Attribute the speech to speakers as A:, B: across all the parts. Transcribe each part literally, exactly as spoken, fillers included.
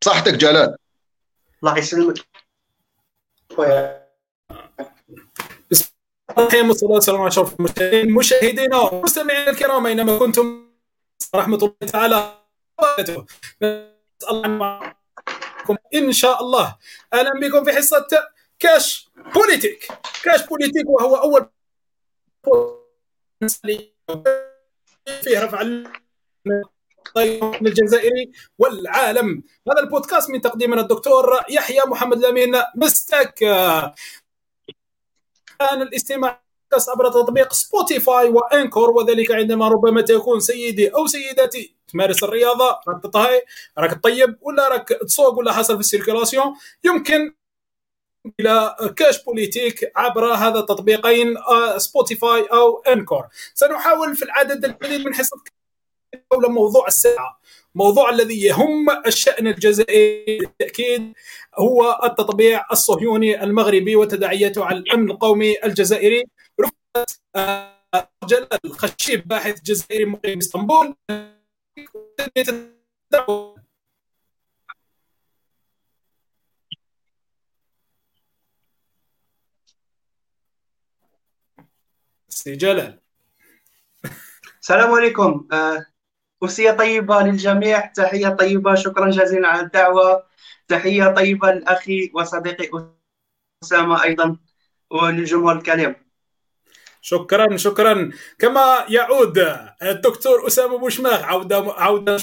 A: صحتك جلال.
B: الله يسلمك خويا.
C: بسم الله الرحمن الرحيم والصلاة والسلام على أشرف المرسلين. مشاهدينا ومستمعينا الكرام أينما كنتم، رحمة الله تعالى وبركاته. نسأل الله معكم إن شاء الله. أهلا بكم في حصة كاش بوليتيك. كاش بوليتيك وهو أول فيه رفع الجزائري والعالم. هذا البودكاست من تقديم من الدكتور يحيى محمد لامين مستك. كان الاستماع عبر تطبيق سبوتيفاي وانكور، وذلك عندما ربما تكون سيدي او سيداتي تمارس الرياضه، راك تطهي، راك تطيب، ولا راك تسوق، ولا حاصل في السيركيلاسيون، يمكن الى كاش بوليتيك عبر هذا التطبيقين سبوتيفاي او انكور. سنحاول في العدد القليل من حصة حول موضوع الساعه، موضوع الذي يهم الشأن الجزائري بالتأكيد، هو التطبيع الصهيوني المغربي وتداعياته على الأمن القومي الجزائري. رفقة جلال الخشيب، باحث جزائري مقيم باسطنبول. سي جلال.
B: السلام عليكم. أمسية طيبة للجميع، تحية طيبة، شكرا جزيلا على الدعوة. تحية طيبة لأخي وصديقي أسامة أيضا وللجمهور الكريم.
C: شكرا شكرا. كما يعود الدكتور أسامة بوشماخ، عودة عودة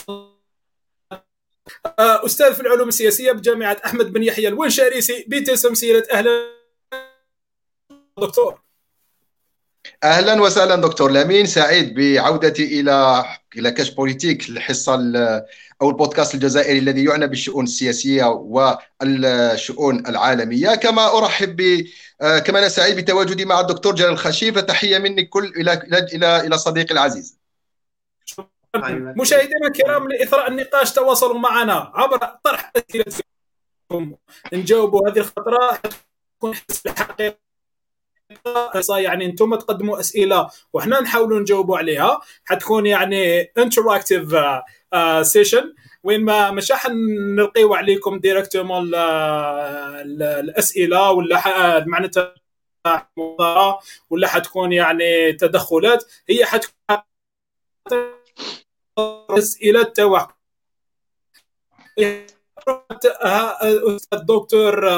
C: أستاذ في العلوم السياسية بجامعة أحمد بن يحيى الونشاريسي بتسمسيرة. أهلا دكتور.
A: اهلا وسهلا دكتور لامين، سعيد بعودتي الى الى كاش بوليتيك، الحصه او البودكاست الجزائري الذي يعنى بالشؤون السياسيه والشؤون العالميه. كما ارحب ب كما انا سعيد بتواجدي مع الدكتور جلال الخشيب، فتحيه مني كل الى الى الى صديقي العزيز.
C: مشاهدينا الكرام، لاثراء النقاش تواصلوا معنا عبر طرح اسئلتكم، نجاوبوا هذه الفتره تكون الحقيقه، يعني انتم تقدموا اسئله وحنا نحاولوا نجاوبوا عليها. حتكون يعني انتراكتيف سيشن وين ما مش راح نلقيو عليكم ديريكتومون الاسئله، ولا معناتها ولا حتكون يعني تدخلات. هي حتكون اسئله توقع. الدكتور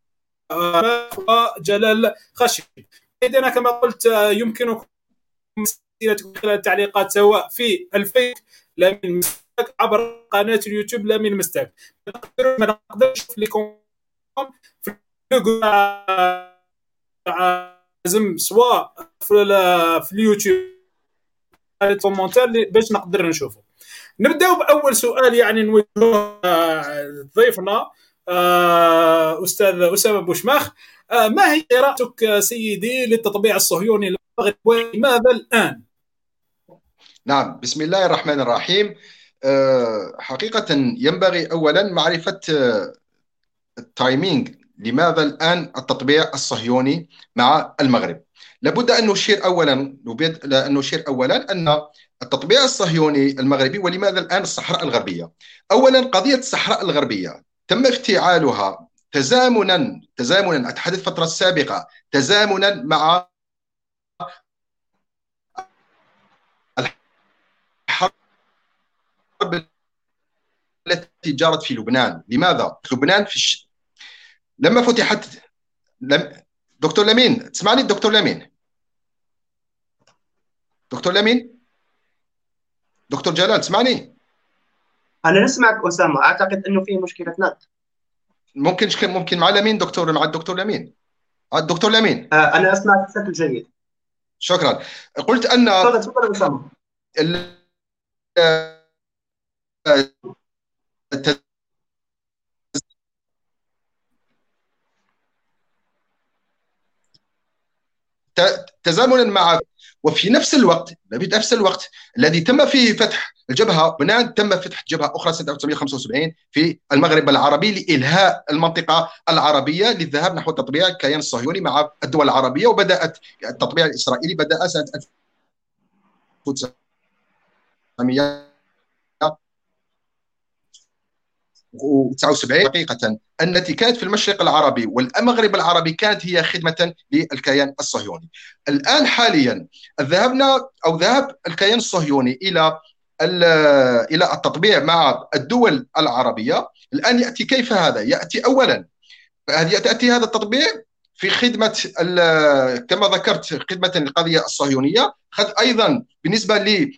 C: جلال خشيب، إذن كما قلت يمكنكم مسيرتكم خلال التعليقات سواء في الفيك لامين مستك عبر قناة اليوتيوب لامين مستك. ما نقدرش نشوف لكم في لازم سواء في اليوتيوب الكومنتات باش نقدر نشوفه. نبداو باول سؤال يعني نوجهه ضيفنا أستاذ أسامة بوشماخ. ما هي قراءتك سيدي للتطبيع الصهيوني المغربي ولماذا الآن؟
A: نعم، بسم الله الرحمن الرحيم. حقيقة ينبغي أولا معرفة التايمينج، لماذا الآن التطبيع الصهيوني مع المغرب. لابد أن نشير أولا أن نشير أولا أن التطبيع الصهيوني المغربي، ولماذا الآن الصحراء الغربية. أولا قضية الصحراء الغربية تم افتعالها تزامنا تزامنا أتحدث الفترة السابقة، تزامنا مع الحرب التي جرت في لبنان. لماذا؟ لبنان في الش... لما فتحت لم... دكتور لامين تسمعني؟ الدكتور لامين دكتور لامين دكتور جلال تسمعني؟
B: أنا نسمعك أسامة، أعتقد أنه فيه مشكلة نت.
A: ممكن ممكن مع لامين دكتور مع الدكتور لامين الدكتور لامين
B: آه أنا أسمعك بشكل جيد.
A: شكرا. قلت أن
B: تفضل تفضل أسامة.
A: تزامنا مع وفي نفس الوقت بنفس الوقت الذي تم فيه فتح الجبهه لبنان، تم فتح جبهه اخرى سنه ألف وتسعمائة وخمسة وسبعين في المغرب العربي لإلهاء المنطقه العربيه للذهاب نحو تطبيع الكيان الصهيوني مع الدول العربيه. وبدات التطبيع الاسرائيلي بدا سنه ألف وتسعمائة وتسعة وسبعين حقيقة التي كانت في المشرق العربي والمغرب العربي كانت هي خدمة للكيان الصهيوني. الآن حاليا ذهبنا أو ذهب الكيان الصهيوني إلى إلى التطبيع مع الدول العربية. الآن يأتي كيف هذا؟ يأتي أولا يأتي هذا التطبيع في خدمة كما ذكرت خدمة للقضية الصهيونية، قد أيضا بالنسبة ل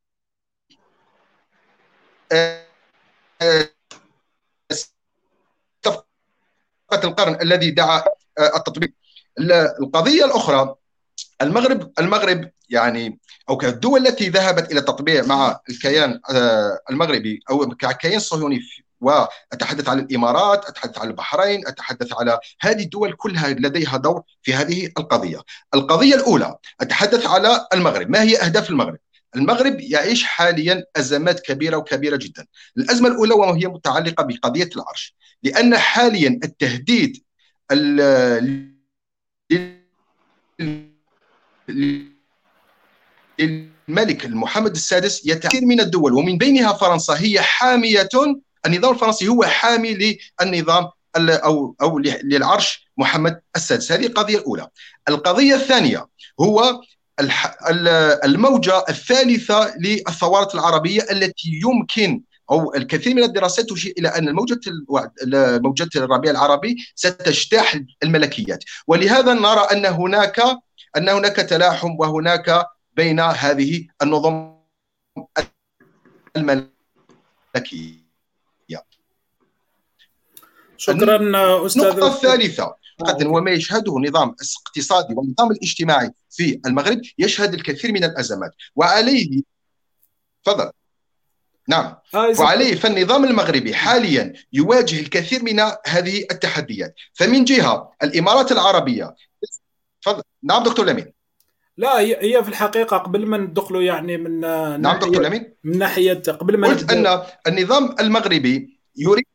A: صفقة القرن الذي دعا التطبيق. القضية الأخرى المغرب المغرب يعني أو كالدول التي ذهبت إلى التطبيع مع الكيان المغربي أو ككيان صهيوني، وأتحدث عن الإمارات، أتحدث عن البحرين، أتحدث على هذه الدول كلها لديها دور في هذه القضية. القضية الأولى أتحدث على المغرب. ما هي أهداف المغرب؟ المغرب يعيش حاليا أزمات كبيرة وكبيرة جدا. الأزمة الأولى وهي متعلقة بقضية العرش، لأن حاليا التهديد الملك محمد السادس يتكثر من الدول ومن بينها فرنسا هي حامية. النظام الفرنسي هو حامي للنظام أو أو للعرش محمد السادس. هذه القضية الأولى. القضية الثانية هو الموجة الثالثة للثورات العربية التي يمكن أو الكثير من الدراسات تشير إلى أن الموجة موجة الربيع العربي ستجتاح الملكيات، ولهذا نرى أن هناك أن هناك تلاحم وهناك بين هذه النظم الملكية.
C: شكرا أستاذ.
A: النقطة الثالثة وما يشهده نظام الاقتصادي والنظام الاجتماعي في المغرب يشهد الكثير من الأزمات، وعليه تفضل. نعم، وعليه فالنظام المغربي حاليا يواجه الكثير من هذه التحديات. فمن جهة الإمارات العربية تفضل. نعم دكتور لمين.
C: لا هي في الحقيقة قبل ما ندخلوا يعني من
A: نعم دكتور لمين
C: من ناحية قبل ما
A: قلت أن النظام المغربي يريد.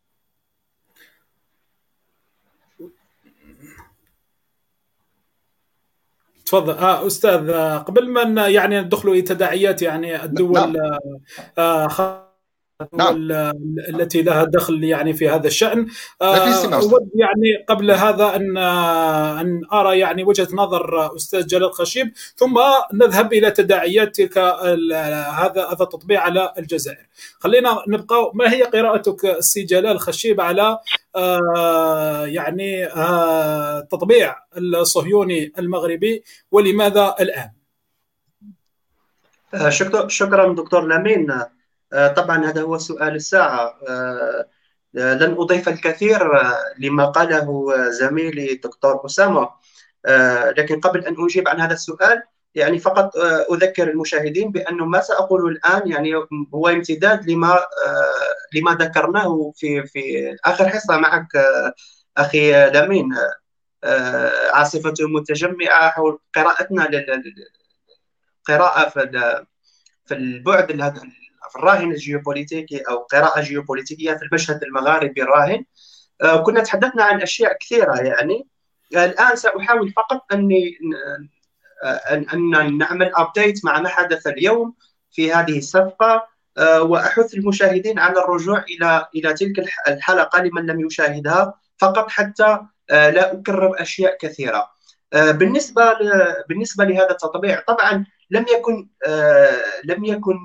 C: تفضل آه أستاذ. آه قبل ما يعني ندخلوا إلى تداعيات يعني الدول
A: نعم.
C: آه
A: نعم.
C: التي لها دخل يعني في هذا الشأن، أود يعني قبل هذا أن أن أرى يعني وجهة نظر أستاذ جلال خشيب، ثم نذهب إلى تداعيات تلك هذا هذا التطبيع على الجزائر. خلينا نبقى. ما هي قراءتك السي جلال خشيب على يعني التطبيع الصهيوني المغربي، ولماذا الآن؟
B: شكرا شكرا دكتور لمين. طبعا هذا هو سؤال الساعة. لن أضيف الكثير لما قاله زميلي دكتور أسامة، لكن قبل أن أجيب عن هذا السؤال يعني فقط أذكر المشاهدين بأنه ما سأقوله الآن يعني هو امتداد لما لما ذكرناه في في آخر حصة معك أخي لمين، عاصفة متجمعة حول قراءتنا للقراءة في البعد في الراهن الجيوبوليتيكي أو قراءة جيوبوليتيكية في المشهد المغاربي الراهن. كنا تحدثنا عن أشياء كثيرة يعني. الآن سأحاول فقط أني أن نعمل أبديت مع ما حدث اليوم في هذه الصفقة، وأحث المشاهدين على الرجوع إلى إلى تلك الحلقة لمن لم يشاهدها، فقط حتى لا أكرر أشياء كثيرة. بالنسبة بالنسبة لهذا التطبيع طبعا لم يكن لم يكن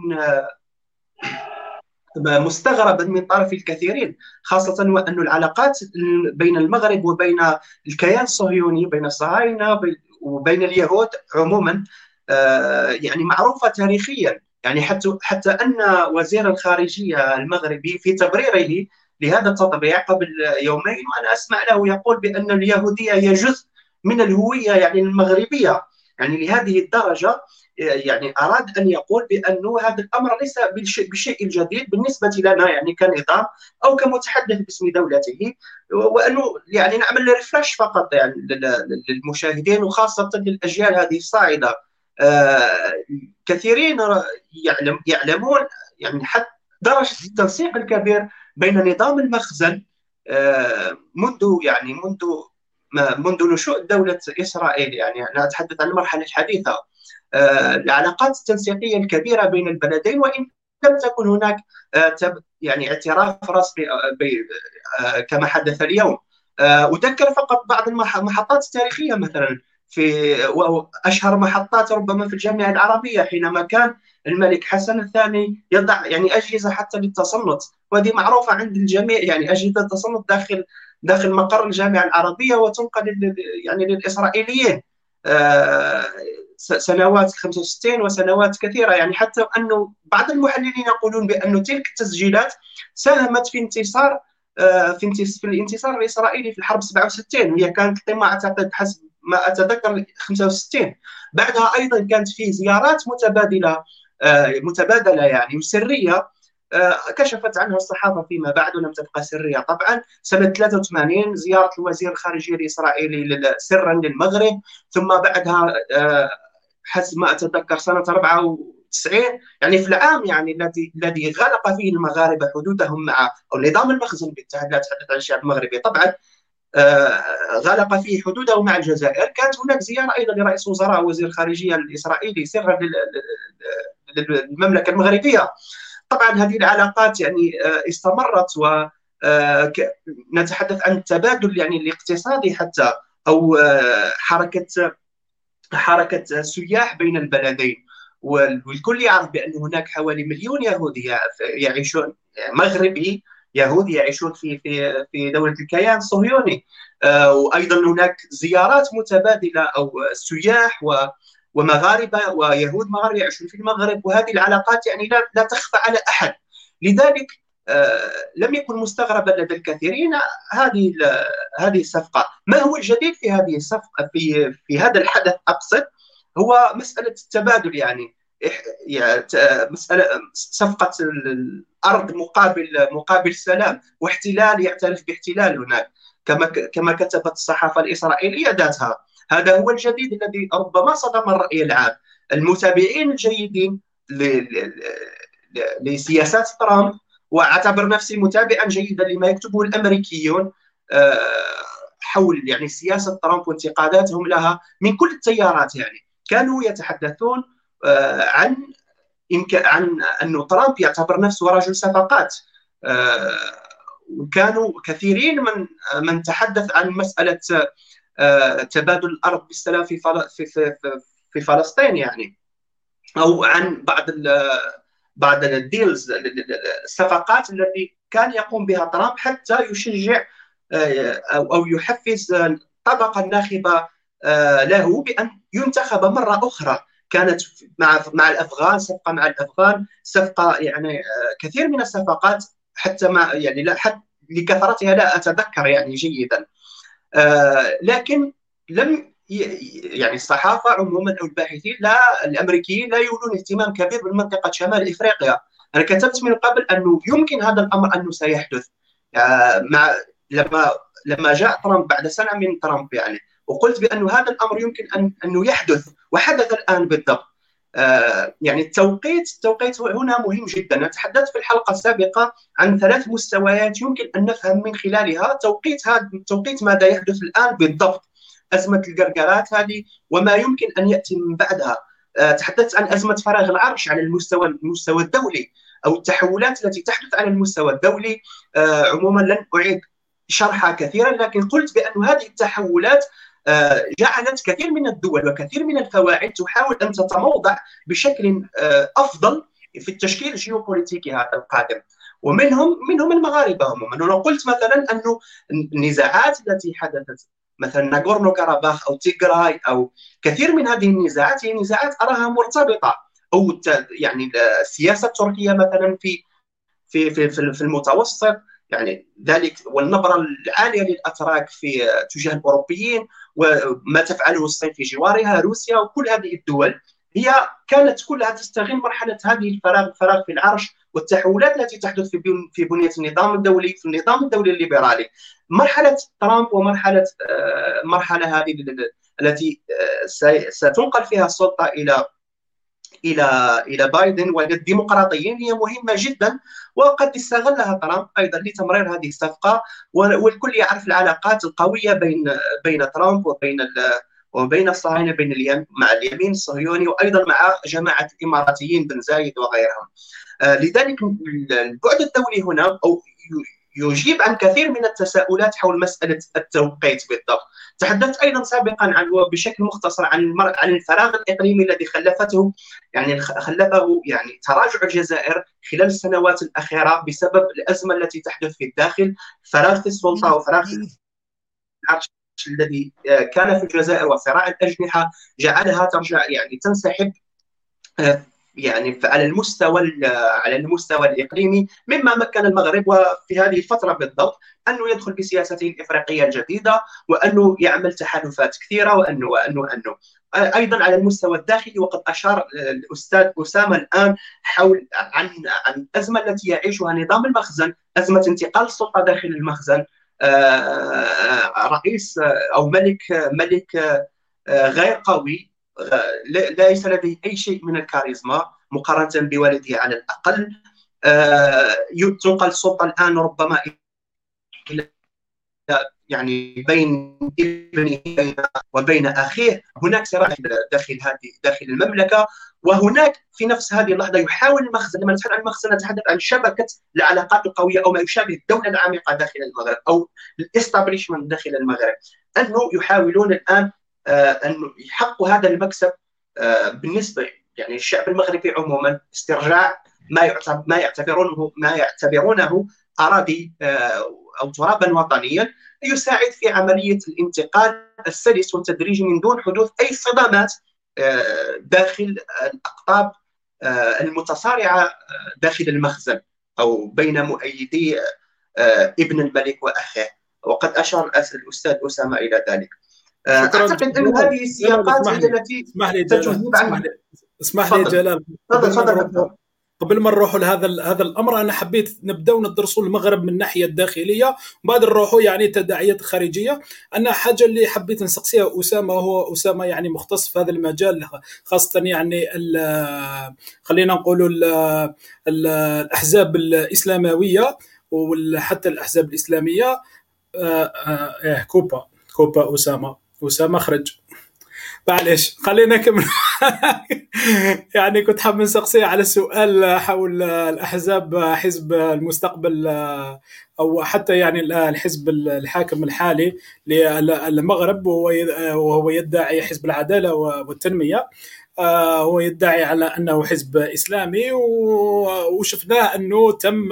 B: مستغربا من طرف الكثيرين، خاصة وأن العلاقات بين المغرب وبين الكيان الصهيوني، بين الصهاينة وبين اليهود عموما يعني معروفة تاريخيا. يعني حتى حتى أن وزير الخارجية المغربي في تبريره لهذا التطبيع قبل يومين وأنا أسمع له يقول بأن اليهودية هي جزء من الهوية يعني المغربية. يعني لهذه الدرجة يعني أراد أن يقول بأنه هذا الأمر ليس بشيء جديد بالنسبة لنا يعني كنظام أو كمتحدث باسم دولته، وأنه يعني نعمل ريفلاش فقط يعني للمشاهدين وخاصة للأجيال هذه الصاعدة. آه كثيرين يعلم يعلمون يعني حتى درجة التنسيق الكبير بين نظام المخزن آه منذ يعني منذ منذ نشوء دولة إسرائيل، يعني أنا أتحدث عن المرحلة الحديثة. آه العلاقات التنسيقية الكبيرة بين البلدين، وإن لم تكن هناك آه يعني اعتراف رسمي كما حدث اليوم. أذكر فقط بعض المحطات التاريخية، مثلا في أشهر محطات ربما في الجامعة العربية حينما كان الملك حسن الثاني يضع يعني أجهزة حتى للتصنت، وهذه معروفة عند الجميع، يعني أجهزة التصنت داخل داخل مقر الجامعة العربية وتنقل يعني للإسرائيليين سنوات خمسة وستين وسنوات كثيرة. يعني حتى أنه بعض المحللين يقولون بأن تلك التسجيلات ساهمت في انتصار في في الانتصار الإسرائيلي في الحرب سبعة وستين، وهي كانت القمة أعتقد حسب ما أتذكر خمسة وستين. بعدها أيضا كانت في زيارات متبادلة متبادلة يعني وسرية كشفت عنها الصحافة فيما بعد ولم تبقى سرية. طبعا سنة ثلاثة وثمانين زيارة الوزير الخارجية الإسرائيلي سرا للمغرب، ثم بعدها حسب ما أتذكر سنة أربعة وتسعين، يعني في العام يعني الذي الذي غلق فيه المغاربة حدودهم مع أو نظام المخزن بالتحديد، لا أتحدث عن الشعب المغربي طبعا، غلق فيه حدوده مع الجزائر. كانت هناك زيارة أيضا لرئيس وزراء وزير الخارجية الإسرائيلي سرا للمملكة المغربية. طبعا هذه العلاقات يعني استمرت، ونتحدث عن التبادل يعني الاقتصادي حتى، أو حركة حركة سياح بين البلدين. والكل يعرف بأن هناك حوالي مليون يهودي يعيشون مغربي يهود يعيشون في في في دولة الكيان الصهيوني، وأيضا هناك زيارات متبادلة أو سياح و ومغاربة ويهود مغاربة يعيشون في المغرب، وهذه العلاقات يعني لا, لا تخفى على أحد. لذلك لم يكن مستغربا لدى الكثيرين هذه هذه الصفقة. ما هو الجديد في هذه الصفقة في في هذا الحدث أقصد هو مسألة التبادل، يعني مسألة صفقة الأرض مقابل مقابل سلام، واحتلال يعترف باحتلال هناك كما كما كتبت الصحافة الإسرائيلية ذاتها. هذا هو الجديد الذي ربما صدم الرأي العام. المتابعين الجيدين لسياسات ترامب، واعتبر نفسي متابعا جيدا لما يكتبه الامريكيون حول يعني سياسه ترامب وانتقاداتهم لها من كل التيارات، يعني كانوا يتحدثون عن عن انه ترامب يعتبر نفسه رجل صفقات، وكانوا كثيرين من من تحدث عن مساله تبادل الارض بالسلام في في في فلسطين، يعني او عن بعض بعض الديلز الصفقات التي كان يقوم بها ترامب حتى يشجع او يحفز الطبقه الناخبه له بان ينتخب مره اخرى. كانت مع مع الافغان صفقه مع الافغان صفقه يعني كثير من الصفقات حتى مع يعني لا حتى لكثرتها لا اتذكر يعني جيدا، لكن لم يعني الصحافة عموما أو الباحثين لا الأمريكيين لا يولون اهتمام كبير بالمنطقة شمال إفريقيا. أنا كتبت من قبل أنه يمكن هذا الأمر أنه سيحدث مع لما لما جاء ترامب بعد سنة من ترامب يعني، وقلت بأنه هذا الأمر يمكن أن أنه يحدث، وحدث الآن بالضبط. يعني التوقيت التوقيت هنا مهم جدا. نتحدث في الحلقة السابقة عن ثلاث مستويات يمكن أن نفهم من خلالها توقيت هذا توقيت ماذا يحدث الآن بالضبط، أزمة القرقرات هذه وما يمكن أن يأتي من بعدها. تحدثت عن أزمة فراغ العرش على المستوى المستوى الدولي، أو التحولات التي تحدث على المستوى الدولي. عموما لن أعيد شرحها كثيرا، لكن قلت بأن هذه التحولات جعلت كثير من الدول وكثير من الفواعل تحاول أن تتموضع بشكل أفضل في التشكيل الجيوبوليتيكي هذا القادم، ومنهم منهم المغاربة هم. أنا قلت مثلا أنه النزاعات التي حدثت مثلا ناغورنو كاراباخ أو تيغراي أو كثير من هذه النزاعات هي نزاعات أراها مرتبطة، أو يعني السياسة التركية مثلا في في في في المتوسط، يعني ذلك والنبرة العالية للأتراك في تجاه الأوروبيين، وما تفعله الصين في جوارها روسيا، وكل هذه الدول هي كانت كلها تستغل مرحلة هذه الفراغ الفراغ في العرش والتحولات التي تحدث في في بنية النظام الدولي في النظام الدولي الليبرالي. مرحلة ترامب ومرحلة مرحلة هذه التي ستنقل فيها السلطة إلى إلى إلى بايدن والديمقراطيين هي مهمة جدا، وقد استغلها ترامب أيضا لتمرير هذه الصفقة. والكل يعرف العلاقات القوية بين بين ترامب وبين وبين الصهاينة بين اليم... مع اليمين الصهيوني وأيضا مع جماعة الإماراتيين بن زايد وغيرهم. لذلك البعد الدولي هنا أو يجيب عن كثير من التساؤلات حول مسألة التوقيت بالضبط. تحدثت أيضا سابقا عن وبشكل مختصر عن المر... عن الفراغ الإقليمي الذي خلفته يعني خلفه يعني تراجع الجزائر خلال السنوات الأخيرة بسبب الأزمة التي تحدث في الداخل، فراغ في السلطة وفراغ في العرش الذي كان في الجزائر وصراع الأجنحة جعلها ترجع يعني تنسحب يعني على المستوى على المستوى الاقليمي، مما مكن المغرب وفي هذه الفتره بالضبط انه يدخل بسياسته الافريقيه الجديده وانه يعمل تحالفات كثيره وانه وانه انه ايضا على المستوى الداخلي. وقد اشار الاستاذ اسامه الان حول عن عن الازمه التي يعيشها نظام المخزن، ازمه انتقال السلطه داخل المخزن. رئيس او ملك ملك غير قوي، ليس لديه أي شيء من الكاريزما مقارنة بوالده على الأقل. تنقل السلطة الآن ربما إلى يعني بين ابنه وبين أخيه. هناك صراع داخل هذه داخل المملكة، وهناك في نفس هذه اللحظة يحاول المخزن، لما نتحدث عن المخزن نتحدث عن شبكة العلاقات القوية أو ما يشابه الدولة العميقة داخل المغرب أو الاستابليشمنت داخل المغرب، أنه يحاولون الآن أن يحققوا هذا المكسب بالنسبة يعني الشعب المغربي عموما، استرجاع ما ما يعتبرونه ما يعتبرونه أراضي أو ترابا وطنيا، يساعد في عملية الانتقال السلس والتدريجي من دون حدوث أي صدامات داخل الأقطاب المتصارعة داخل المخزن أو بين مؤيدي ابن الملك وأخيه. وقد أشار الأستاذ أسامة إلى ذلك. اعتقد ان هذه السياقات هي التي تجيب عن
C: اسمح لي جلال
B: تفضل.
C: قبل ما نروحوا لهذا هذا الامر، انا حبيت نبداو ندرسوا المغرب من الناحيه الداخليه وبعد نروحوا يعني تداعيات خارجيه. انا حاجه اللي حبيت نسقسيها اسامه، هو اسامه يعني مختص في هذا المجال خاصه يعني خلينا نقولوا الاحزاب الاسلامويه وحتى الاحزاب الاسلاميه. كوبا كوبا اسامه اسامه خرج، معليش خلينا نكمل. يعني كنت حاب نسقسي على السؤال حول الأحزاب، حزب المستقبل أو حتى يعني الحزب الحاكم الحالي للمغرب وهو يدعي حزب العدالة والتنمية. هو يدعي على أنه حزب إسلامي، وشفناه أنه تم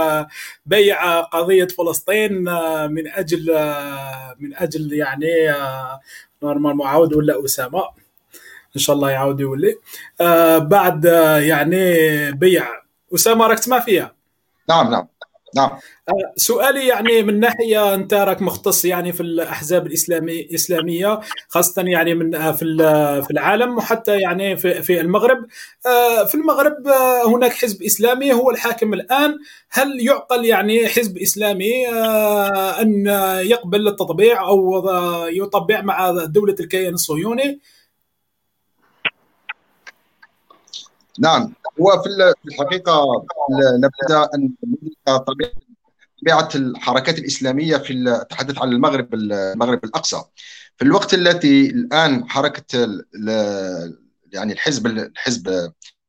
C: بيع قضية فلسطين من أجل من أجل يعني نورمال معاود ولا أسامة إن شاء الله يعاود يولي آه بعد آه يعني بيع أسامة ركت ما فيها.
A: نعم نعم نعم.
C: آه سؤالي يعني من ناحية أنت راك مختص يعني في الأحزاب الإسلامية الإسلامية خاصة يعني من آه في في العالم وحتى يعني في في المغرب. آه في المغرب آه هناك حزب إسلامي هو الحاكم الآن. هل يعقل يعني حزب إسلامي آه أن يقبل التطبيع أو آه يطبع مع دولة الكيان الصهيوني؟
A: نعم، هو في الحقيقة نبدأ أن طبيعة الحركات الإسلامية في التحدث عن المغرب المغرب الأقصى في الوقت التي الآن حركة يعني الحزب الحزب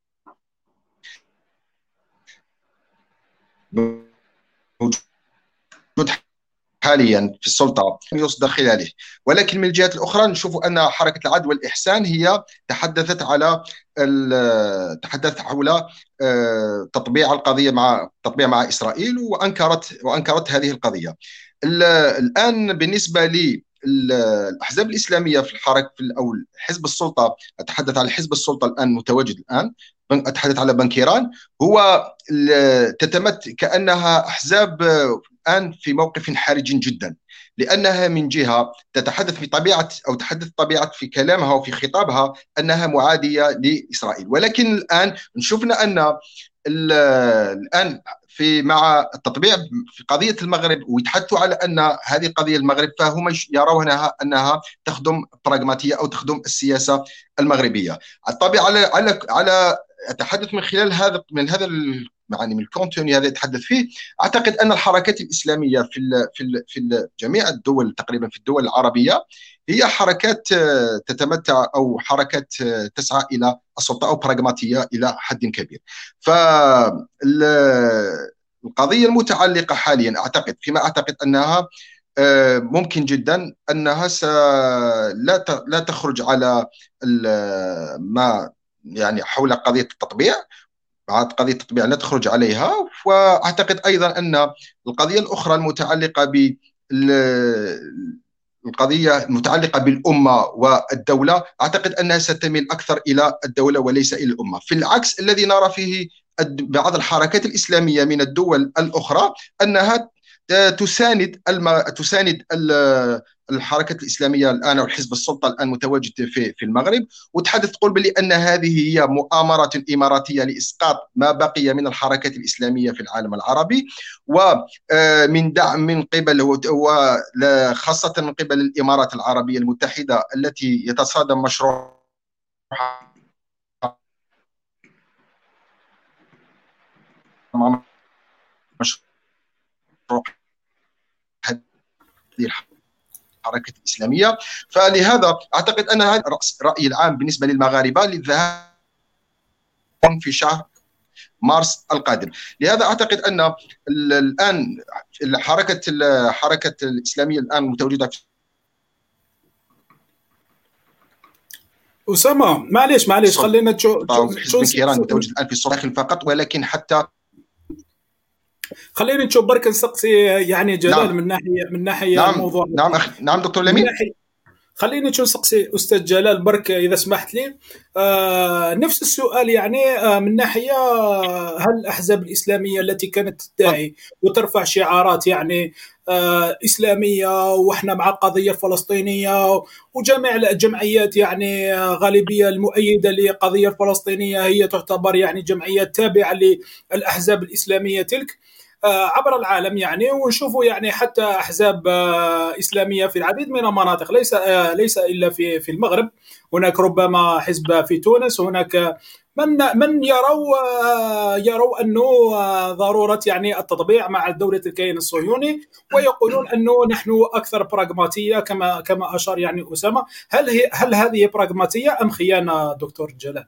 A: موجود حاليا في السلطة يصدر خلاله، ولكن من الجهة الأخرى نشوف أن حركة العدل والإحسان هي تحدثت على تحدثت حول تطبيع القضية مع تطبيع مع إسرائيل وأنكرت وأنكرت هذه القضية. الآن بالنسبة لي الأحزاب الإسلامية في الحركة في أو حزب السلطة، أتحدث عن حزب السلطة الآن متواجد الآن، أتحدث على بنكيران، هو تتمت كأنها أحزاب الآن في موقف حرج جدا، لأنها من جهة تتحدث في طبيعة أو تحدث طبيعة في كلامها وفي خطابها أنها معادية لإسرائيل، ولكن الآن نشوفنا أن الآن في مع التطبيع في قضية المغرب ويتحدثوا على أن هذه القضية المغرب، فهم يرونها أنها تخدم البراغماتية أو تخدم السياسة المغربية. الطبيعة على على على اتحدث من خلال هذا من هذا يعني من الكونتوني هذا يتحدث فيه. اعتقد ان الحركات الاسلاميه في ال في ال في جميع الدول تقريبا في الدول العربيه هي حركات تتمتع او حركات تسعى الى السلطه او براغماتيه الى حد كبير. فالقضيه المتعلقه حاليا اعتقد فيما اعتقد انها ممكن جدا انها لا لا تخرج على ما يعني حول قضيه التطبيع. بعد قضيه التطبيع لا تخرج عليها. واعتقد ايضا ان القضيه الاخرى المتعلقه ب القضيه المتعلقه بالامه والدوله اعتقد انها ستميل اكثر الى الدوله وليس الى الامه، في العكس الذي نرى فيه بعض الحركات الاسلاميه من الدول الاخرى انها تساند الم... تساند الحركة الإسلامية الآن أو حزب السلطة الآن متواجد في في المغرب، وتحدث تقول بلي أن هذه هي مؤامرة إماراتية لإسقاط ما بقي من الحركات الإسلامية في العالم العربي، ومن دعم من قبل وخاصة من قبل الإمارات العربية المتحدة التي يتصادم مشروع مشروع هذه الحركة الإسلامية. فلهذا أعتقد أن هذا الرأي العام بالنسبة للمغاربة للذهاب في شهر مارس القادم. لهذا أعتقد أن الآن الحركة الحركة الإسلامية الآن متواجدة في
C: أسامة معليش معليش خلينا تشوف
A: حزب كيران متواجد الآن في الداخل فقط، ولكن حتى
C: خلينا نشوف برك نسقسي يعني جلال. نعم. من ناحيه من ناحيه
A: نعم.
C: الموضوع.
A: نعم أخ... نعم دكتور لمين.
C: خلينا نشوف نسقسي استاذ جلال برك اذا سمحت لي. آه نفس السؤال يعني آه من ناحيه آه هل الاحزاب الاسلاميه التي كانت تدعي وترفع شعارات يعني آه اسلاميه واحنا مع القضيه الفلسطينيه وجميع الجمعيات يعني آه غالبيه المؤيده للقضيه الفلسطينيه هي تعتبر يعني جمعيات تابعه للاحزاب الاسلاميه تلك عبر العالم يعني، ونشوفوا يعني حتى أحزاب إسلامية في العديد من المناطق، ليس ليس إلا في في المغرب. هناك ربما حزب في تونس، هناك من من يروا يروا أنه ضرورة يعني التطبيع مع دولة الكيان الصهيوني، ويقولون أنه نحن أكثر براغماتية كما كما أشار يعني أسامة. هل هي هل هذه براغماتية أم خيانة دكتور جلال؟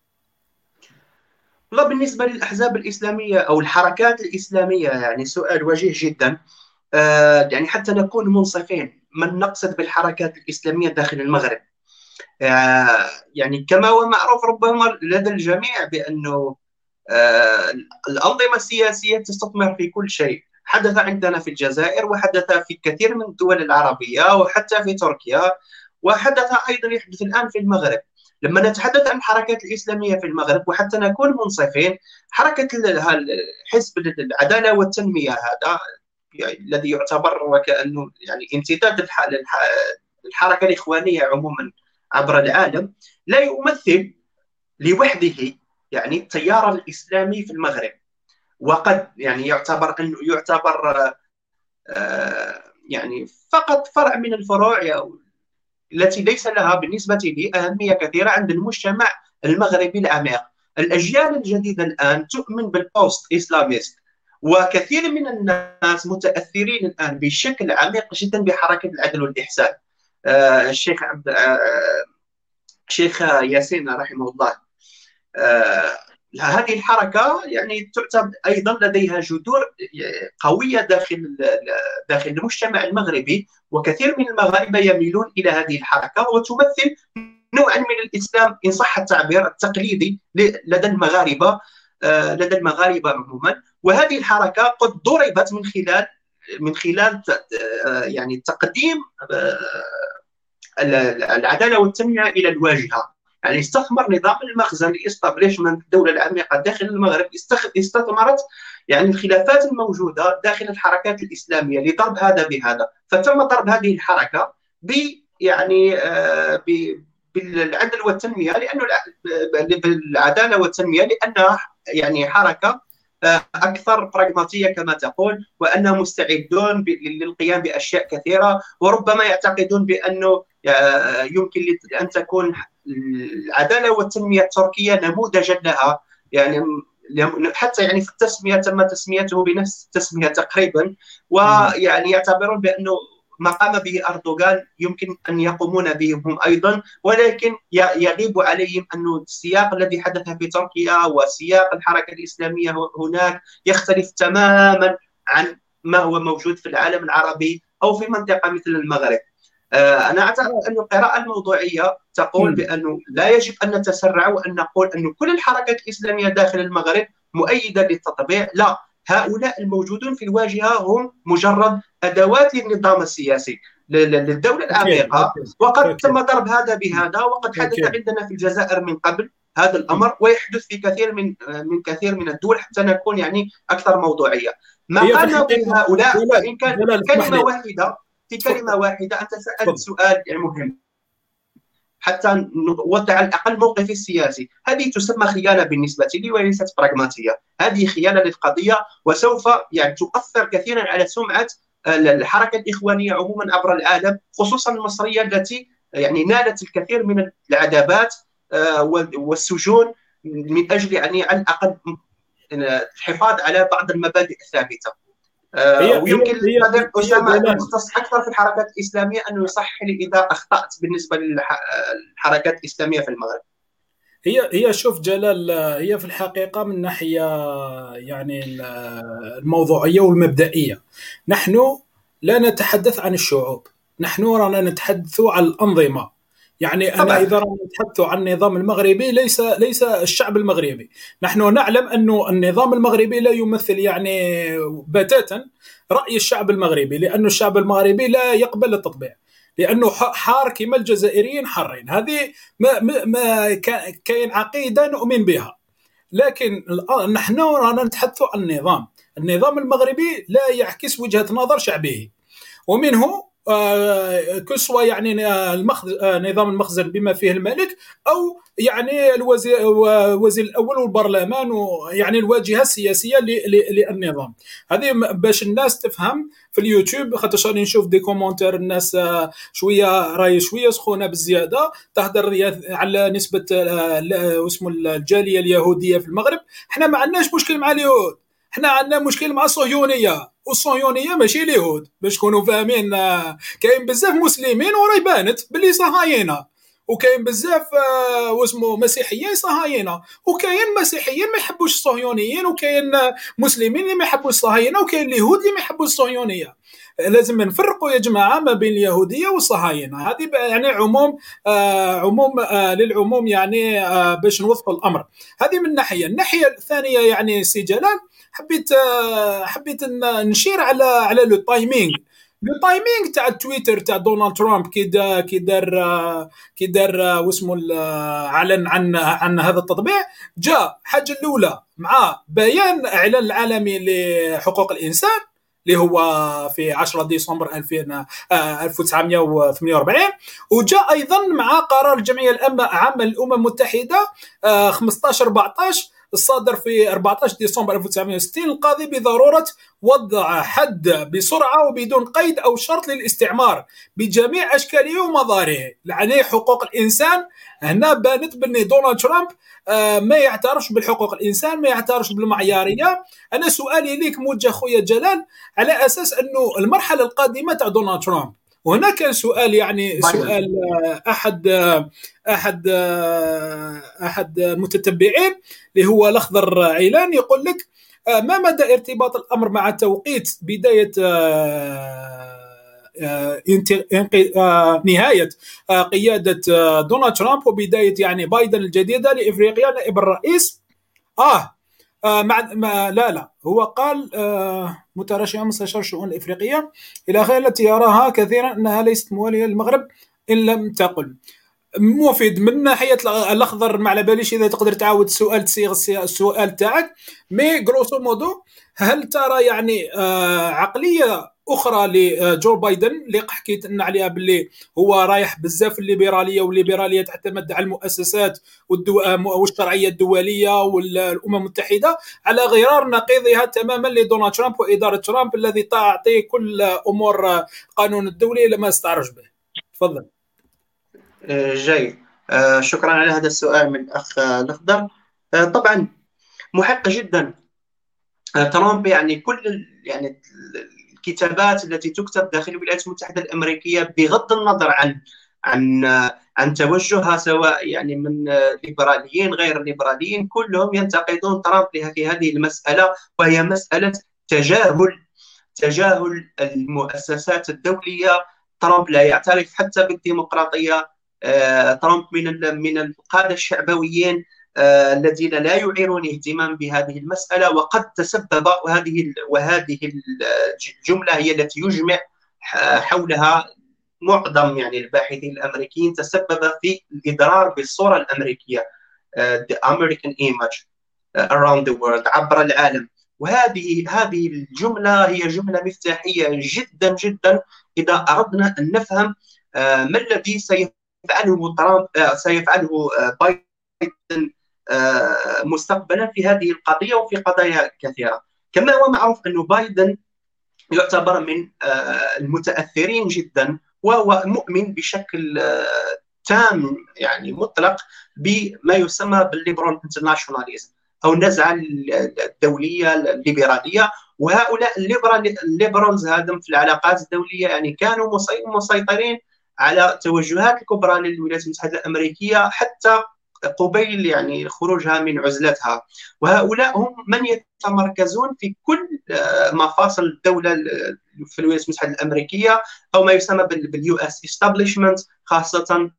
B: والله بالنسبة للأحزاب الإسلامية أو الحركات الإسلامية يعني سؤال وجيه جدا. آه يعني حتى نكون منصفين، من نقصد بالحركات الإسلامية داخل المغرب؟ آه يعني كما هو معروف ربما لدى الجميع بأنه آه الأنظمة السياسية تستثمر في كل شيء. حدث عندنا في الجزائر، وحدث في كثير من الدول العربية، وحتى في تركيا، وحدث أيضا يحدث الآن في المغرب. لما نتحدث عن الحركات الإسلامية في المغرب وحتى نكون منصفين، حركة حزب العدالة والتنمية هذا يعني الذي يعتبر وكأنه يعني امتداد الحركة الإخوانية عموما عبر العالم، لا يمثل لوحده يعني التيار الإسلامي في المغرب، وقد يعني يعتبر أنه يعتبر يعني فقط فرع من الفروع التي ليس لها بالنسبة لي أهمية كثيرة عند المجتمع المغربي العميق. الأجيال الجديدة الآن تؤمن بالبوست إسلاميست، وكثير من الناس متأثرين الآن بشكل عميق جدا بحركة العدل والإحسان. آه الشيخ عبد آه الشيخ ياسين رحمه الله. آه هذه الحركة يعني تعتبر أيضا لديها جذور قوية داخل داخل المجتمع المغربي، وكثير من المغاربة يميلون إلى هذه الحركة، وتمثل نوعا من الإسلام إن صح التعبير التقليدي لدى المغاربة لدى المغاربة عموما. وهذه الحركة قد ضربت من خلال من خلال يعني تقديم العدالة والتنمية إلى الواجهة. يعني استثمر نظام المخزن الاستابليشمنت الدولة العميقة داخل المغرب، استثمرت يعني الخلافات الموجودة داخل الحركات الإسلامية لضرب هذا بهذا، فتم ضرب هذه الحركة ب يعني آه بالعدل والتنمية، لأنه بالعدالة والتنمية لأنها يعني حركة أكثر براغماتية كما تقول، وأنهم مستعدون للقيام بأشياء كثيرة، وربما يعتقدون بأنه يمكن أن تكون العدالة والتنمية التركية نموذجا لها، يعني حتى يعني في التسمية تم تسميته بنفس التسمية تقريبا، ويعني يعتبرون بأنه ما قام به أردوغان يمكن أن يقومون به هم أيضا، ولكن يغيب عليهم أن السياق الذي حدث في تركيا وسياق الحركة الإسلامية هناك يختلف تماما عن ما هو موجود في العالم العربي أو في منطقة مثل المغرب. أنا أعتقد أن القراءة الموضوعية تقول بأنه لا يجب أن نتسرع وأن نقول أن كل الحركات الإسلامية داخل المغرب مؤيدة للتطبيع، لا، هؤلاء الموجودون في الواجهة هم مجرد أدوات للنظام السياسي للدولة العميقة، وقد تم ضرب هذا بهذا، وقد حدث عندنا في الجزائر من قبل هذا الأمر، ويحدث في كثير من من كثير من الدول، حتى نكون يعني أكثر موضوعية. ما قالوا به هؤلاء فإن كان كلمة واحدة في كلمة واحدة أنت سألت سؤال يعني مهم حتى نوضع على الأقل موقفي السياسي. هذه تسمى خيانة بالنسبة لي وليست براغماتية، هذه خيانة للقضية، وسوف يعني تؤثر كثيرا على سمعة الحركة الإخوانية عموما عبر العالم، خصوصا المصرية التي يعني نالت الكثير من العذابات والسجون من أجل يعني على الأقل الحفاظ على بعض المبادئ الثابتة. ويمكن للقدر أسامة أن يختص أكثر في الحركات الإسلامية أنه يصحح لي إذا أخطأت بالنسبة للحركات الإسلامية في المغرب.
C: هي هي شوف جلال، هي في الحقيقة من ناحية يعني الموضوعية والمبدئية، نحن لا نتحدث عن الشعوب، نحن رانا نتحدث عن الأنظمة. يعني أنا إذا رانا نتحدث عن النظام المغربي ليس ليس الشعب المغربي، نحن نعلم أنه النظام المغربي لا يمثل يعني بتاتا رأي الشعب المغربي، لأن الشعب المغربي لا يقبل التطبيع، لأنه حار كما الجزائريين حارين. هذه ما, ما كاين عقيدة نؤمن بها، لكن نحن رانا نتحدث عن النظام. النظام المغربي لا يعكس وجهة نظر شعبه، ومنه كسوة يعني المخزن، نظام المخزن بما فيه الملك، أو يعني الوزير الوزير الأول والبرلمان، ويعني الواجهة السياسية للنظام. هذه باش الناس تفهم. في اليوتيوب خاطرش راني نشوف دي كومونتير الناس شوية راهي شوية سخونة بزيادة، تهدر على نسبة اسمه الجالية اليهودية في المغرب. احنا ما عندناش مشكل مع اليهود، احنا عندنا مشكل مع الصهيونية، والصهيونية ماشي اليهود باش تكونوا فاهمين. كاين بزاف مسلمين وراي بانت باللي صهاينة، وكاين بزاف واسمه مسيحيين صهاينة، وكاين مسيحيين ما يحبوش الصهيونيين، وكاين مسلمين اللي ما يحبوش الصهاينة، وكاين اليهود اللي ما يحبوش الصهيونية. لازم نفرقوا يا جماعة ما بين اليهودية والصهاينة. هذه يعني عموم آه عموم آه للعموم يعني آه باش نوضحوا الأمر. هذه من ناحية. الناحية الثانية يعني سي جلال حبيت آه حبيت نشير على على لو تايمينغ لو تايمينغ تاع تويتر تاع دونالد ترامب كي دار كي دار كي دار واسمه اعلن عن عن هذا التطبيع. جاء حاجة الأولى مع بيان إعلان العالمي لحقوق الإنسان اللي هو في عشرة ديسمبر ألف وتسعمائة وثمانية وأربعين، وجاء أيضا مع قرار الجمعية العامة للأمم المتحدة خمسة عشر أربعة عشر الصادر في أربعة عشر ديسمبر ألف وتسعمائة وستين القاضي بضرورة وضع حد بسرعة وبدون قيد أو شرط للاستعمار بجميع أشكاله ومظاهره. يعني حقوق الإنسان هنا بانت بأن دونالد ترامب ما يعترفش بالحقوق الإنسان، ما يعترفش بالمعيارية. أنا سؤالي ليك موجه خويا جلال على أساس أنه المرحلة القادمة تاع دونالد ترامب، وهنا كان سؤال يعني سؤال أحد أحد أحد المتتبعين اللي هو الأخضر عيلان يقول لك ما مدى ارتباط الأمر مع توقيت بداية نهاية قيادة دونالد ترامب وبداية يعني بايدن الجديدة لإفريقيا نائب الرئيس. آه مع ما لا لا هو قال آه مترشحا مستشار الشؤون الإفريقية إلى آخره التي يراها كثيرا أنها ليست موالية للمغرب إن لم تقل. مفيد من ناحية الأخضر، ما على باليش إذا تقدر تعاود السؤال تصيغ السؤال تاعك. مي غروسو مودو هل ترى يعني آه عقلية أخرى لجو بايدن اللي حكيت لنا عليها باللي هو رايح بزاف الليبرالية، والليبرالية تعتمد على المؤسسات والشرعية الدولية والأمم المتحدة، على غرار نقيضها تماما لدونالد ترامب وإدارة ترامب الذي تعطي كل أمور قانون الدولي لما استعرج به. تفضل.
B: جيد. شكرا على هذا السؤال من الأخ الأخضر. طبعا محق جدا ترامب، يعني كل يعني الكتابات التي تكتب داخل الولايات المتحدة الأمريكية بغض النظر عن عن عن توجهها، سواء يعني من ليبراليين غير ليبراليين، كلهم ينتقدون ترامب في هذه المسألة، وهي مسألة تجاهل تجاهل المؤسسات الدولية. ترامب لا يعترف حتى بالديمقراطية. ترامب من من القادة الشعبويين الذين لا يعيرون اهتمام بهذه المسألة، وقد تسبب، وهذه وهذه الجملة هي التي يجمع حولها معظم يعني الباحثين الأمريكيين، تسبب في الإضرار بالصورة الأمريكية the American image around the world، عبر العالم. وهذه هذه الجملة هي جملة مفتاحية جدا جدا إذا أردنا أن نفهم ما الذي سيفعله ترامب سيفعله بايدن مستقبلا في هذه القضية وفي قضايا كثيرة. كما هو معروف أن بايدن يعتبر من المتأثرين جدا، وهو مؤمن بشكل تام يعني مطلق بما يسمى بالليبرال انترناشوناليزم أو النزعة الدولية الليبرالية. وهؤلاء الليبرالز هذم في العلاقات الدولية يعني كانوا مسيطرين على توجهات الكبرى للولايات المتحدة الأمريكية حتى قبيل يعني خروجها من عزلتها. وهؤلاء هم من يتمركزون في كل مفاصل الدولة في الولايات المتحدة الأمريكية، أو ما يسمى باليو اس establishment، خاصة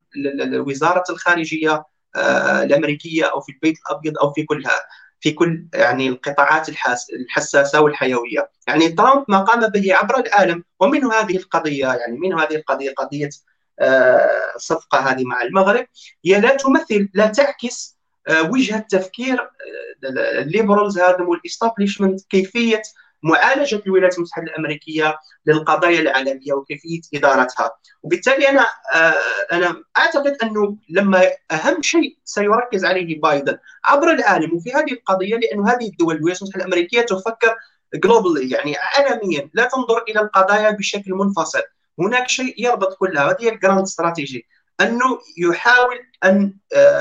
B: وزارة الخارجية الأمريكية أو في البيت الأبيض أو في كلها في كل يعني القطاعات الحساسة والحيوية. يعني ترامب ما قام به عبر العالم، ومنه هذه القضية، يعني منه هذه القضية قضية الصفقة هذه مع المغرب، هي لا تمثل لا تعكس وجهة تفكير الليبرالز هذا والاستابليشمنت، كيفية معالجة الولايات المتحدة الأمريكية للقضايا العالمية وكيفية إدارتها. وبالتالي أنا أنا أعتقد أنه لما أهم شيء سيركز عليه بايدن عبر العالم وفي هذه القضية، لأن هذه الدول الولايات المتحدة الأمريكية تفكر جلوبالي يعني عالميا، لا تنظر إلى القضايا بشكل منفصل. هناك شيء يربط كلها، هذه الجراند استراتيجي، أنه يحاول أن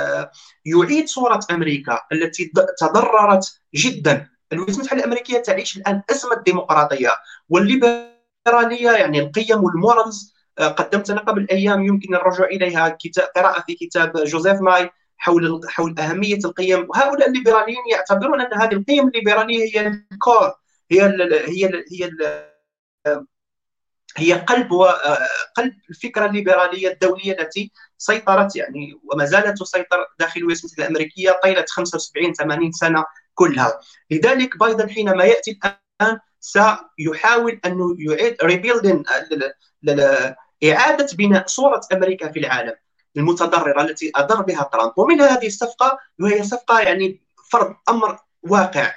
B: يعيد صورة أمريكا التي تضررت جدا. الولايات المتحدة الأمريكية تعيش الآن أزمة ديمقراطية والليبرالية، يعني القيم والمورالز. قدمت أنا قبل أيام يمكن الرجوع إليها كتاب قراءة في كتاب جوزيف ماي حول حول أهمية القيم. وهؤلاء الليبراليين يعتبرون أن هذه القيم الليبرالية هي الكور، هي ال هي ال هي ال هي قلب وقلب الفكرة الليبرالية الدولية التي سيطرت يعني وما زالت تسيطر داخل الولايات المتحدة الأمريكية طيلة خمسة وسبعين ثمانين سنة كلها. لذلك بايدن حينما يأتي الآن سيحاول أن يعيد ريبيلدين، إعادة بناء صورة أمريكا في العالم المتضررة التي أضر بها ترامب. ومن هذه الصفقة، وهي صفقة يعني فرض أمر واقع،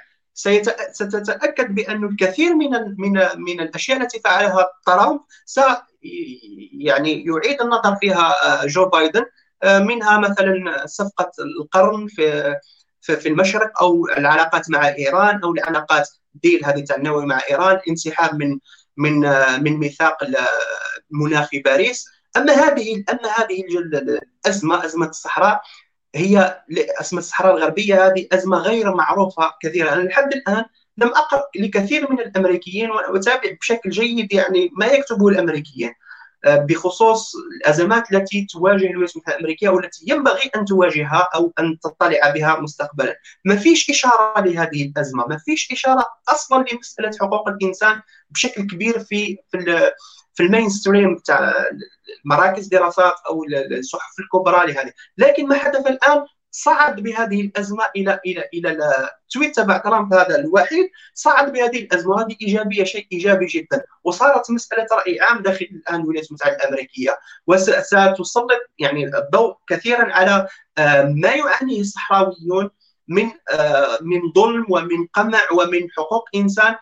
B: ستتأكد بأن الكثير من من من الأشياء التي فعلها ترامب س يعني يعيد النظر فيها جو بايدن، منها مثلا صفقة القرن في في المشرق، أو العلاقات مع إيران، أو العلاقات ديل هذه النووي مع إيران، انسحاب من من من ميثاق المناخ في باريس. أما هذه أما هذه الأزمة، أزمة الصحراء، هي أزمة الصحراء الغربية، هذه أزمة غير معروفة كثيرا. أنا لحد الآن لم أقرأ لكثير من الأمريكيين وأتابع بشكل جيد يعني ما يكتبه الأمريكيين بخصوص الأزمات التي تواجه الولايات المتحدة الأمريكية والتي ينبغي أن تواجهها أو أن تطلع بها مستقبلا. ما فيش إشارة لهذه الأزمة، ما فيش إشارة أصلا لمسألة حقوق الإنسان بشكل كبير في في في المين ستريم تاع مراكز دراسات أو الصحف الكبرى لهذه. لكن ما حدث الآن صعد بهذه الأزمة إلى إلى إلى التويت تبع ترامب هذا الوحيد، صعد بهذه الأزمة، هذه إيجابية، شيء إيجابي جدا. وصارت مسألة رأي عام داخل الآن الولايات المتحدة الأمريكية، وستسلط يعني الضوء كثيرا على ما يعانيه الصحراويون من من ظلم ومن قمع ومن حقوق إنسان.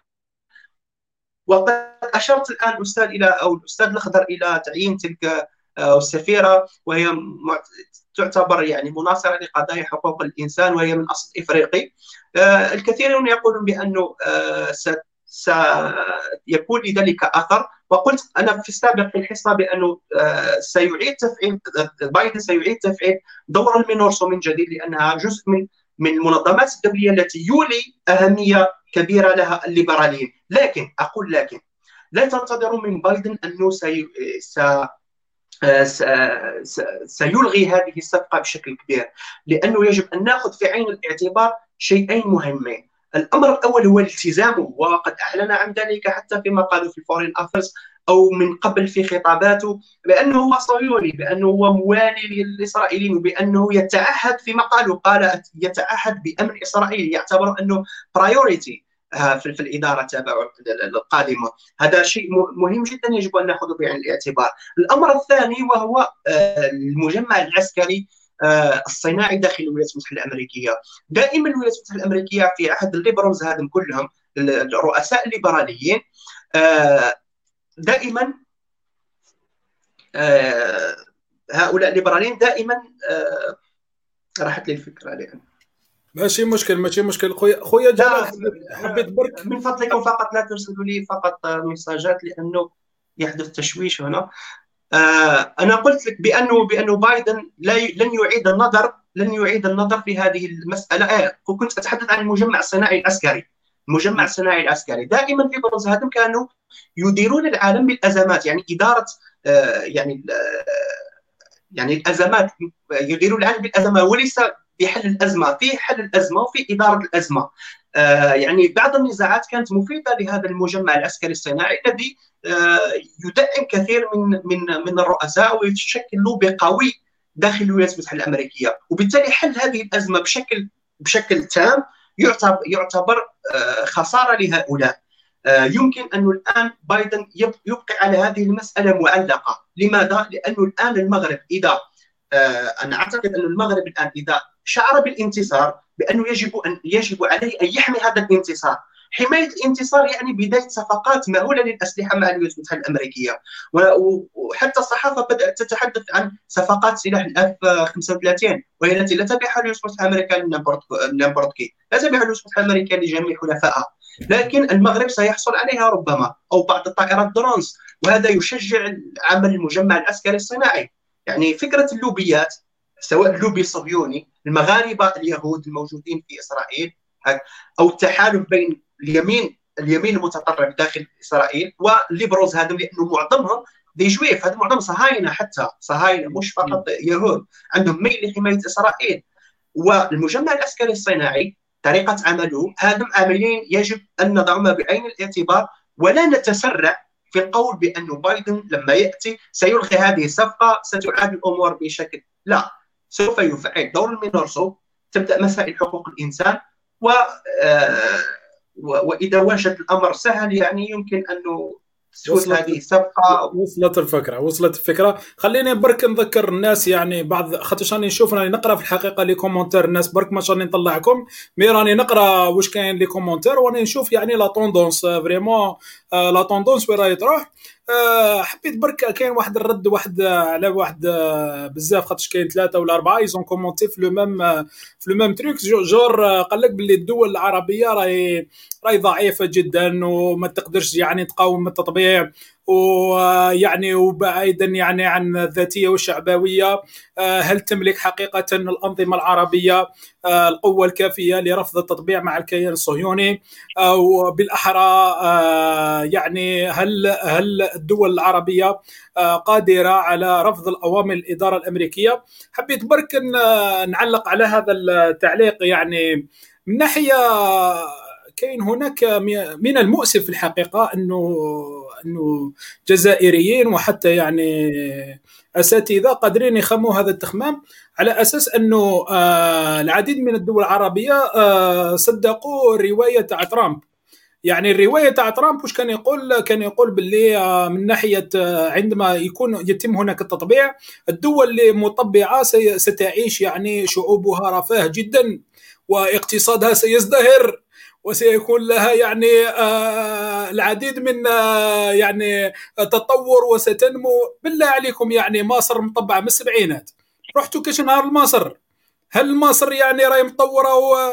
B: وقد أشرت الآن أستاذ إلى أو الأستاذ الأخضر إلى تعيين تلك السفيرة، وهي تعتبر يعني مناصرة لقضايا حقوق الإنسان، وهي من أصل إفريقي. الكثيرون يقولون بأنه سيكون لذلك أثر. وقلت أنا في السابق في الحصة بأنه سيعيد تفعيل بايدن سيعيد تفعيل دور المينورسو من جديد، لأنها جزء من من المنظمات الدولية التي يولي أهمية كبيرة لها الليبراليين. لكن أقول لكن لا تنتظروا من بايدن أنه سي... س... س... س... سيلغي هذه الصفقة بشكل كبير، لأنه يجب أن نأخذ في عين الاعتبار شيئين مهمين. الأمر الأول هو الالتزام، وقد أعلن عن ذلك حتى فيما قالوا في الفورين أفيرز أو من قبل في خطاباته، بأنه هو صهيوني، بأنه هو موالي للإسرائيليين، وبأنه يتعهد فيما قالوا قال يتعهد بأمن إسرائيل، يعتبر أنه برايوريتي في الإدارة تبعه القادمة. هذا شيء مهم جدا يجب أن نأخذه بعين الاعتبار. الأمر الثاني وهو المجمع العسكري الصناعي داخل الولايات المتحدة الأمريكية. دائما الولايات المتحدة الأمريكية في عهد الليبرالز هذم كلهم الرؤساء الليبراليين دائما هؤلاء الليبراليين دائما راحت لي الفكرة الآن.
C: ماشي مشكل ماشي مشكل خويا خويا جلال، حبيت برك
B: من فضلكم فقط لا ترسلوا لي فقط مساجات لأنه يحدث تشويش هنا. آه أنا قلت لك بأنه بأنه بايدن لا ي... لن يعيد النظر لن يعيد النظر في هذه المسألة. آه كنت أتحدث عن المجمع الصناعي العسكري. المجمع الصناعي العسكري دائما في برز هذم كانوا يديرون العالم بالأزمات، يعني إدارة آه يعني آه يعني الأزمات، يديرون العالم بالأزمات وليس بحل الأزمة، في حل الأزمة وفي إدارة الأزمة. آه يعني بعض النزاعات كانت مفيدة لهذا المجمع العسكري الصناعي الذي آه يدعم كثير من من من الرؤساء ويشكل لوبي قوي داخل الولايات المتحدة الأمريكية، وبالتالي حل هذه الأزمة بشكل بشكل تام يعتبر يعتبر آه خسارة لهؤلاء. آه يمكن أنه الآن بايدن يبقي على هذه المسألة معلقة. لماذا؟ لأنه الآن المغرب إذا آه أنا أعتقد أن المغرب الآن إذا شعر بالانتصار بأنه يجب أن يجب عليه أن يحمي هذا الانتصار. حماية الانتصار يعني بداية صفقات مهولة للأسلحة مع الولايات المتحدة الأمريكية، وحتى الصحافة بدأت تتحدث عن صفقات سلاح الأف خمسة وثلاثين وهي التي لا تبيعها الولايات المتحدة الأمريكية لنابورتكي، لا تبيعها الولايات المتحدة الأمريكية لجميع حلفائها، لكن المغرب سيحصل عليها ربما أو بعض الطائرات درونز، وهذا يشجع عمل المجمع العسكري الصناعي. يعني فكرة اللوبيات سواء اللوبي الصهيوني المغاربة اليهود الموجودين في إسرائيل أو التحالف بين اليمين اليمين المتطرف داخل إسرائيل والليبرالز هذا، لأنه معظمهم دي جويف، هذا معظم صهاينة، حتى صهاينة مش فقط يهود، عندهم ميل لحماية إسرائيل. والمجمع العسكري الصناعي طريقة عمله هذم عاملين يجب أن نضعهما بعين الاعتبار، ولا نتسرع في القول بأن بايدن لما يأتي سيلغي هذه الصفقة ستعاد الأمور بشكل، لا، سوف يفعل دور المينورسو، تبدأ مسائل حقوق الإنسان، و وإذا وجد الأمر سهل يعني يمكن أنه وصلت هذه الصفقة.
C: وصلت الفكرة وصلت الفكرة خليني برك نذكر الناس، يعني بعض خاطر راني نشوف راني نقرا في الحقيقة لي كومونتير الناس برك، ما راني نطلعكم مي راني نقرا واش كاين لي كومونتير وراني نشوف يعني لا طوندونس فريمون لا طوندونس وين راهي تروح. أه حبيت برك كاين واحد الرد واحد على واحد أه بزاف خاطر كاين ثلاثه ولا اربعه يزون كومونتي في لو ميم في لو ميم تريك جور قال لك باللي الدول العربيه راهي راهي ضعيفه جدا وما تقدرش يعني تقاوم التطبيع، ويعني وبعيدا يعني عن الذاتيه والشعبويه. أه هل تملك حقيقه الانظمه العربيه أه القوه الكافيه لرفض التطبيع مع الكيان الصهيوني؟ او بالاحرى أه يعني هل هل الدول العربية قادرة على رفض الأوامر الإدارة الأمريكية؟ حبيت برك نعلق على هذا التعليق. يعني من ناحية كاين هناك من المؤسف في الحقيقة أنه أنه جزائريين وحتى يعني أساتذة قادرين يخموا هذا التخمام على أساس أنه العديد من الدول العربية صدقوا الرواية تاع ترامب. يعني الرواية تاع ترامب وش كان يقول؟ كان يقول باللي من ناحية عندما يكون يتم هناك التطبيع الدول اللي مطبعة ستعيش يعني شعوبها رفاه جدا واقتصادها سيزدهر وسيكون لها يعني آه العديد من آه يعني تطور وستنمو. بالله عليكم يعني مصر مطبعة من السبعينات، رحتوا كاش نهار لمصر هل مصر يعني راهي مطوره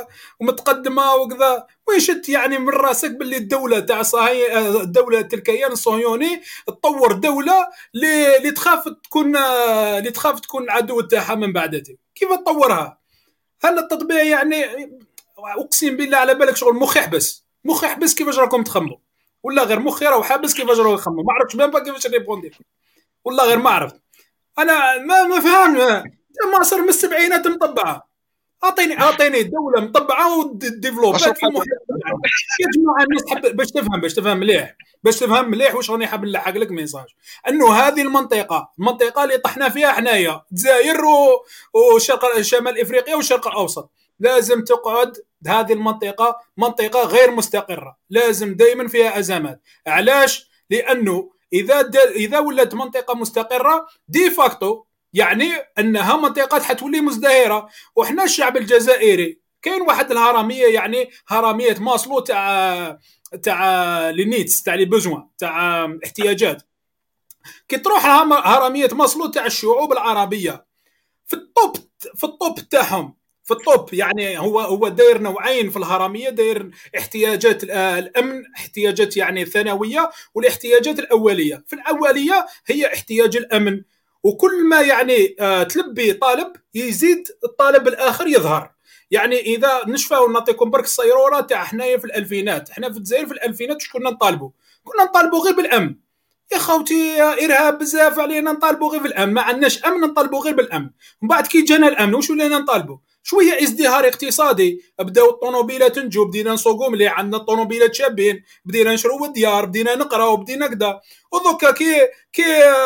C: ومتقدمه وكذا؟ ويشت يعني من راسك باللي الدوله تاع صهي الدوله الكيان الصهيوني تطور دوله اللي تخاف تكون اللي تخاف تكون عدو تاعها من بعدتي. كيف تطورها؟ هل التطبيع يعني اقسم بالله على بالك شغل مخ يحبس مخ يحبس كيفاش راكم تخمموا؟ ولا غير مخي راه حابس كيفاش راهو يخمم؟ ما عرفتش بان كيفاش ريبوندي والله غير ما عرفت انا ما ما فهم. مصر من السبعينات مطبعه. اعطيني اعطيني دوله مطبعه وديفلوبات في المحيط يا جماعه الناس حب باش تفهم باش تفهم مليح باش تفهم مليح واش راني حاب نلحق لك ميساج انه هذه المنطقه المنطقه اللي طحنا فيها حنايا الجزائر وشرق شمال افريقيا والشرق الاوسط لازم تقعد هذه المنطقه منطقه غير مستقره لازم دائما فيها ازمات. علاش؟ لانه اذا اذا ولات منطقه مستقره دي فاكتو يعني انها منطقه حتولي مزدهره. وحنا الشعب الجزائري كاين واحد الهرميه يعني هرميه ماسلو تاع تاع لي نيتس تاع لي بوزوان تاع احتياجات. كي تروح هرميه ماسلو تاع الشعوب العربيه في الطوب في الطوب تاعهم في الطوب يعني هو هو داير نوعين في الهرميه داير احتياجات الامن احتياجات يعني الثانويه والاحتياجات الاوليه. في الاوليه هي احتياج الامن وكل ما يعني آه تلبي طالب يزيد الطالب الاخر يظهر. يعني اذا نشفاو نعطيكم برك الصيروره تاع حنايا في الالفينات احنا في الجزائر في الالفينات شكون كنا نطالبوا؟ كنا نطالبوا غير بالامن يا خوتي ارهاب بزاف علينا نطالبوا غير بالامن ما عندناش امن نطالبوا غير بالامن. من بعد كي جانا الامن واش ولينا نطالبوا؟ شويه ازدهار اقتصادي بداو الطوموبيلات نجو بدينا نسوقوا مليح عندنا الطوموبيلات شابين بدينا نشرو الديار بدينا نقراو بدينا كذا. ودوكا كي كي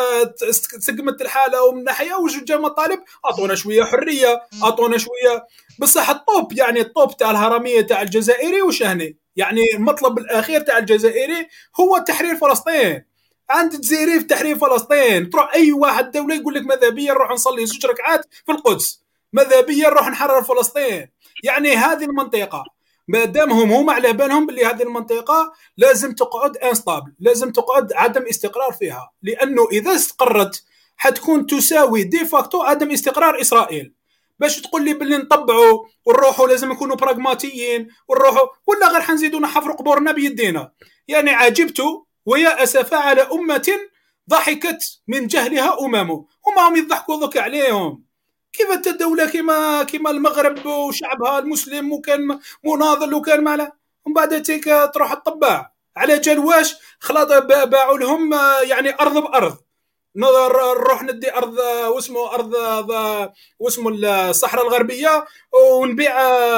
C: تسقمت الحاله ومن ناحيه واش جا مطالب اعطونا شويه حريه اعطونا شويه بصح الطوب يعني الطوب تاع الهرميه تاع الجزائري واش هني يعني المطلب الاخير تاع الجزائري هو تحرير فلسطين. عند الجزائري في تحرير فلسطين تروح اي واحد دوله يقول لك ماذا بيا نروح نصلي زوج ركعات في القدس ماذا بيا نروح نحرر فلسطين. يعني هذه المنطقه ما دامهم هم على بالهم باللي هذه المنطقه لازم تقعد انستابل لازم تقعد عدم استقرار فيها لانه اذا استقرت حتكون تساوي دي فاكتو عدم استقرار اسرائيل. باش تقول لي باللي نطبعوا ونروحوا لازم نكونوا براغماتيين ونروحوا ولا غير حنزيدوا نحفروا قبورنا بيدينا. يعني عجبت ويا أسف على أمة ضحكت من جهلها أمامه وما هم يضحكوا ذوك عليهم. كيف الدولة كما كما المغرب وشعبها المسلم وكان مناضل وكان ماله ومن بعد تيك تروح الطباع على جلواش خلاص باعوا لهم يعني أرض بأرض نروح ندي أرض واسمه أرض واسمه الصحراء الغربية ونبيع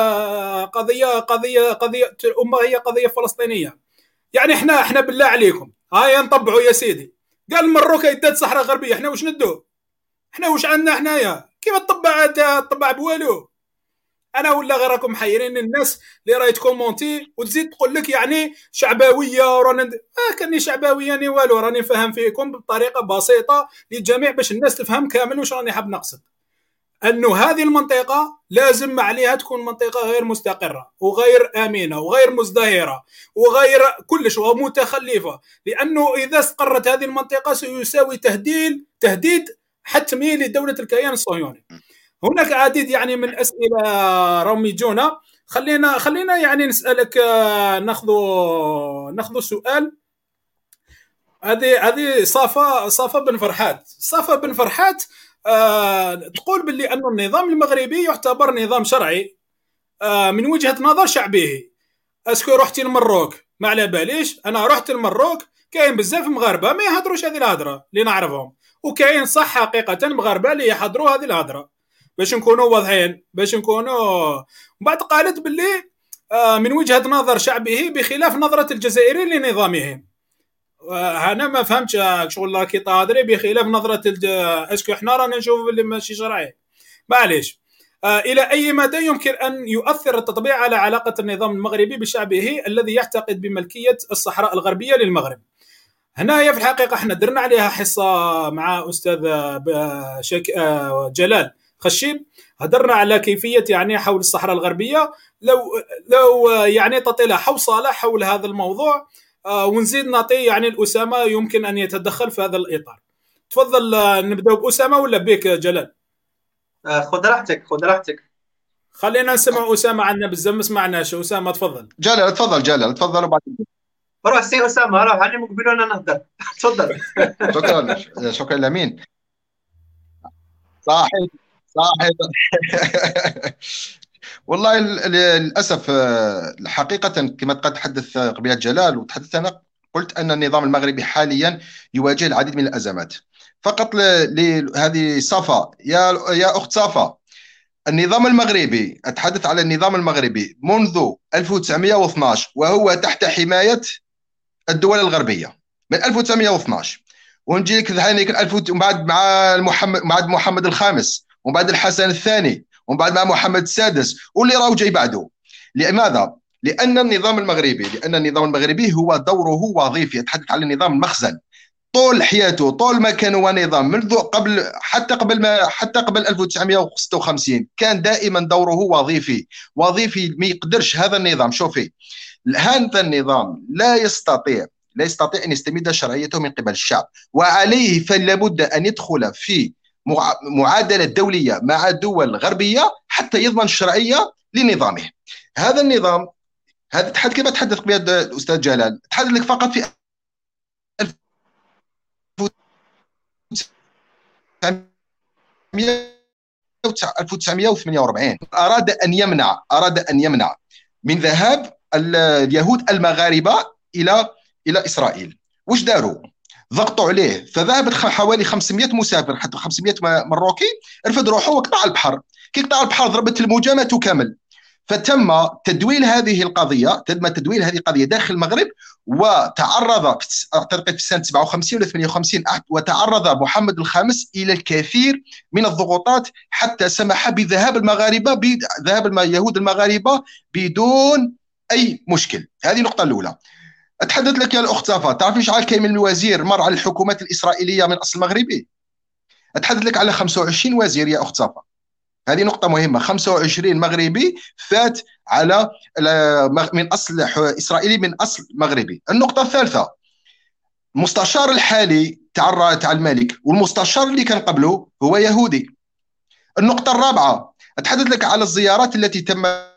C: قضية قضية قضية الأمة هي قضية فلسطينية. يعني احنا احنا بالله عليكم هاي نطبعوا يا سيدي قال مروك يدات صحراء غربيه احنا واش ندو احنا واش عندنا حنايا كيف الطبع الطبع بوالو. انا ولا غير راكم محيرين الناس اللي راهي تكومونتي وتزيد تقول لك يعني شعبويه ورانا اه كاني شعبويه ني والو راني فاهم فيكم بطريقه بسيطه للجميع باش الناس تفهم كامل واش راني حاب نقصد. انه هذه المنطقه لازم عليها تكون منطقه غير مستقره وغير امنه وغير مزدهره وغير كلش ومتخلفه لانه اذا استقرت هذه المنطقه سيساوي تهديد تهديد حتمي لدوله الكيان الصهيوني. هناك عديد يعني من اسئله راهم يجونا خلينا خلينا يعني نسالك ناخذ ناخذ سؤال. هذه هذه صافا صافا بن فرحات صافا بن فرحات آه، تقول باللي أن النظام المغربي يعتبر نظام شرعي آه، من وجهة نظر شعبه. أسكو رحتي المروك؟ ما على باليش أنا رحت المروك كاين بزاف مغاربة ما يهضروش هذه الهضرة اللي نعرفهم وكاين صح حقيقة مغاربة اللي يحضروا هذه الهضرة باش نكونوا واضحين باش نكونوا. بعد قالت باللي آه، من وجهة نظر شعبه بخلاف نظرة الجزائري لنظامهم. انا ما فهمتش شغل راكي تهضري بخلاف نظره الج... اسكو احنا رانا نشوف اللي ماشي شرعي معليش. آه الى اي مدى يمكن ان يؤثر التطبيع على علاقه النظام المغربي بشعبه الذي يعتقد بملكيه الصحراء الغربيه للمغرب؟ هنايا في الحقيقه احنا درنا عليها حصه مع استاذ شك... آه جلال خشيب هدرنا على كيفيه يعني حول الصحراء الغربيه. لو لو يعني تطيلها حوصله حول هذا الموضوع آه ونزيد نعطي يعني الأسامة يمكن أن يتدخل في هذا الإطار. تفضل آه نبدأ بأسامة ولا بك جلال؟
B: آه خذ راحتك خذ راحتك.
C: خلينا نسمع اسامه، عنا بزاف ما سمعناش. اسامه تفضل.
A: جلال تفضل، جلال تفضل وبعد.
B: روح سي اسامه، روح علي مقبل وانا نهضر. تفضل.
A: شكرا شكرا لمين. صاحب صاحب والله للاسف حقيقه كما قد تحدث قبيله جلال وتحدث انا، قلت ان النظام المغربي حاليا يواجه العديد من الازمات. فقط لهذه صفا، يا يا اخت صفا، النظام المغربي، اتحدث على النظام المغربي منذ ألف وتسعمئة واثني عشر وهو تحت حمايه الدول الغربيه من ألف وتسعمئة واثني عشر، ونجي لك ألف بعد مع محمد بعد محمد الخامس ومن بعد الحسن الثاني ومن بعد مع محمد السادس واللي راهو جاي بعده. لماذا؟ لان النظام المغربي لان النظام المغربي هو دوره وظيفي. اتحدث على النظام المخزن طول حياته، طول ما كان هو نظام منذ قبل حتى قبل ما حتى قبل ألف وتسعمئة وستة وخمسين كان دائما دوره وظيفي. وظيفي ما يقدرش هذا النظام. شوفي، هذا النظام لا يستطيع لا يستطيع ان يستمد شرعيته من قبل الشعب، وعليه فلا بد ان يدخل في معادله دوليه مع دول غربيه حتى يضمن الشرعيه لنظامه. هذا النظام هذا تحدث كما تحدث قبل الاستاذ جلال، تحدث لك فقط في ألف وتسعمئة وثمانية وأربعين اراد ان يمنع اراد ان يمنع من ذهاب اليهود المغاربه الى الى اسرائيل. واش داروا؟ ضغطوا عليه، فذهبت حوالي خمسمئة مسافر حتى خمسمئة مروكي رفض روحه وقطع البحر. كي قطع البحر ضربت الموجه ماتوا كامل. فتم تدويل هذه القضيه تم تدويل هذه القضيه داخل المغرب، وتعرض اعتقد في سنه سبعة وخمسين ولا ثمانية وخمسين وتعرض محمد الخامس الى الكثير من الضغوطات حتى سمح بذهاب المغاربه بذهاب اليهود المغاربه بدون اي مشكل. هذه النقطه الاولى. اتحدث لك يا الاخت صفا، تعرفي شحال كاين من الوزير مر على الحكومات الاسرائيليه من اصل مغربي؟ اتحدث لك على خمسة وعشرين وزير يا اخت صفا. هذه نقطة مهمة. خمسة وعشرين مغربي فات على من أصل إسرائيلي من أصل مغربي. النقطة الثالثة، المستشار الحالي تاع تاع الملك والمستشار اللي كان قبله هو يهودي. النقطة الرابعة، أتحدث لك على الزيارات التي تمت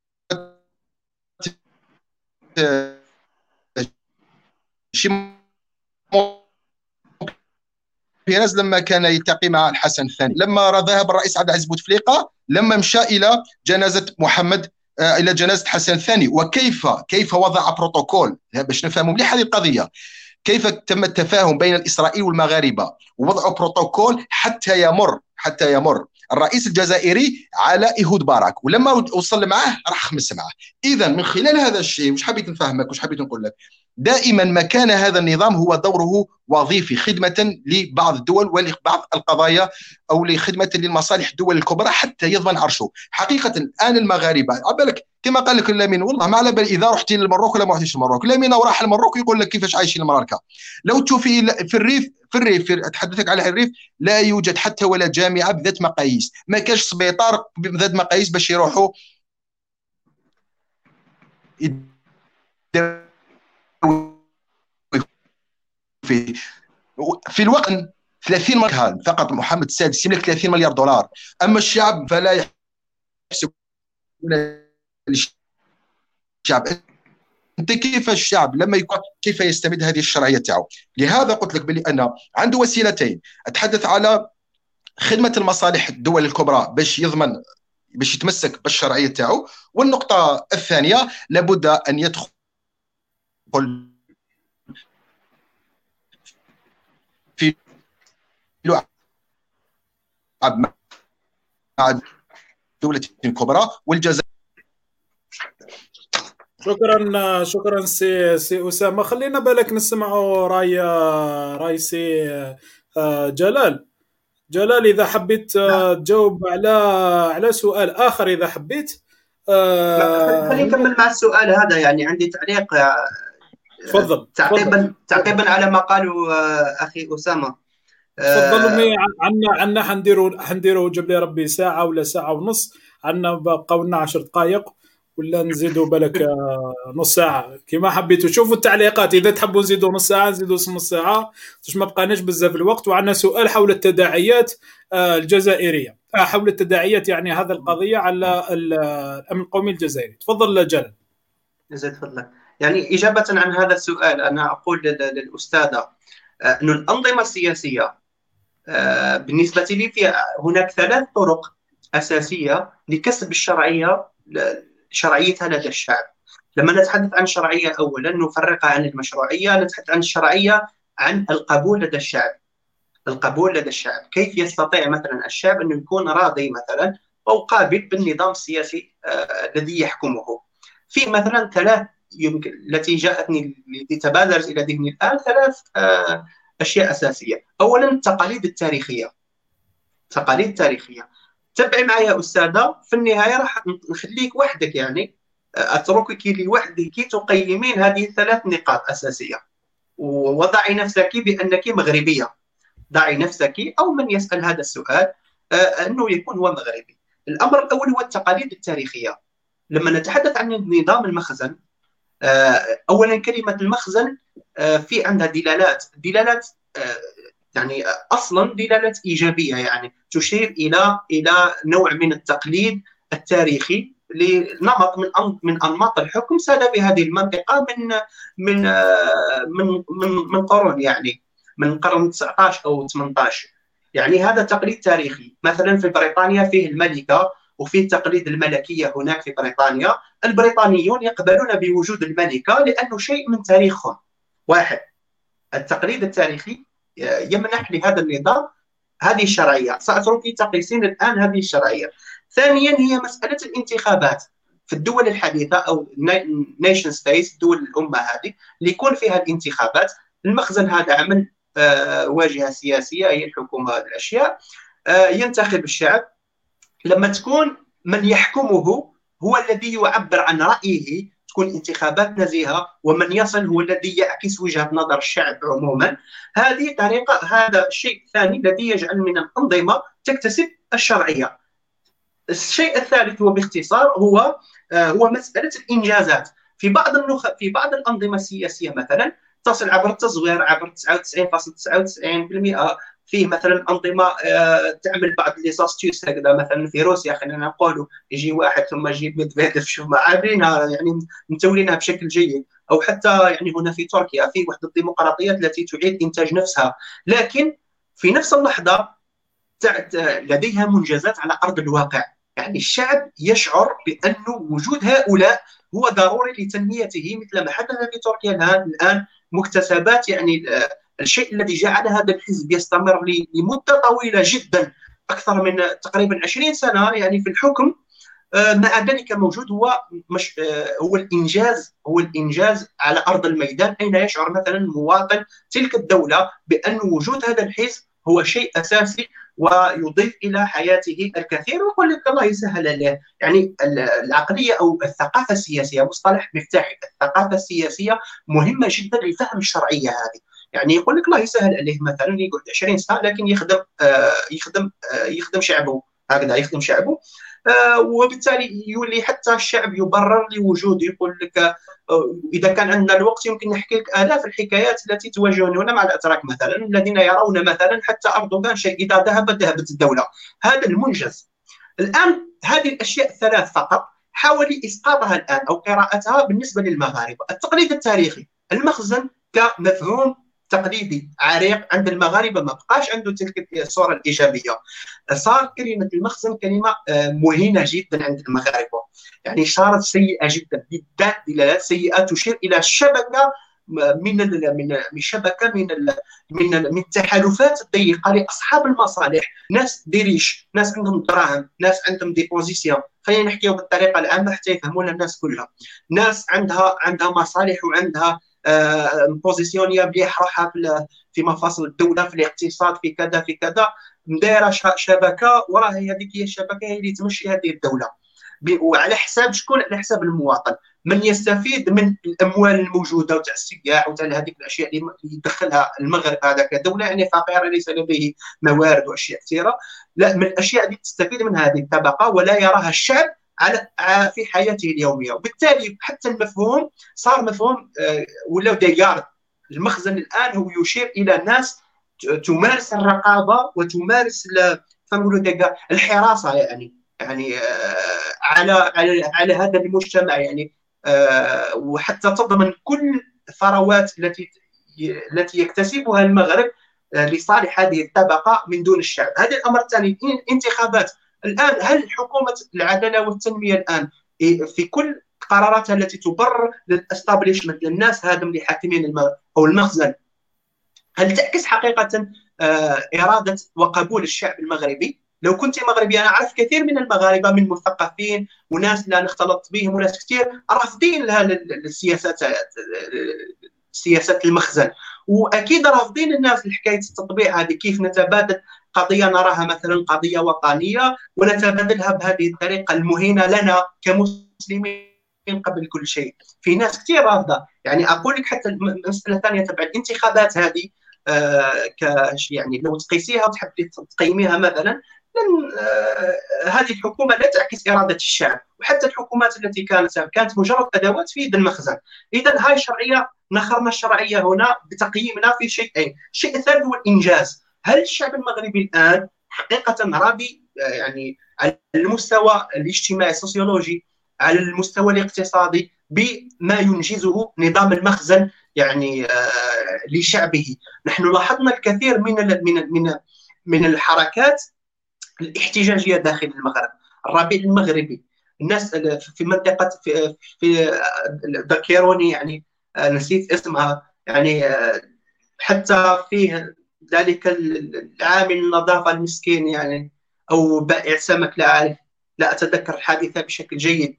A: بيريز لما كان يلتقي مع الحسن الثاني، لما ذهب الرئيس عبد العزيز بوتفليقه لما مشى الى جنازه محمد آه الى جنازه الحسن الثاني، وكيف كيف وضع بروتوكول باش نفهموا مليح هذه القضيه، كيف تم التفاهم بين الاسرائيلي والمغاربه ووضع بروتوكول حتى يمر حتى يمر الرئيس الجزائري على إيهود باراك، ولما وصل معه راح خمس معه. اذا من خلال هذا الشيء واش حبيت نفهمك واش حبيت نقول لك، دائما ما كان هذا النظام هو دوره وظيفي خدمة لبعض الدول ولبعض القضايا أو لخدمة للمصالح الدول الكبرى حتى يضمن عرشه. حقيقة الآن المغاربة عبالك كما قال لك لامين، والله ما على بالي إذا رحتي للمروك ولا ما رحتيش للمروك. لامين وراح المروك يقول لك كيفاش عايشين المملكة. لو تشوفي في الريف في الريف أتحدثك على الريف لا يوجد حتى ولا جامعة بذات مقاييس، ما كاش سبيطار بذات مقاييس باش يروحوا في في الوقت ثلاثين مليار فقط. محمد السادس يملك ثلاثين مليار دولار، اما الشعب فلا يحسب الشعب. انت كيف الشعب لما يكون كيف يستمد هذه الشرعيه تاعو؟ لهذا قلت لك بلي ان عنده وسيلتين، اتحدث على خدمه المصالح الدول الكبرى باش يضمن باش يتمسك بالشرعيه تاعو، والنقطه الثانيه لابد ان يدخل في لعب مع دولة كبرى والجزائر.
C: شكرا شكرا سي سي أسامة. خلينا بالك نسمعوا راي راي سي جلال. جلال إذا حبيت تجاوب على على سؤال آخر إذا حبيت.
B: خلينا نكمل مع السؤال هذا، يعني عندي تعليق
C: تفضل
B: تعقيبا تعقيبا على ما قالوا أخي أسامة.
C: تفضلوا. مي عنا عنا حنديروا حنديروا جاب لي ربي ساعة ولا ساعة ونص، عنا بقاو لنا عشر دقائق ولا نزيدوا بالك نص ساعه كما حبيتوا. شوفوا التعليقات، اذا تحبوا نزيدوا نص ساعه نزيدوا نص ساعه باش ما بقاناش بزاف الوقت. وعندنا سؤال حول التداعيات الجزائريه، حول التداعيات يعني هذا القضيه على الامن القومي الجزائري. تفضل جلال.
B: جزاك فضلك. يعني اجابه عن هذا السؤال انا اقول للاستاذه انه الانظمه السياسيه بالنسبه لي في هناك ثلاث طرق اساسيه لكسب الشرعيه شرعيتها لدى الشعب. لما نتحدث عن الشرعيه اولا نفرقها عن المشروعيه. نتحدث عن الشرعيه عن القبول لدى الشعب. القبول لدى الشعب، كيف يستطيع مثلا الشعب انه يكون راضي مثلا او قابل بالنظام السياسي الذي يحكمه. في مثلا ثلاث يمكن التي جاءتني التي تبادرت الى ذهني الان ثلاث اشياء اساسيه. اولا التقاليد التاريخيه. التقاليد التاريخيه تبعي معايا استاذه، في النهايه راح نخليك وحدك، يعني اتركك لوحدك تقيمين هذه الثلاث نقاط اساسيه. ووضعي نفسك بانك مغربيه، ضعي نفسك او من يسال هذا السؤال انه يكون هو مغربي. الامر الاول هو التقاليد التاريخيه. لما نتحدث عن نظام المخزن، اولا كلمه المخزن في عندها دلالات دلالات يعني اصلا دلالات ايجابيه، يعني تشير الى الى نوع من التقليد التاريخي لنمط من من انماط الحكم ساد بهذه المنطقه من من من من, من قرون، يعني من القرن تسعة عشر او ثمانية عشر. يعني هذا تقليد تاريخي. مثلا في بريطانيا فيه الملكه وفي التقليد الملكيه هناك في بريطانيا. البريطانيون يقبلون بوجود الملكه لانه شيء من تاريخهم. واحد، التقليد التاريخي يمنح لهذا النظام هذه الشرعيه. سأترك تقيسين الان هذه الشرعيه. ثانيا هي مساله الانتخابات في الدول الحديثه او نيشن ستيتس، دول الامه هذه اللي يكون فيها الانتخابات. المخزن هذا عمل آه واجهه سياسيه هي الحكومه، هذه الاشياء آه ينتخب الشعب. لما تكون من يحكمه هو الذي يعبر عن رايه، تكون انتخابات نزيهه، ومن يصل هو الذي يعكس وجهه نظر الشعب عموما. هذه طريقه، هذا الشيء الثاني الذي يجعل من الانظمه تكتسب الشرعيه. الشيء الثالث هو باختصار هو آه هو مساله الانجازات. في بعض النخ... في بعض الانظمه السياسيه مثلا تصل عبر التزوير عبر تسعة وتسعين فاصلة تسعة وتسعين بالمئة. فيه مثلا انظمه آه تعمل بعض لي زاستيوس هكذا. مثلا في روسيا خلينا نقولوا يجي واحد ثم يجي ميدفيديف، شوف ما عارفينها يعني متولينها بشكل جيد. او حتى يعني هنا في تركيا في وحده الديمقراطيات التي تعيد انتاج نفسها، لكن في نفس اللحظه لديها منجزات على ارض الواقع. يعني الشعب يشعر بانه وجود هؤلاء هو ضروري لتنميته، مثل ما حدث في تركيا الان. مكتسبات يعني الشيء الذي جعل هذا الحزب يستمر لمده طويله جدا، اكثر من تقريبا عشرين سنه يعني في الحكم، مع ذلك موجود هو مش هو الانجاز هو الانجاز على ارض الميدان، اين يشعر مثلا مواطن تلك الدوله بان وجود هذا الحزب هو شيء اساسي ويضيف الى حياته الكثير. ويقول لك الله يسهل عليه. يعني العقليه او الثقافه السياسيه مصطلح مفتاحي. الثقافه السياسيه مهمه جدا لفهم الشرعيه هذه. يعني يقول لك الله يسهل عليه مثلا يقعد عشرين سنه لكن يخدم آه يخدم آه يخدم شعبه، هكذا يخدم شعبه. آه وبالتالي يولي حتى الشعب يبرر لوجوده. يقول لك آه اذا كان عندنا الوقت يمكن نحكي لك الاف الحكايات التي تواجهنا مع الاتراك مثلا، الذين يرون مثلا حتى اردوغان شيء اذا ذهب ذهبت الدوله. هذا المنجز. الان هذه الاشياء الثلاث فقط حاول اسقاطها الان او قراءتها بالنسبه للمغاربه. التقليد التاريخي، المخزن كمفهوم تقليدي عريق عند المغاربه ما بقاش عنده تلك الصوره الايجابيه. صار كلمه المخزن كلمه مهينه جدا عند المغاربه، يعني صارت سيئه جدا، بالذات دلالات سيئه تشير الى شبكه من من من شبكه من من من التحالفات الضيقه لاصحاب المصالح. ناس ديريش، ناس عندهم دراهم، ناس عندهم ديبوزيسيون، خلينا نحكيو بالطريقه العامه حتى يفهمونا الناس كلها. ناس عندها عندها مصالح وعندها آه بوزيسيونيه مليح روحها في في مفاصل الدوله، في الاقتصاد، في كذا في كذا، مدايره شبكه وراها هذيك هي الشبكه هي اللي تمشي هذه الدوله. وعلى حساب شكون؟ على حساب المواطن. من يستفيد من الاموال الموجوده وتاع السياح وتاع هذيك الاشياء اللي يدخلها المغرب هذا كدوله يعني فقيره ليس لديه موارد واشياء كثيره. لا، من الاشياء اللي تستفيد من هذه الطبقه ولا يراها الشعب على في حياته اليوميه. وبالتالي حتى المفهوم صار مفهوم ولا ديجارد. المخزن الان هو يشير الى ناس تمارس الرقابه وتمارس الحراسه يعني يعني على على على هذا المجتمع يعني، وحتى تضمن كل الثروات التي التي يكتسبها المغرب لصالح هذه الطبقه من دون الشعب. هذا الامر الثاني، انتخابات الان. هل حكومه العداله والتنميه الان في كل قراراتها التي تبرر للاستابليشمنت للناس هذا اللي حاكمين المغرب او المخزن، هل تعكس حقيقه اراده وقبول الشعب المغربي؟ لو كنت مغربي، انا اعرف كثير من المغاربه من مثقفين وناس لا نختلط بهم وناس كثير رافضين لها السياسات سياسات المخزن، واكيد رافضين الناس لحكايه التطبيع هذه. كيف نتبادل قضيه نراها مثلا قضيه وطنيه ونتبادلها بهذه الطريقه المهينه لنا كمسلمين قبل كل شيء؟ في ناس كثير رافضه. يعني اقول لك حتى المساله الثانيه تبع الانتخابات هذه، آه كش يعني لو تقيسيها وتحبي تقيميها مثلا، آه هذه الحكومه لا تعكس اراده الشعب، وحتى الحكومات التي كانت كانت مجرد ادوات في يد المخزن. اذا هاي الشرعيه، نخرنا الشرعيه هنا بتقييمنا في شيئين. الشيء الثالث هو الانجاز. هل الشعب المغربي الان حقيقه راضي يعني على المستوى الاجتماعي السوسيولوجي، على المستوى الاقتصادي، بما ينجزه نظام المخزن يعني آه لشعبه؟ نحن لاحظنا الكثير من من من من الحركات الاحتجاجيه داخل المغرب. الربيع المغربي، الناس في منطقه في, في ذكروني يعني نسيت اسمها، يعني حتى فيه ذلك العامل النظافه المسكين يعني او بائع سمك، لا اعرف لا اتذكر الحادثه بشكل جيد،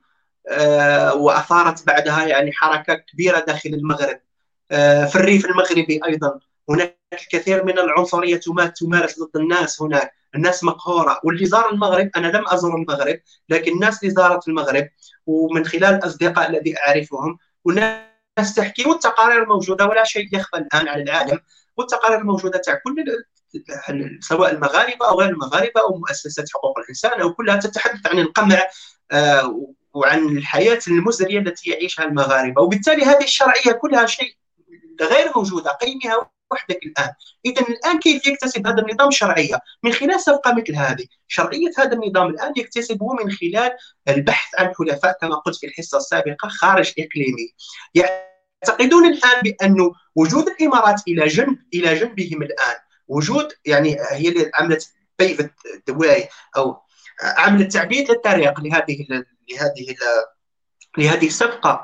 B: واثارت بعدها يعني حركه كبيره داخل المغرب. في الريف المغربي ايضا هناك الكثير من العنصريه تمارس ضد الناس هناك. الناس مقهوره. واللي زار المغرب، انا لم ازور المغرب لكن الناس اللي زارت المغرب ومن خلال الاصدقاء الذي اعرفهم، والناس تحكي، والتقارير موجوده ولا شيء يخفى الان على العالم، والتقارير موجوده تاع كل سواء المغاربه او غير المغاربه او مؤسسات حقوق الانسان او كلها تتحدث عن القمع آه وعن الحياه المزريه التي يعيشها المغاربه. وبالتالي هذه الشرعيه كلها شيء غير موجوده. قيمها وحدك الان. اذا الان كيف يكتسب هذا النظام شرعيه؟ من خلال صفقه مثل هذه. شرعيه هذا النظام الان يكتسبه من خلال البحث عن حلفاء كما قلت في الحصه السابقه خارج اقليمي. يعتقدون الان بانه وجود الامارات الى جنب الى جنبهم الان، وجود يعني هي اللي عملت بيفت دواي او عملت تعبيد للطريق لهذه لهذه لهذه الصفقه.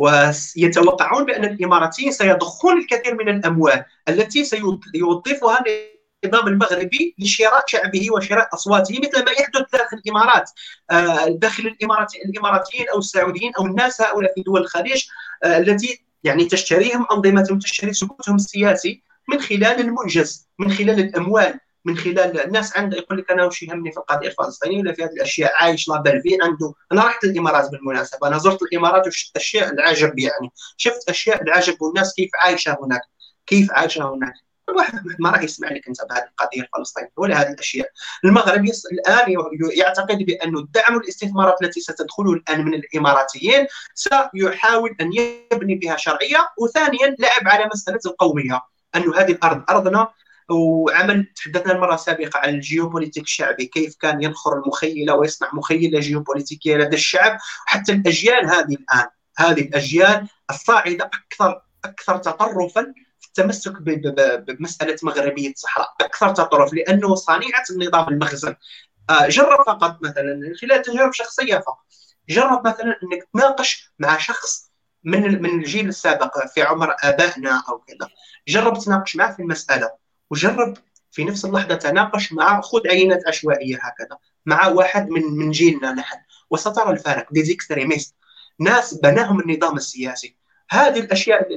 B: ويتوقعون بأن الإماراتيين سيضخون الكثير من الأموال التي سيوظفها النظام المغربي لشراء شعبه وشراء أصواته، مثل ما يحدث داخل الإمارات داخل الإماراتي الإماراتيين أو السعوديين أو الناس هؤلاء في دول الخليج التي يعني تشتريهم أنظمتهم، تشتري سكوتهم السياسي من خلال المنجز، من خلال الأموال، من خلال الناس عنده يقول لك انا وش يهمني في القضيه الفلسطينيه ولا في هذه الاشياء، عايش لابال في عنده. انا رحت الامارات بالمناسبه، انا زرت الامارات وشفت اشياء العجب، يعني شفت اشياء العجب والناس كيف عايشه هناك، كيف عايشه هناك. الواحد ما راح يسمع لك انت بهذه القضيه الفلسطينيه ولا هذه الاشياء. المغرب الان يعتقد بان الدعم والاستثمارات التي ستدخله الان من الاماراتيين سيحاول ان يبني بها شرعيه، وثانيا لعب على مساله القوميه، انه هذه الارض ارضنا. وعمل تحدثنا المره السابقه عن الجيوبوليتيك الشعبي، كيف كان ينخر المخيله ويصنع مخيله جيوبوليتيكيه لدى الشعب. وحتى الاجيال هذه الان، هذه الاجيال الصاعده اكثر اكثر تطرفا في التمسك بمساله مغربيه الصحراء، اكثر تطرف، لانه صنيعه النظام المخزن. جرب فقط مثلا من خلال تجارب شخصيه فقط، جرب مثلا انك تناقش مع شخص من من الجيل السابق في عمر ابائنا او كذا، جرب تناقش معه في المساله، وجرب في نفس اللحظه تناقش مع، خذ عينات عشوائيه هكذا مع واحد من من جيلنا نحن، وسترى الفارق. دي اكستريميست، ناس بناهم النظام السياسي. هذه الاشياء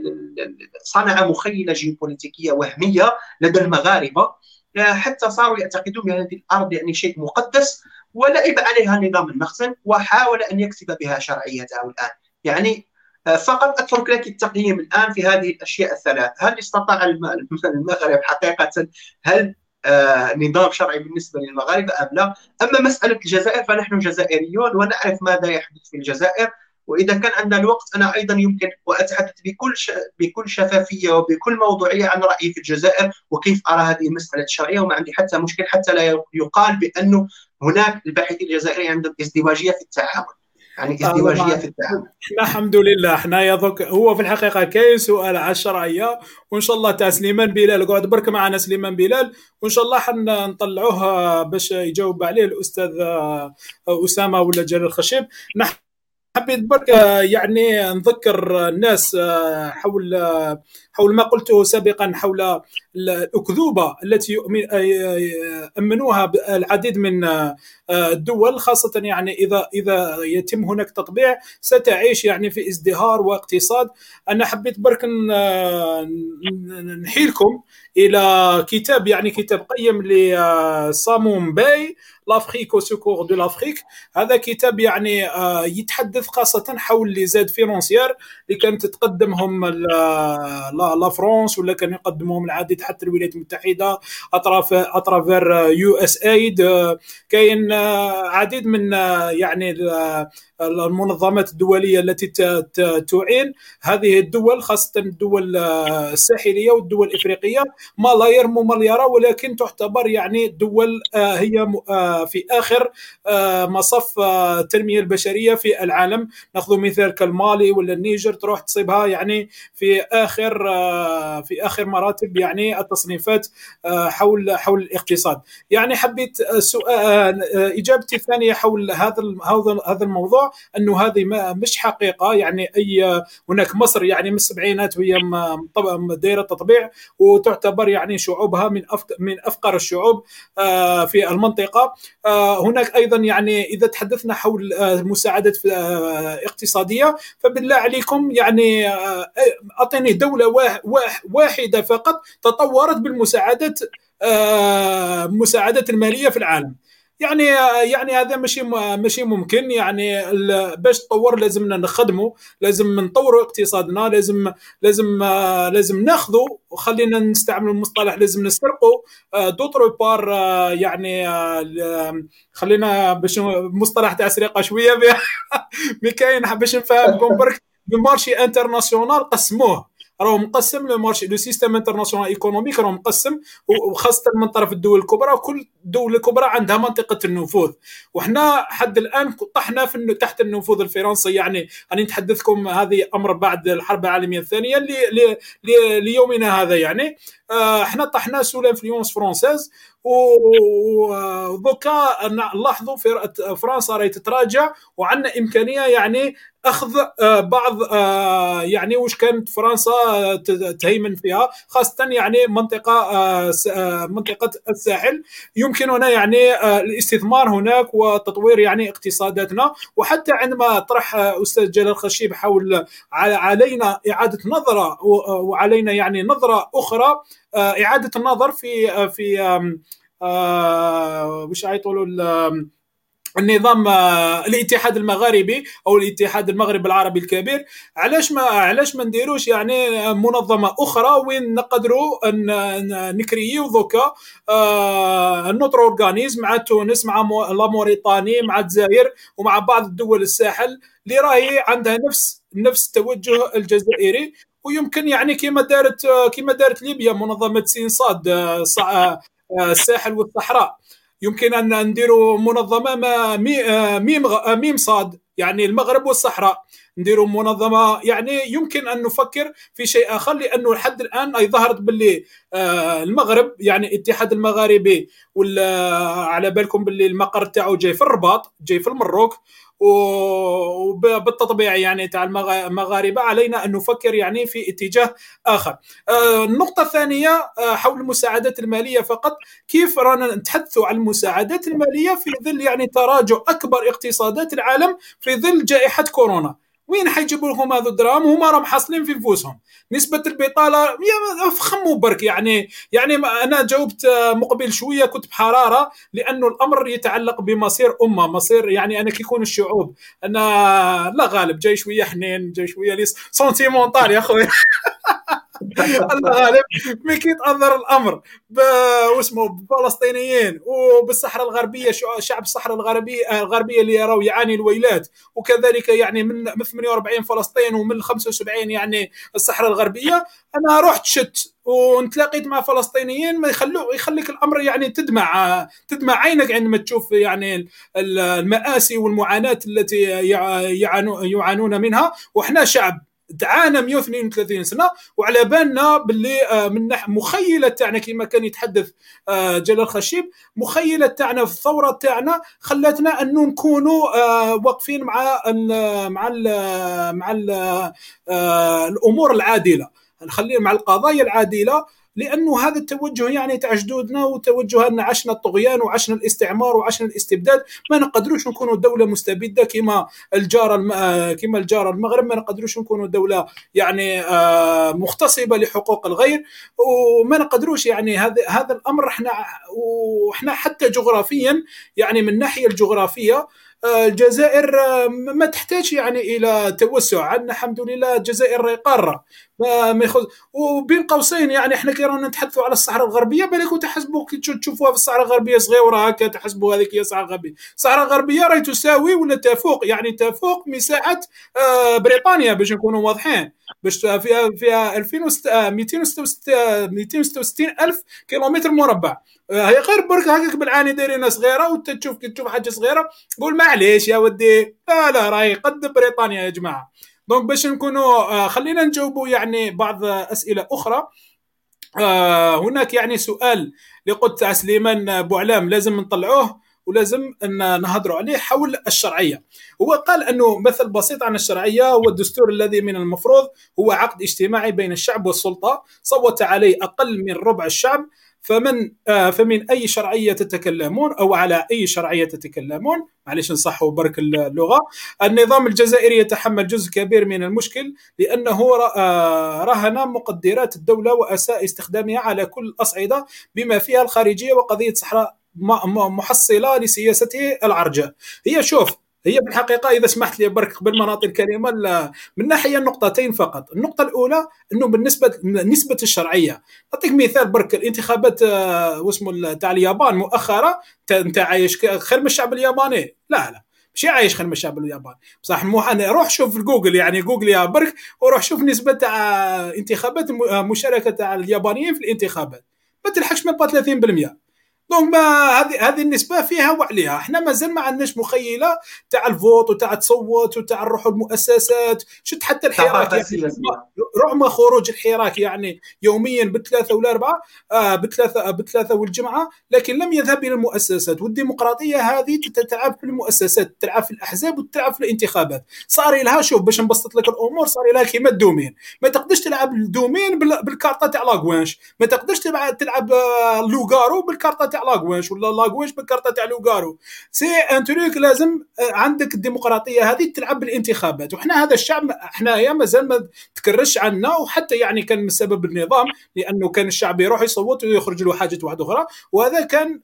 B: صنع مخيله جيوبوليتيكيه وهميه لدى المغاربه، حتى صاروا يعتقدون بان هذه الارض يعني شيء مقدس، ولعب عليها نظام المخزن وحاول ان يكسب بها شرعيته الان. يعني فقط اترك لك التقييم الان في هذه الاشياء الثلاث. هل استطاع المغرب حقيقه، هل نظام شرعي بالنسبة للمغاربة أم لا. أما مسألة الجزائر فنحن جزائريون ونعرف ماذا يحدث في الجزائر، وإذا كان عندنا الوقت أنا أيضا يمكن وأتحدث بكل ش... بكل شفافية وبكل موضوعية عن رأيي في الجزائر وكيف أرى هذه المسألة الشرعية، وما عندي حتى مشكل حتى لا يقال بأنه هناك الباحثين الجزائريين عندهم ازدواجية في التعامل، يعني ازدواجية في التعامل.
C: احنا الحمد لله احنا يضك هو في الحقيقة كاين سؤال على الشرعية، وإن شاء الله تاع سليمان بلال، قعد برك معنا سليمان بلال وإن شاء الله حنا نطلعوه باش يجاوب عليه الأستاذ أسامة ولا جلال خشيب. نحن حبيت برك يعني نذكر الناس حول حول ما قلته سابقا حول الأكذوبة التي أمنوها العديد من الدول، خاصة يعني إذا إذا يتم هناك تطبيع ستعيش يعني في ازدهار واقتصاد. أنا حبيت برك نحيلكم إلى كتاب يعني كتاب قيم لسامون باي لافريك وسكور دو لافريك. هذا كتاب يعني يتحدث خاصة حول لي زاد فينانسيير اللي كانت تقدمهم لا فرانس ولا كان يقدمهم العديد حتى الولايات المتحدة أطراف أطرافير يو اس ايد. كاين عديد من يعني المنظمات الدولية التي تعين هذه الدول، خاصة الدول الساحلية والدول الإفريقية، ملايير مليارة، ولكن تعتبر يعني دول هي في آخر مصف التنمية البشرية في العالم. نأخذ مثال كالمالي ولا النيجر تروح تصيبها يعني في آخر في آخر مراتب يعني التصنيفات حول حول الاقتصاد. يعني حبيت سؤال إجابتي الثانية حول هذا هذا الموضوع أنه هذه مش حقيقة، يعني أي هناك مصر يعني من السبعينات وهي دائرة تطبيع وتعتبر يعني شعوبها من من أفقر الشعوب في المنطقة. هناك أيضا يعني إذا تحدثنا حول مساعدة اقتصادية فبالله عليكم يعني أعطيني دولة واحدة فقط تطورت بالمساعدة مساعدة المالية في العالم. يعني يعني هذا ماشي ماشي ممكن. يعني باش تطور لازمنا نخدمه، لازم نطوروا اقتصادنا، لازم لازم لازم ناخذوا وخلينا نستعمل المصطلح لازم نسرقوا دوترو بار. يعني خلينا باش مصطلح تاع سرقه شويه مي كاين باش نفهمكم برك بمارشي انترناسيونال قسموه، راهو مقسم لو مارشي لو سيستم انترناسيونال ايكونوميك راهو مقسم، وخاصه من طرف الدول الكبرى، وكل دوله كبرى عندها منطقه النفوذ، وحنا حد الان طحنا في تحت النفوذ الفرنسي. يعني انا نتحدثكم هذه امر بعد الحرب العالميه الثانيه اللي ليومنا هذا، يعني احنا طحنا سو الانفلونس فرونسيز، وذوكا نلاحظوا في فرنسا راهي تتراجع وعندنا امكانيه يعني اخذ بعض يعني واش كانت فرنسا تهيمن فيها، خاصه يعني منطقه منطقه الساحل. يمكننا يعني الاستثمار هناك وتطوير يعني اقتصاداتنا. وحتى عندما طرح استاذ جلال خشيب حول علينا اعاده نظره وعلينا يعني نظره اخرى، اعاده النظر في في وش يقولوا النظام الاتحاد المغاربي او الاتحاد المغرب العربي الكبير. علاش ما علاش ما نديروش يعني منظمه اخرى وين نقدروا نكريو ذوكا نوتر اورغانيزم مع تونس مع لا موريتاني مع الجزائر ومع بعض الدول الساحل اللي راهي عندها نفس نفس التوجه الجزائري، ويمكن يعني كما دارت كما دارت ليبيا منظمه سينصاد الساحل والصحراء. يمكن أن نديروا منظمة ما ميم ميم صاد يعني المغرب والصحراء، نديروا منظمة يعني يمكن أن نفكر في شيء آخر، لأنه لحد الآن أي ظهرت باللي المغرب يعني الاتحاد المغاربي ولا على بالكم باللي المقر تاعو جاي في الرباط جاي في المروك، وبالتطبيع يعني تاع المغاربة علينا أن نفكر يعني في اتجاه آخر. النقطة الثانية حول المساعدات المالية فقط، كيف رانا نتحدثوا عن المساعدات المالية في ظل يعني تراجع أكبر اقتصادات العالم في ظل جائحة كورونا؟ وين حيجيبوا لهم هذو الدراهم؟ هما راهم حاصلين في نفوسهم، نسبة البطالة يا فخموا برك. يعني يعني أنا جاوبت مقبل شوية كنت بحرارة، لأنه الأمر يتعلق بمصير أمة، مصير يعني أنا كيكون الشعوب. أنا لا غالب جاي شوية حنين جاي شوية ليس سنتيمونتال يا أخوي الله غالب. مي كي يتأثر الامر واسمه بالفلسطينيين وبالصحراء الغربيه، شعب الصحراء الغربيه الغربيه اللي يراو يعاني الويلات، وكذلك يعني من من ثمانية وأربعين فلسطين ومن خمسة وسبعين يعني الصحراء الغربيه. انا رحت شت ونتلاقيت مع فلسطينيين ما يخلوه يخليك الامر يعني تدمع تدمع عينك عندما تشوف يعني المآسي والمعاناه التي يعانون منها. وإحنا شعب تعانى مئة واثنين وثلاثين سنه، وعلى بالنا باللي من مخيله تاعنا كما كان يتحدث جلال خشيب، مخيله تاعنا في الثوره تاعنا خلتنا انه نكونوا واقفين مع ال مع ال مع ال الامور العادله، نخلينا مع القضايا العادله، لانه هذا التوجه يعني تاع جدودنا وتوجه ان عشنا الطغيان وعشنا الاستعمار وعشنا الاستبداد. ما نقدروش نكونوا دوله مستبده كما الجاره كما الجاره المغرب، ما نقدروش نكونوا دوله يعني مغتصبه لحقوق الغير، وما نقدروش يعني هذا هذا الامر. احنا واحنا حتى جغرافيا يعني من الناحيه الجغرافيه الجزائر ما تحتاج يعني الى توسع، عندنا الحمد لله الجزائر قاره ما يخذ. وبين قوسين يعني احنا كي رانا نتحدثوا على الصحراء الغربيه بالكم تحسبوا كي تشوفوها في الصحراء الغربيه صغيره هكا تحسبوا هذيك هي الصحراء الغربيه. الصحراء الغربيه راهي تساوي ولا تفوق يعني تفوق مساحه بريطانيا باش نكونوا واضحين، باش فيها فيها ألفين ومئتين وستة وستين الف كيلومتر مربع. هي غير برك هكاك بالعاني دايرين صغيره وتشوف كي تشوف حاجه صغيره قول معليش يا ودي، لا لا راهي قد بريطانيا يا جماعه. دونك باش نكونوا خلينا نجاوبوا يعني بعض اسئله اخرى. هناك يعني سؤال اللي قلت تاع سليمان بوعلام لازم نطلعوه ولازم ان نهضروا عليه حول الشرعيه. هو قال انه مثل بسيط عن الشرعيه هو الدستور الذي من المفروض هو عقد اجتماعي بين الشعب والسلطه صوت عليه اقل من ربع الشعب، فمن آه فمن أي شرعية تتكلمون أو على أي شرعية تتكلمون؟ معليش نصحوا برك اللغة. النظام الجزائري يتحمل جزء كبير من المشكل لأنه آه رهن مقدرات الدولة وأساء استخدامها على كل الأصعدة بما فيها الخارجية وقضية صحراء محصلة لسياسته العرجاء. هي شوف هي بالحقيقة إذا سمحت لي برك قبل ما نعطي الكلمة من ناحية النقطتين فقط. النقطة الأولى أنه بالنسبة نسبة الشرعية، أعطيك مثال برك الانتخابات واسمه تاع اليابان مؤخرا، أنت عايش خير من الشعب الياباني؟ لا لا مش عايش خير من الشعب الياباني بصح. روح شوف جوجل يعني جوجل يا برك وروح شوف نسبة تاع انتخابات مشاركة تاع اليابانيين في الانتخابات ما تلحقش من ثلاثين بالمئة. دونك هذه هذه النسبه فيها وعليها. احنا مازال ما عندناش مخيله تاع الفوت وتاع تصوت وتاع نروحوا المؤسسات. شفت حتى الحراك يعني رغم خروج الحراك يعني يوميا بثلاثه ولا اربعه آه بثلاثه بثلاثه والجمعه، لكن لم يذهب الى المؤسسات. والديمقراطيه هذه تتلعب في المؤسسات، تلعب في الاحزاب وتلعب في الانتخابات. صار لها شوف باش نبسط لك الامور، صار لها كيما الدومين. ما تقدرش تلعب الدومين بالكارطه تاع لاغوانش، ما تقدرش تلعب لوغارو بالكارطه تاع لاغوانش ولا لاغوانش بالكارطه تاع لوغارو. سي ان تريك لازم عندك الديمقراطيه هذه تلعب بالانتخابات. وحنا هذا الشعب احنا يا مازال ما تكرش عنا، وحتى يعني كان من سبب النظام لانه كان الشعب يروح يصوت ويخرج له حاجه واحده اخرى، وهذا كان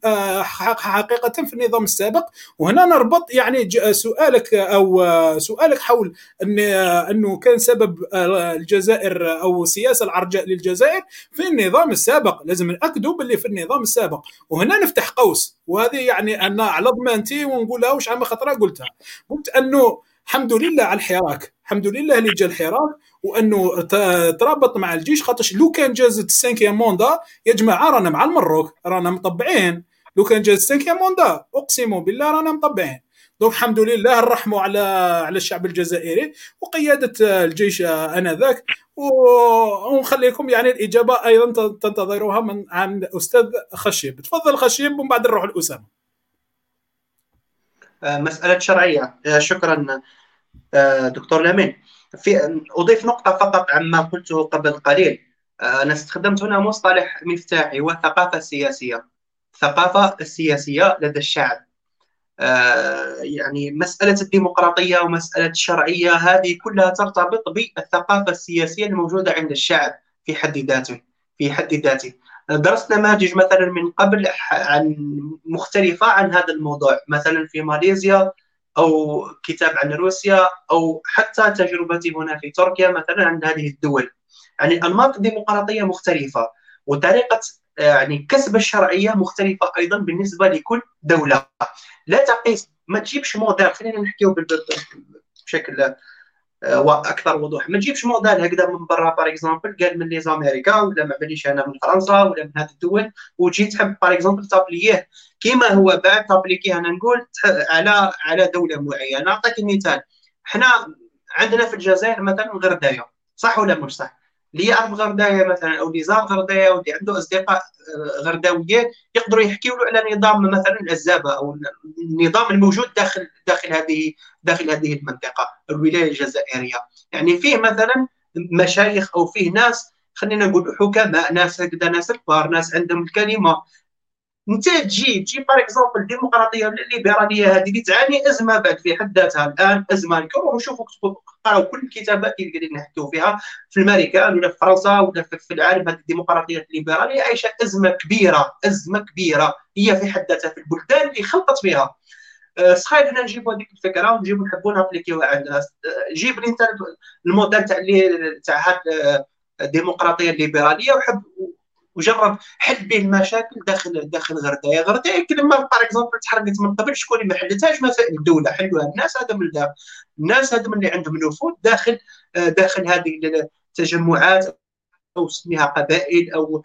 C: حقيقه في النظام السابق. وهنا نربط يعني سؤالك او سؤالك حول ان انه كان سبب الجزائر او السياسه العرجاء للجزائر في النظام السابق. لازم ناكدوا باللي في النظام السابق. وهنا نفتح قوس، وهذه يعني أنا على ضمانتي ونقولها وش عم خطرة قلتها. قلت أنه الحمد لله على الحراك، الحمد لله اللي جا الحراك وأنه ترابط مع الجيش. خاطرش لو كان جازت السانكيام موندا يا جماعة رانا مع المروك رانا مطبعين. لو كان جاز السانكيام موندا أقسم بالله رانا مطبعين. دونك الحمد لله نرحموا على على الشعب الجزائري وقيادة الجيش آنذاك. ونخليكم يعني الإجابة أيضا تنتظروها من عن أستاذ خشيب. تفضل خشيب ومن بعد نروح لأسامة.
B: مسألة شرعية. شكرا دكتور لامين. في أضيف نقطة فقط عما قلته قبل قليل. أنا استخدمت هنا مصطلح مفتاحي هو الثقافة السياسية. الثقافة السياسية لدى الشعب. يعني مسألة الديمقراطية ومسألة الشرعية هذه كلها ترتبط بالثقافة السياسية الموجودة عند الشعب في حد ذاته في حد ذاته. درست نماذج مثلا من قبل عن مختلفة عن هذا الموضوع، مثلا في ماليزيا أو كتاب عن روسيا أو حتى تجربتي هنا في تركيا مثلا عن هذه الدول. يعني الانماط الديمقراطيه مختلفه، وطريقه يعني كسب الشرعيه مختلفه ايضا بالنسبه لكل دوله. لا تقيس، ما تجيبش موديل، خلينا نحكيو بشكل واكثر وضوح. ما تجيبش موديل هكذا من برا باغ اكزومبل قال من لي زاميريكا ولا ما باليش انا من فرنسا ولا من هذه الدول، وتجي تحب باغ اكزومبل تابليه كيما هو بعد تابليكيه انا نقول على على دوله معينه. نعطيك مثال، حنا عندنا في الجزائر مثلا غردايه، صح ولا مش صح؟ اللي يعرف غردايه مثلا او اللي زار غردايه واللي عنده اصدقاء غرداويين يقدروا يحكيوا له على نظام مثلا الزابه او النظام الموجود داخل داخل هذه داخل هذه المنطقه الولايه الجزائريه. يعني فيه مثلا مشايخ او فيه ناس خلينا نقول حكماء، ناس هكذا، ناس كبار، ناس عندهم الكلمه. انت تجي تجي باغ اكزومبل الديمقراطيه الليبراليه هذه اللي تعاني ازمه بعد في حد ذاتها الان، ازمه. روحوا شوفوا قراوا كل الكتابات اللي قاعدين نحكيو فيها في الامريكان ولا في فرنسا ولا في العالم. هذه الديمقراطيه الليبراليه عايشه ازمه كبيره، ازمه كبيره هي في حد ذاتها في البلدان اللي خلطت فيها. صحيح حنا نجيبوا هذيك الفكره ونجيبوا نحبوا نابليكيوها عندنا. جيب لي انت الموديل تاع تاع هذه الديمقراطيه الليبراليه وحب وجرب حل به المشاكل داخل داخل غردايه. غردايه كلمه باغ اكزومبل تحرقت من قبل، شكون اللي ما حلتهاش؟ مسائل الدوله حلوها الناس، هذا من الناس هذا من اللي عندهم نفوذ داخل داخل هذه التجمعات او سميها قبائل او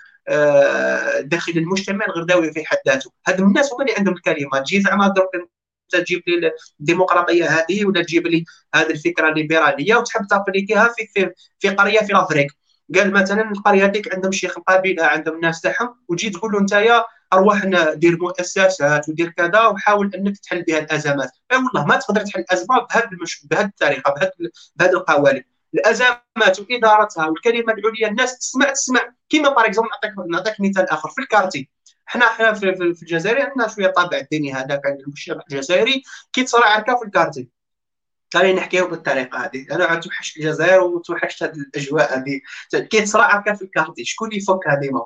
B: داخل المجتمع الغرداوي في حد ذاته. هذو الناس هما اللي عندهم الكلمه. تجي زعما درك تجيب لي الديمقراطيه هذه ولا تجيب لي هذه الفكره الليبراليه وتحب تابليكيها في في في قريه في الافريق. قال مثلا القريه هذيك عندهم شيخ القبيله، عندهم ناس تاعهم، وتجي تقول له نتايا ارواح دير مؤسسات ودير كذا وحاول انك تحل بها الازمات. اي والله ما تقدر تحل الازمه بهذه المش... بهذه الطريقه، بهذه بهذه القوالب. الازمات وادارتها والكلمه العليا الناس تسمع تسمع كيما باغ اكزومبل. نعطيك نعطيك مثال اخر في الكارتي. حنا حنا في, في, في الجزائر عندنا شويه طابع الديني هذاك عند المجتمع الجزائري كي تصرا عركه في الكارتي. خلينا نحكيو بالطريقه هذه. انا عاد توحشت الجزائر وتوحشت هذه الاجواء هذه. كي تصرا عركه في الكارتي شكون اللي يفكها ديما؟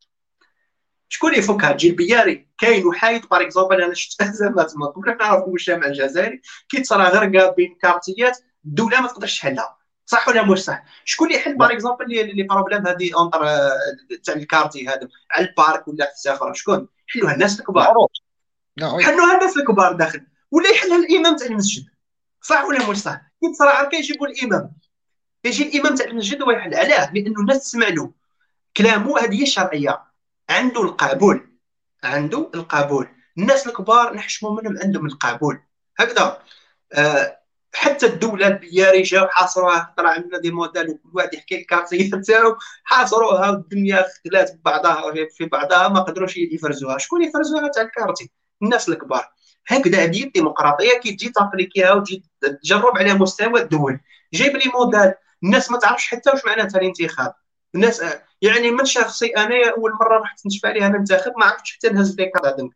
B: شكون اللي يفكها؟ تجي البياري كاين وحايد باغ اكزومبل. انا شفت ازمات ما كنا نعرفوا المجتمع الجزائري كي تصرا غرقه بين كارتيات الدوله ما تقدرش تحلها، صح ولا مش صح؟ شكون اللي يحل باغ اكزومبل اللي بروبليم هذه اونتر تاع الكارتي هذا على البارك ولا في السفر؟ شكون يحلوها؟ الناس الكبار. حلوها الناس الكبار داخل، ولا يحلها الامام تاع المسجد، صح ولا مش صح؟ كي تصرا عركه يجيبوا الامام، يجي الامام تاع المسجد ويحل. علاه؟ لانه الناس تسمع له كلامه، هذه هي الشرعيه، عنده القبول، عنده القبول. الناس الكبار نحشموا منهم عندهم القبول هكذا. آه حتى الدوله البياري جاو حاصروها، طلع عندنا دي موديل وكل واحد يحكي الكارتيه تاعو، حاصروها والدنيا اختلات بعضها في بعضها، ما قدروش يفرزوها. شكون يفرزوها؟ تاع الكارتي، الناس الكبار. هكذا هذه الديمقراطيه كي تجي تابليكيها وتجي تجرب على مستوى الدول. جايب لي موديل الناس ما تعرفش حتى واش معناتها الانتخاب. الناس يعني من شخصي انا اول مره رحت نشفى عليها ننتخب ما عرفتش حتى نهز لي كارت.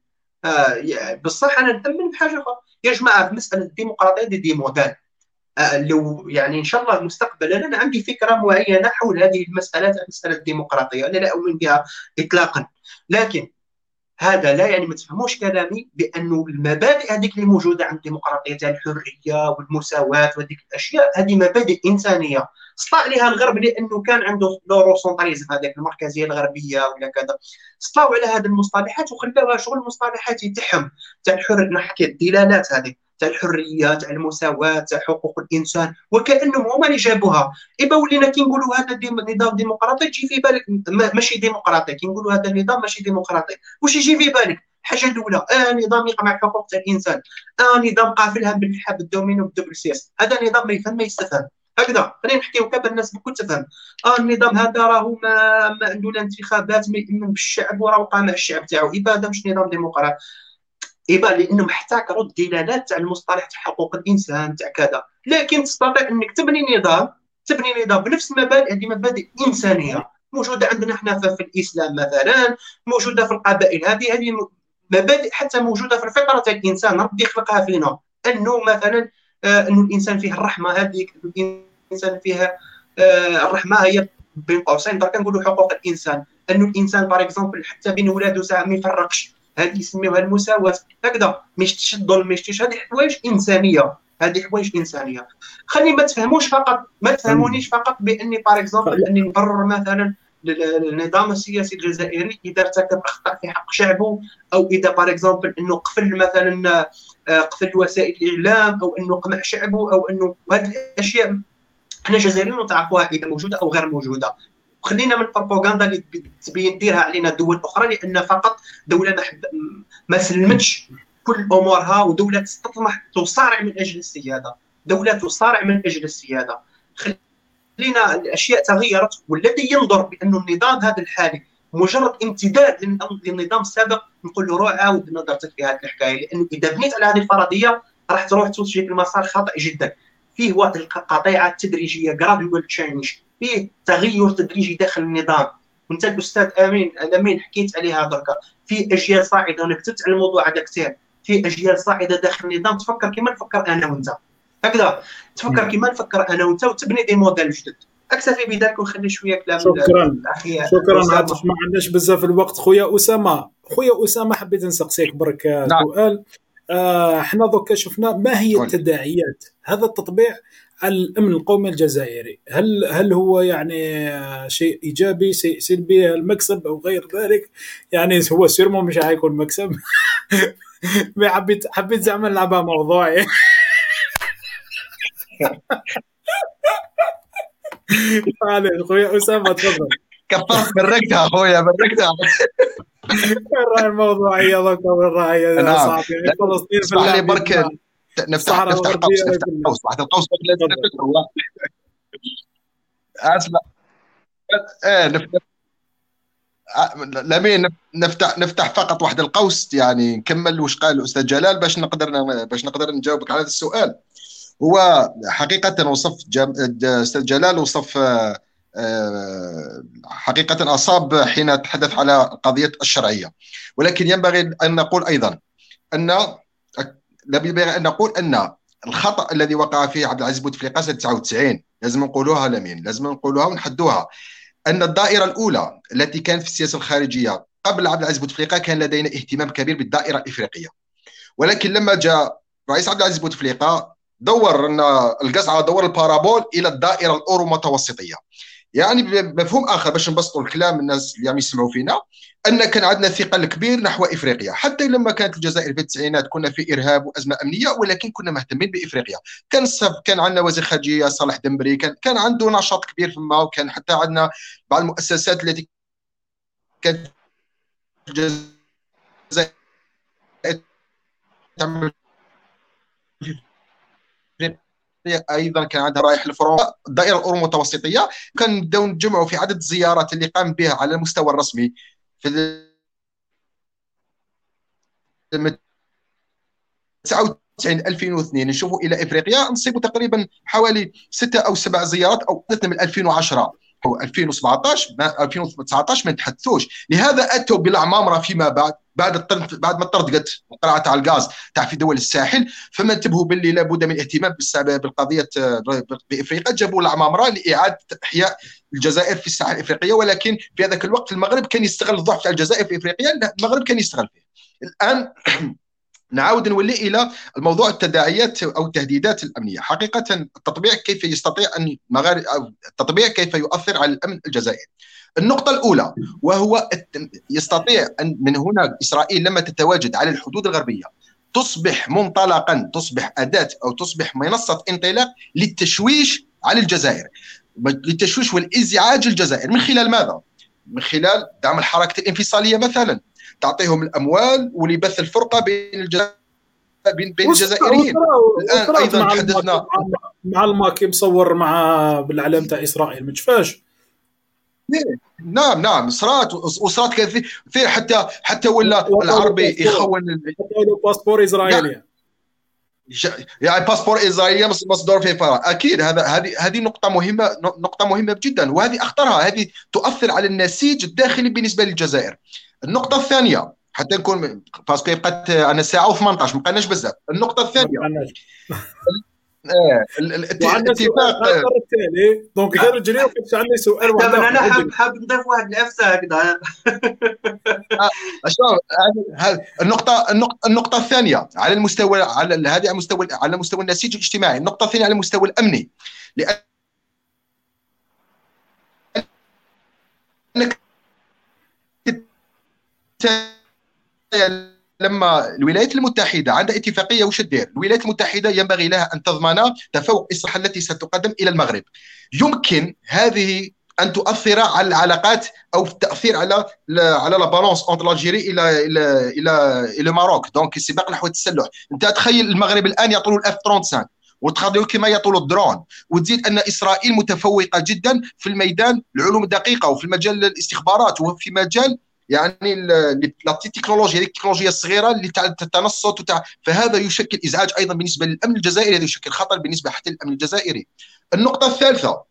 B: آه بصح انا نؤمن بحاجه اخرى يا جماعه، في مساله الديمقراطيه دي, دي موديل. آه لو يعني ان شاء الله مستقبلا انا عندي فكره معينه حول هذه المساله، مساله الديمقراطيه انا لا اؤمن بها اطلاقا. لكن هذا لا يعني ما تفهموش كلامي بانه المبادئ هذيك اللي موجوده عند الديمقراطيه تاع الحريه والمساواه وهذيك الاشياء هذه مبادئ انسانيه سطع عليها الغرب لانه كان عنده لوروسنتريزم، هذيك المركزيه الغربيه ولا كذا. سطاو على هذه المصطلحات وخلاوها شغل المصطلحات يتحم تاع الحر، نحكي الدلالات هذه تاع الحريه تاع المساواه تاع حقوق الانسان، وكانهم هما اللي جابوها. ايبا ولينا كي نقولوا هذا النظام ديمقراطي تجي في بالك ماشي ديمقراطي. كي نقولوا هذا النظام ماشي ديمقراطي واش يجي في بالك؟ حاجه الاولى اه نظام يقمع حقوق تاع الانسان، اه نظام قافلها بالحب الدومينو بالدبل سياس. هذا نظام ما يفهم ما يستفهم هكذا. خلينا نحكيو كبر الناس بكل تفهم. اه النظام هذا راهو ما, ما عنده لا انتخابات، ما يؤمن بالشعب وراه قامع الشعب تاعو. ايبا هذا مش نظام ديمقراطي. إيبا لانهم احتكروا الدلالات تاع المصطلح تاع حقوق الانسان تاع كذا. لكن تستطيع انك تبني نظام تبني نظام بنفس المبادئ، هذه مبادئ انسانيه موجوده عندنا احنا في الاسلام مثلا، موجوده في القبائل. هذه هذه مبادئ حتى موجوده في الفطره تاع الانسان، ربي خلقها فينا. انه مثلا آه انه الانسان فيه الرحمه، هذه الانسان فيها آه الرحمه هي بين قوسين درك نقولوا حقوق الانسان. انه الانسان باغ اكزومبل حتى بين ولادو ساعه ما يفرقش، هذه يسميوها المساواه هكذا. ما يشتيش الظلم، ما يشتيش، هذه حوايج انسانيه. هذه حوايج انسانيه. خلي ما تفهموش فقط، ما تفهمونيش فقط باني بار اكزومبل اني نبرر مثلا النظام السياسي الجزائري اذا ارتكب اخطاء في حق شعبه، او اذا بار اكزومبل انه قفل مثلا قفل وسائل الاعلام، او انه قمع شعبه، او انه هذه الاشياء احنا جزائريين تعرفوها اذا موجوده او غير موجوده. خلينا من البروباغندا اللي تبين ديرها علينا دول اخرى، لان فقط دوله ما ما سلمتش كل امورها، ودوله تطمح تصارع من اجل السياده، دوله تصارع من اجل السياده. خلينا الاشياء تغيرت، والذي ينظر بانه النظام هذا الحالي مجرد امتداد للنظام السابق نقول له روح عاود نظرتك في هذه الحكايه، لانه اذا بنيت على هذه الفرضيه راح تروح توصل في المسار خاطئ جدا. فيه واحد القطيعه تدريجيه gradual change، فيه تغير تدريجي داخل النظام. وانت الاستاذ امين الامين حكيت عليها دركا، في اجيال صاعده، انا كتبت على الموضوع هذا كثير، في اجيال صاعده داخل النظام تفكر كما نفكر انا وانت، هكذا تفكر كما نفكر انا وانت، وتبني دي موديل جدد. اكتفي بذلك ونخلي شويه كلام.
C: شكرا شكرا عاطف، ما عندناش بزاف الوقت. خويا اسامه خويا اسامه حبيت نسقسيك برك
A: نعم.
C: سؤال. آه احنا دوكا شفنا ما هي التداعيات هذا التطبيع على الامن القومي الجزائري؟ هل هل هو يعني شيء ايجابي، شيء سلبي، المكسب او غير ذلك؟ يعني هو سيرمو مش حيكون مكسب. حبيت حبيت زعما نلعبها موضوعي. معليش خويا اسامه تفضل.
A: كفرت بركتها خويا بركتها.
C: الرأي الموضوعية ضبط الرأي صعب يعني فلسطين في
A: اللعب. اسمح لي برك نفتح نفتح قوس نفتح قوس واحد القوس هو اسمع ايه نفتح لمين نفتح نفتح فقط واحد القوس يعني نكمل واش قال الاستاذ جلال باش نقدر باش نقدر نجاوبك على هذا السؤال. هو حقيقة وصف الاستاذ جلال وصف حقيقة أصاب حين تحدث على قضية الشرعية، ولكن ينبغي أن نقول أيضا أن ينبغي أن نقول أن الخطأ الذي وقع فيه عبد العزيز بوتفليقة سنة تسعة وتسعين لازم نقولوها لمين لازم نقولوها ونحدوها، أن الدائرة الأولى التي كانت في السياسة الخارجية قبل عبد العزيز بوتفليقة كان لدينا اهتمام كبير بالدائرة الإفريقية، ولكن لما جاء رئيس عبد العزيز بوتفليقة دور أن القزعة دور البارابول إلى الدائرة الأورو متوسطية. يعني بمفهوم اخر باش نبسطوا الكلام الناس اللي عم يسمعوا فينا، ان كان عندنا ثقل كبير نحو افريقيا، حتى لما كانت الجزائر في التسعينات كنا في ارهاب وازمه امنيه، ولكن كنا مهتمين بافريقيا. كان كان عندنا وزير خارجيه صالح دمبري، كان كان عنده نشاط كبير فيما، وكان حتى عندنا بعض المؤسسات التي كانت الجزائر تعمل ايضا كان عندها رايح لفرنسا الدائره الاورو متوسطيه، كان نبداو نجمعوا في عدد الزيارات اللي قام بها على المستوى الرسمي في تسعة وتسعين ألفين واثنين نشوفوا الى افريقيا نصيبوا تقريبا حوالي ستة او سبع زيارات، او من ألفين وعشرة او ألفين وسبعطاش ألفين وتسعطاش ما نتحدثوش. لهذا اتوا بالعمامره فيما بعد بعد بعد ما طردقت القرعه تاع الغاز تاع في دول الساحل، فما انتبهوا باللي لابد من الاهتمام بالقضيه بافريقيا، جابوا العمامره لاعاده احياء الجزائر في الساحه الافريقيه. ولكن في هذاك الوقت المغرب كان يستغل الضعف تاع الجزائر في افريقيا، المغرب كان يستغل فيه. الان نعاود نولي الى الموضوع التداعيات او التهديدات الامنيه. حقيقه التطبيع كيف يستطيع ان مغارب التطبيع كيف يؤثر على الامن الجزائري. النقطة الأولى وهو يستطيع أن من هنا إسرائيل لما تتواجد على الحدود الغربية تصبح منطلقا، تصبح أداة أو تصبح منصة انطلاق للتشويش على الجزائر، للتشويش والإزعاج الجزائر. من خلال ماذا؟ من خلال دعم الحركة الانفصالية مثلا، تعطيهم الأموال ولبث الفرقة بين الجزائر بين بين الجزائريين.
C: الآن أيضا تحدثنا مع الماكي مصور مع بالعلم تاع إسرائيل ما تشفاش.
A: نعم نعم صارت وصارت كثير حتى حتى ولا العربي يخون
C: باسبور اسرائيلي،
A: يعني باسبور اسرائيلي مصدر في فرنسا. اكيد هذا هذه هذه نقطه مهمه نقطه مهمه جدا، وهذه اخطرها، هذه تؤثر على النسيج الداخلي بالنسبه للجزائر. النقطه الثانيه حتى نكون باسكو بقات انا ساعه وثمانطاش ما بقيناش بزاف. النقطه الثانيه آه، ال- ال- الت-
C: وعندنا سؤال
A: الاتفاق.
C: اخر التالي دونك غير جري وكنت عندي سؤال واحد
B: طبعا انا
C: آخر.
B: حاب حاب نضيف واحد العفسه هكذا.
A: آه، شوف، هذه- هذه النقطة النقطة النقطة الثانية على المستوى، على ال- هذه على مستوى على مستوى النسيج الاجتماعي. النقطة الثانية على المستوى الأمني، لأنك لما الولايات المتحدة عندها اتفاقية وش دير؟ الولايات المتحدة ينبغي لها أن تضمن تفوق الإصلاحات التي ستقدم إلى المغرب. يمكن هذه أن تؤثر على العلاقات أو التأثير على على لا بالانس اونتر الجيري الى الى الى الى ماروك. دونك السباق نحو التسلح. انت تخيل المغرب الان يطول الاف خمسة وثلاثين وتخليه كما يطول الدرون، وتزيد ان اسرائيل متفوقه جدا في الميدان العلوم الدقيقه وفي مجال الاستخبارات وفي مجال يعني التكنولوجيا، التكنولوجيا الصغيره اللي تاع التنصت وتاع، فهذا يشكل ازعاج ايضا بالنسبه للامن الجزائري، هذا يشكل خطر بالنسبه حتى للامن الجزائري. النقطه الثالثه،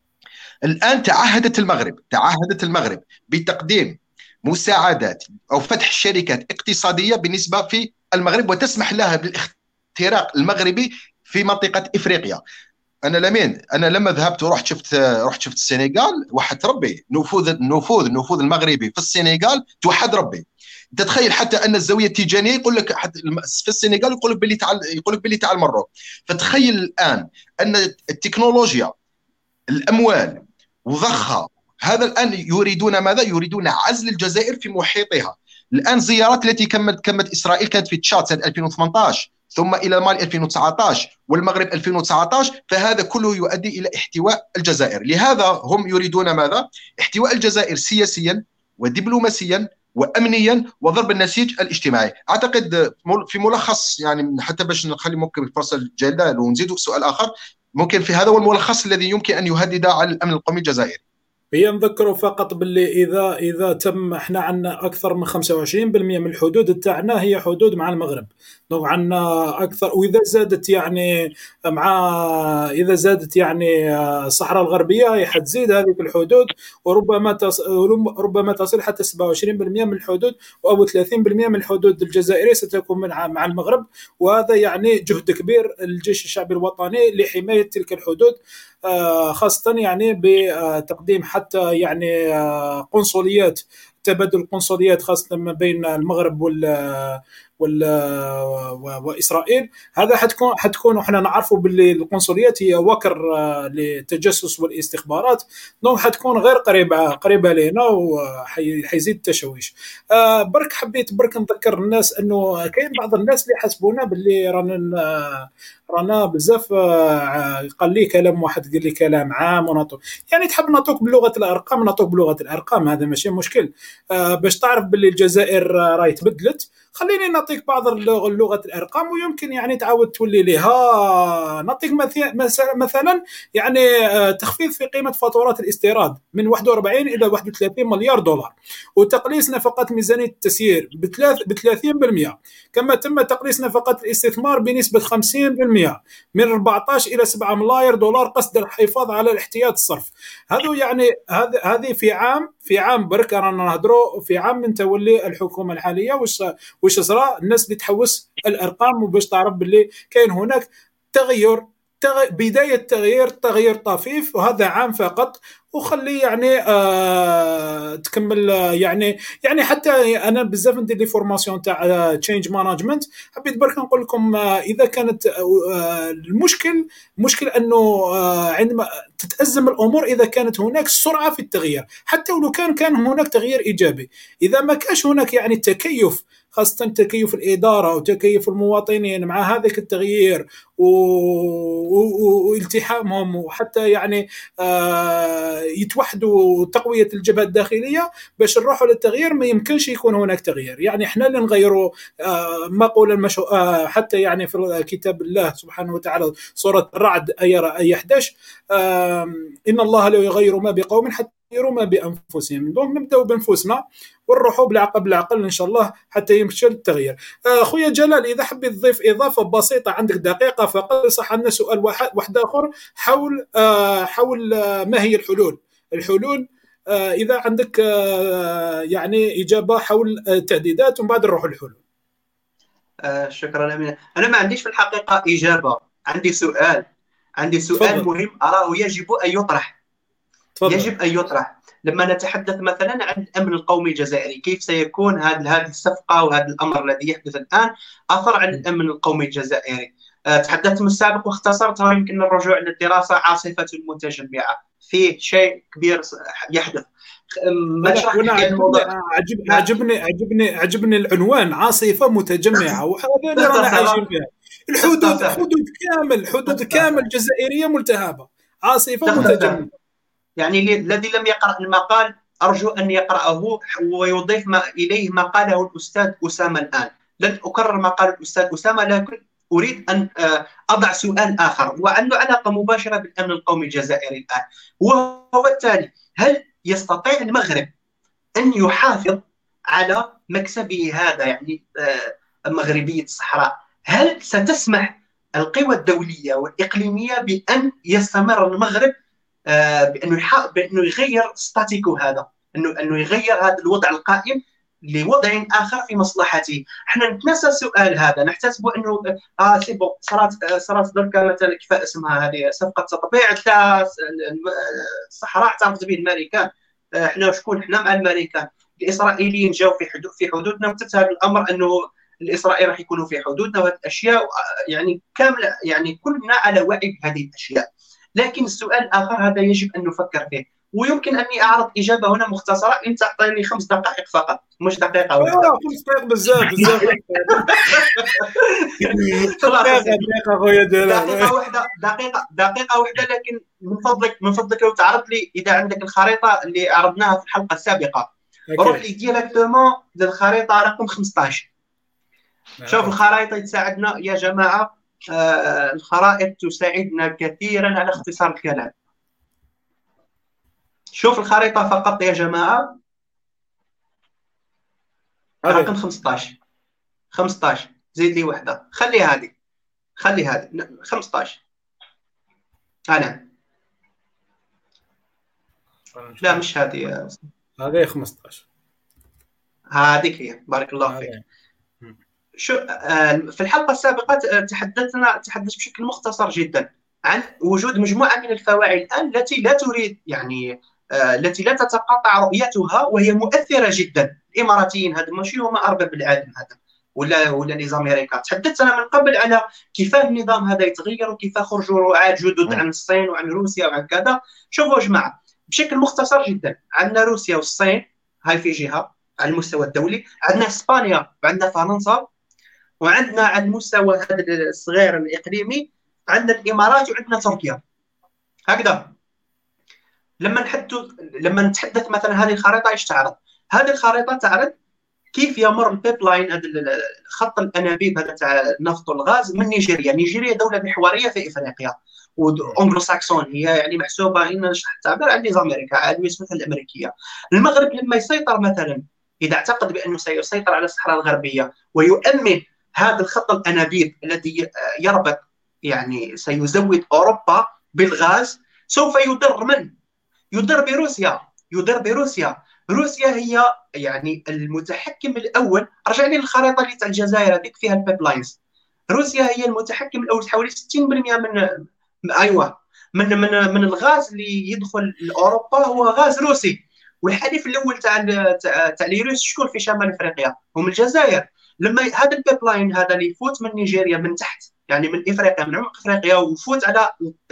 A: الآن تعهدت المغرب تعهدت المغرب بتقديم مساعدات أو فتح شركات اقتصادية بالنسبة في المغرب، وتسمح لها بالاختراق المغربي في منطقة إفريقيا. أنا لمين أنا لما ذهبت ورحت شفت رحت شفت السنغال، وحد ربي نفوذ النفوذ النفوذ المغربي في السنغال توحد ربي. تتخيل حتى ان الزاويه التيجانيه يقول لك في السنغال يقول لك باللي تعال يقول لك باللي تعال المروك. فتخيل الان ان التكنولوجيا، الاموال وضخها، هذا الان يريدون ماذا؟ يريدون عزل الجزائر في محيطها. الان زيارات التي كمت كمت اسرائيل كانت في تشاد سنه ألفين وثمانية عشر، ثم الى مالي ألفين وتسعة عشر، والمغرب ألفين وتسعة عشر، فهذا كله يؤدي الى احتواء الجزائر. لهذا هم يريدون ماذا؟ احتواء الجزائر سياسيا ودبلوماسيا وامنيا وضرب النسيج الاجتماعي. اعتقد في ملخص، يعني حتى باش نخلي ممكن الفرصه الجايه ونزيد سؤال اخر، ممكن في هذا هو الملخص الذي يمكن ان يهدد على الامن القومي الجزائري.
C: هي نذكروا فقط باللي اذا اذا تم، احنا عندنا اكثر من خمسة وعشرين بالمئة من الحدود تاعنا هي حدود مع المغرب، دونك عندنا اكثر. واذا زادت يعني مع اذا زادت يعني الصحراء الغربيه هي حتزيد هذه الحدود، وربما تصل ربما تصل حتى سبعة وعشرين بالمئة من الحدود او ثلاثين بالمئة من الحدود الجزائرية ستكون مع المغرب. وهذا يعني جهد كبير للجيش الشعبي الوطني لحمايه تلك الحدود، خاصة يعني بتقديم حتى يعني قنصليات، تبادل القنصليات خاصة ما بين المغرب وال وال وإسرائيل. هذا حتكون حتكون احنا نعرفوا باللي القنصليات هي وكر للتجسس والاستخبارات، دونك حتكون غير قريبة قريبة لنا وحيزيد التشويش. آه برك حبيت برك نذكر الناس انه كاين بعض الناس اللي حسبونا باللي رانا رانا بزاف قال لي كلام واحد قال لي كلام عام ونطوك، يعني تحب نعطوك بلغه الارقام نعطوك بلغه الارقام، هذا ماشي مشكل. آه باش تعرف باللي الجزائر راهي تبدلت، خليني نعطيك بعض اللغه الارقام ويمكن يعني تعاود تولي لها. نعطيك مثلا يعني تخفيض في قيمه فاتورات الاستيراد من واحد وأربعين الى واحد وثلاثين مليار دولار، وتقليص نفقات ميزانيه التسيير ب ثلاثين بالمئة، كما تم تقليص نفقات الاستثمار بنسبه خمسين بالمئة من أربعة عشر الى سبعة ملاير دولار قصد الحفاظ على الاحتياط الصرف. هذا يعني هذا هذه في عام في عام برك رانا نهضروا في عام من تولي الحكومه الحاليه. واش واش صرا الناس اللي تحوس الارقام وباش تعرف باللي كاين هناك تغير تغ... بدايه تغيير تغيير طفيف، وهذا عام فقط. وخلي يعني آه تكمل آه يعني يعني حتى انا بزاف ندير لي فورماسيون تاع تشينج مانجمنت. حبيت برك نقول لكم آه اذا كانت آه المشكل مشكل انه آه عندما تتأزم الامور اذا كانت هناك سرعه في التغيير، حتى ولو كان كان هناك تغيير ايجابي. اذا ما كانش هناك يعني تكيف، خاصة تكيف الإدارة وتكيف المواطنين مع هذا التغيير والتحامهم، وحتى يعني آه يتوحدوا تقوية الجبهة الداخلية باش نروحوا للتغيير. ما يمكنش يكون هناك تغيير، يعني احنا اللي نغيروا آه مقولة المشو... آه حتى يعني في كتاب الله سبحانه وتعالى سورة الرعد آية آية أحد عشر آه إن الله لا يغير ما بقوم حتى يغيروا ما بأنفسهم. دونك نبدأوا بأنفسنا ونروحوا بالعقل بالعقل إن شاء الله حتى يمشي التغيير. أخويا جلال إذا حبيت تضيف إضافة بسيطة، عندك دقيقة فقط، صح عندنا سؤال واحد واحد آخر حول آه حول آه ما هي الحلول الحلول آه إذا عندك آه يعني إجابة حول التهديدات ومن بعد نروح الحلول.
B: آه شكرا أمين. أنا ما عنديش في الحقيقة إجابة عندي سؤال عندي سؤال
C: تفضل.
B: مهم أراه يجب أن يطرح.
C: تفضل.
B: يجب أن يطرح لما نتحدث مثلا عن الأمن القومي الجزائري. كيف سيكون هذه هذه الصفقة وهذا الأمر الذي يحدث الآن أثر على الأمن القومي الجزائري؟ أه تحدثت من السابق واختصرت، يمكن الرجوع للدراسة. عاصفة متجمعة، فيه شيء كبير يحدث.
C: ما شرح الموضوع. عجبني عجبني عجبني عجبني العنوان، عاصفة متجمعة، وهذا اللي رانا عايشين فيها. الحدود حدود كامل حدود كامل جزائرية ملتهبة، عاصفة متجمعة.
B: يعني الذي لم يقرأ المقال أرجو أن يقرأه ويضيف ما إليه ما قاله الأستاذ أسامة الآن. لن أكرر ما قال الأستاذ أسامة، لكن أريد أن أضع سؤال آخر وعنده علاقة مباشرة بالأمن القومي الجزائري الآن، وهو التالي: هل يستطيع المغرب أن يحافظ على مكسبه هذا، يعني مغربية الصحراء؟ هل ستسمح القوى الدولية والإقليمية بأن يستمر المغرب بأنه بأنه يغير ستاتيكو هذا، أنه أنه يغير هذا الوضع القائم لوضع آخر في مصلحته؟ احنا نتناسى السؤال هذا، نحتسب أنه آه سي بون صارت صارت دركا مثلا كيف اسمها هذه صفقة تطبيع تاع الصحراء اعترفت به الامريكان. احنا شكون؟ احنا مع الامريكان. الاسرائيليين جاوا في حدود في حدودنا، وتتهاب الامر انه الاسرائيليين راح يكونوا في حدودنا، وهذه الاشياء يعني كامله، يعني كلنا على وعي بهذه الاشياء. لكن السؤال الآخر هذا يجب أن نفكر فيه، ويمكن أني أعرض إجابة هنا مختصرة. أنت تعطيني خمس دقائق فقط، مش دقيقة واحدة.
C: آه خمس دقائق بزاف بزاف. دقيقة خويا
B: دقيقة واحدة دقيقة دقيقة واحدة لكن من فضلك من فضلك لو تعرض لي إذا عندك الخريطة اللي عرضناها في الحلقة السابقة، روح لي ديريكتومون للخريطة رقم خمسة عشر. شوف الخرائط تساعدنا يا جماعة. آه الخرائط تساعدنا كثيرا على اختصار الكلام. شوف الخريطة فقط يا جماعة، رقم خمسة عشر. خمسة عشر زيد لي وحدة، خلي هذه خلي هذه خمسة عشر. أنا لا مش هذه،
C: هذه خمسة عشر،
B: هذيك هي. بارك الله فيك. شو في الحلقة السابقة تحدثنا تحدث بشكل مختصر جدا عن وجود مجموعة من الفواعل الآن التي لا تريد يعني التي لا تتقاطع رؤيتها وهي مؤثرة جدا. الإماراتيين هذا ماشي هما أرباب العالم هذا ولا ولا نظام أمريكا. تحدثنا من قبل على كيف النظام هذا يتغير وكيف خرجوا رعاة جدد عن الصين وعن روسيا وعن كذا. شوفوا يا جماعة بشكل مختصر جدا، عندنا روسيا والصين هاي في جهة على المستوى الدولي، عندنا إسبانيا وعندنا فرنسا، وعندنا على المستوى هذا الصغير الإقليمي عندنا الإمارات وعندنا تركيا. هكذا لما نحدث لما نتحدث مثلا هذه الخريطة ايش تعرض؟ هذه الخريطة تعرض كيف يمر البيبلاين، هذا خط الأنابيب هذا تاع النفط والغاز من نيجيريا. نيجيريا دولة محورية في إفريقيا وأنجلو ساكسون، هي يعني محسوبة إن نشرح التعبير عن نظام أمريكا على المساحة الأمريكية. المغرب لما يسيطر مثلا، إذا اعتقد بأنه سيسيطر على الصحراء الغربية ويؤمن هذا الخط الأنابيب الذي يربط يعني سيزود أوروبا بالغاز، سوف يضر من؟ يضر بروسيا يضر بروسيا روسيا هي يعني المتحكم الأول. رجع لي الخريطة اللي تاع الجزائر هذيك فيها البيبلاينز. روسيا هي المتحكم الأول، حوالي ستين بالمئة من أيوة من من من الغاز اللي يدخل لأوروبا هو غاز روسي. والحليف الأول تاع تاع الروس شكون في شمال أفريقيا؟ هم الجزائر. لما هذا البيبلاين هذا اللي يفوت من نيجيريا من تحت، يعني من افريقيا من عمق افريقيا، ويفوت على